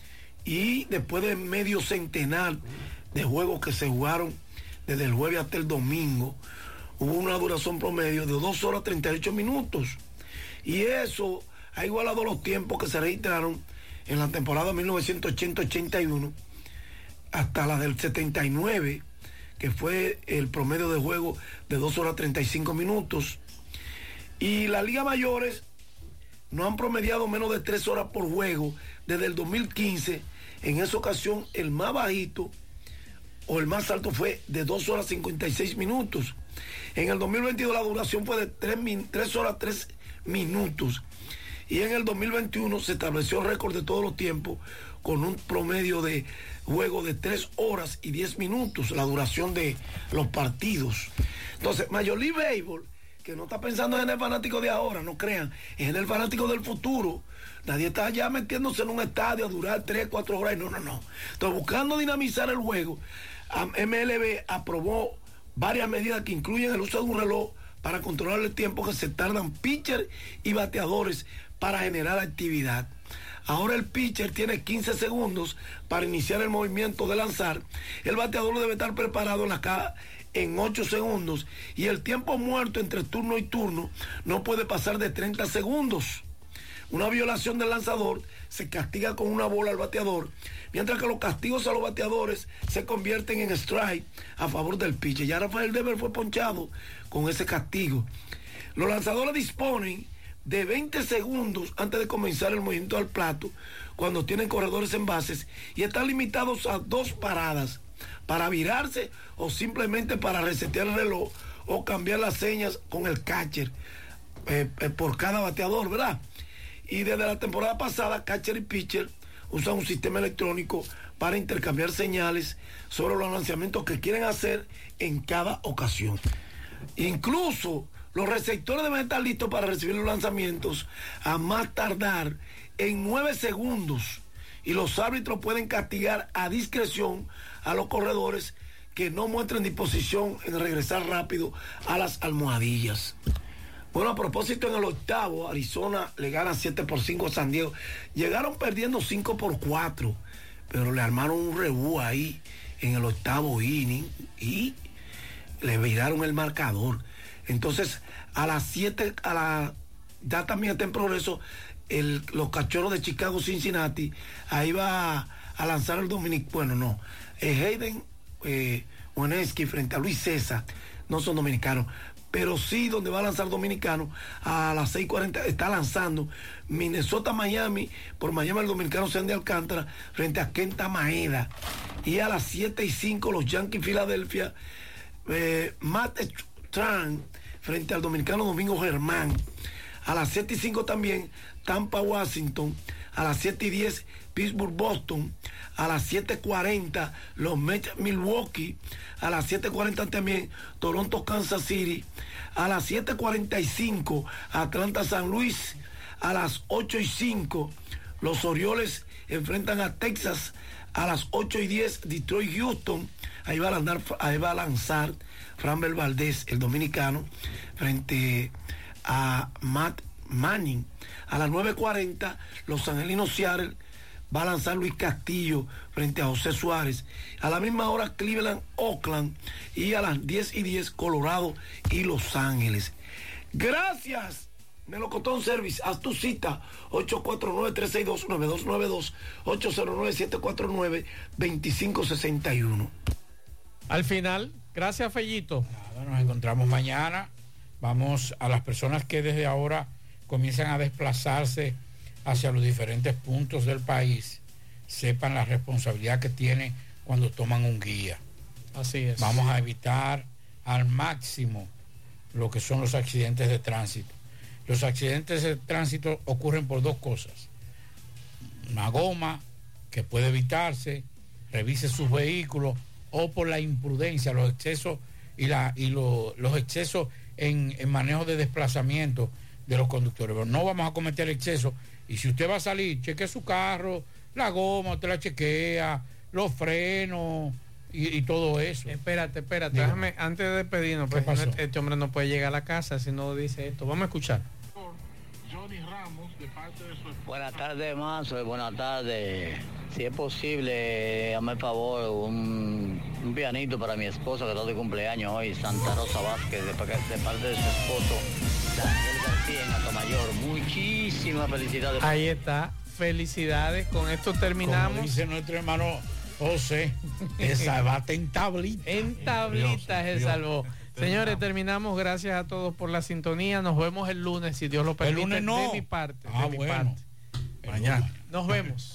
Y después de medio centenar de juegos que se jugaron desde el jueves hasta el domingo, hubo una duración promedio de dos horas treinta y ocho minutos. Y eso ha igualado los tiempos que se registraron en la temporada mil novecientos ochenta ochenta y uno hasta la del setenta y nueve, que fue el promedio de juego de dos horas treinta y cinco minutos. Y las ligas mayores no han promediado menos de tres horas por juego desde el dos mil quince. En esa ocasión el más bajito o el más alto fue de dos horas cincuenta y seis minutos. En el dos mil veintidós la duración fue de tres horas tres minutos. Y en el dos mil veintiuno se estableció el récord de todos los tiempos con un promedio de juego de tres horas y diez minutos, la duración de los partidos. Entonces, Major League Baseball, que no está pensando en el fanático de ahora, no crean, es en el fanático del futuro. Nadie está ya metiéndose en un estadio a durar tres, cuatro horas. No, no, no. Entonces, buscando dinamizar el juego, M L B aprobó varias medidas que incluyen el uso de un reloj para controlar el tiempo que se tardan pitchers y bateadores para generar actividad. Ahora el pitcher tiene quince segundos para iniciar el movimiento de lanzar. El bateador debe estar preparado en la caja en ocho segundos y el tiempo muerto entre turno y turno no puede pasar de treinta segundos. Una violación del lanzador se castiga con una bola al bateador, mientras que los castigos a los bateadores se convierten en strike a favor del pitcher. Ya Rafael Devers fue ponchado con ese castigo. Los lanzadores disponen de veinte segundos antes de comenzar el movimiento al plato cuando tienen corredores en bases y están limitados a dos paradas para virarse o simplemente para resetear el reloj o cambiar las señas con el catcher eh, eh, por cada bateador, ¿verdad? Y desde la temporada pasada, catcher y pitcher usan un sistema electrónico para intercambiar señales sobre los lanzamientos que quieren hacer en cada ocasión. Incluso los receptores deben estar listos para recibir los lanzamientos a más tardar en nueve segundos. Y los árbitros pueden castigar a discreción a los corredores que no muestren disposición en regresar rápido a las almohadillas. Bueno, a propósito, en el octavo, Arizona le gana siete por cinco a San Diego. Llegaron perdiendo cinco por cuatro, pero le armaron un rebú ahí en el octavo inning y le viraron el marcador. Entonces, a las siete, a la, ya también está en progreso el, los Cachorros de Chicago, Cincinnati. Ahí va a, a lanzar el dominicano. Bueno, no. Eh, Hayden eh, Wienerski frente a Luis César. No son dominicanos, pero sí donde va a lanzar dominicano a las seis cuarenta está lanzando Minnesota Miami. Por Miami el dominicano Sandy Alcántara frente a Kenta Maeda. Y a las siete y cinco los Yankees Filadelfia, eh, Matt Strang frente al dominicano Domingo Germán. A las siete y cinco también Tampa Washington. A las siete y diez Pittsburgh Boston. A las siete cuarenta los Mets Milwaukee. A las siete cuarenta también Toronto Kansas City. A las siete cuarenta y cinco Atlanta San Luis. A las ocho y cinco los Orioles enfrentan a Texas. A las ocho y diez Detroit Houston. Ahí va a lanzar, ahí va a lanzar Framber Valdez, el dominicano, frente a Matt Manning. A las nueve cuarenta, Los Angelinos Seattle va a lanzar Luis Castillo frente a José Suárez. A la misma hora, Cleveland, Oakland. Y a las diez y diez, Colorado y Los Ángeles. Gracias, Melocotón Service. Haz tu cita, ocho cuatro nueve, tres seis dos, nueve dos nueve dos, ocho cero nueve, siete cuatro nueve, dos cinco seis uno. Al final, gracias, Fellito. Nada, nos encontramos mañana. Vamos a las personas que desde ahora comienzan a desplazarse hacia los diferentes puntos del país, sepan la responsabilidad que tienen cuando toman un guía. Así es. Vamos a evitar al máximo lo que son los accidentes de tránsito. Los accidentes de tránsito ocurren por dos cosas: una goma que puede evitarse, revise sus vehículos, o por la imprudencia, los excesos y, la, y lo, los excesos en, en manejo de desplazamiento de los conductores. Pero no vamos a cometer excesos, y si usted va a salir, chequee su carro, la goma, usted la chequea, los frenos y, y todo eso. Espérate, espérate, Dígame. déjame, antes de despedirnos, ¿Qué porque pasó? este hombre no puede llegar a la casa si no dice esto. Vamos a escuchar. Johnny Ramos, de parte de su esposa. Buenas tardes, Manso, buenas tardes. Si es posible, hazme el favor, un, un pianito para mi esposa que está de cumpleaños hoy, Santa Rosa Vázquez, de, de parte de su esposo, Daniel García, en Atomayor. Muchísimas felicidades. Ahí está, felicidades. Con esto terminamos. Como dice nuestro hermano José, esa bate en tablita. En tablita se salvó. Señores, terminamos. Gracias a todos por la sintonía. Nos vemos el lunes, si Dios lo permite. El lunes no. De mi parte. Ah, de mi bueno. parte. Mañana. Nos vemos.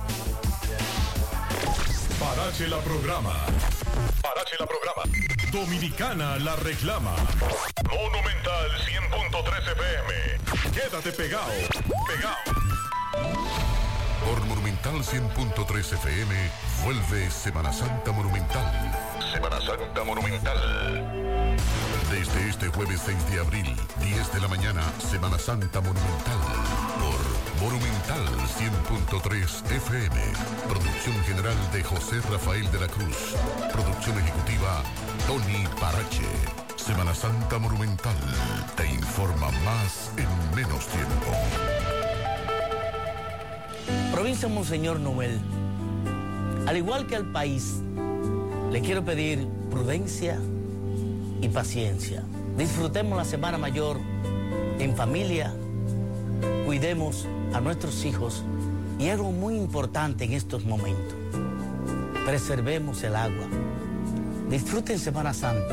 Parache la programa. Parache la programa. Dominicana la reclama. Monumental cien punto tres F M. Quédate pegado. Pegado. Por Monumental cien punto tres F M, vuelve Semana Santa Monumental. Semana Santa Monumental. Desde este jueves seis de abril, diez de la mañana, Semana Santa Monumental. Por Monumental cien punto tres F M. Producción general de José Rafael de la Cruz. Producción ejecutiva, Tony Parache. Semana Santa Monumental. Te informa más en menos tiempo. Provincia Monseñor Noel, al igual que al país, le quiero pedir prudencia y paciencia. Disfrutemos la Semana Mayor en familia, cuidemos a nuestros hijos y algo muy importante en estos momentos, preservemos el agua. Disfruten Semana Santa.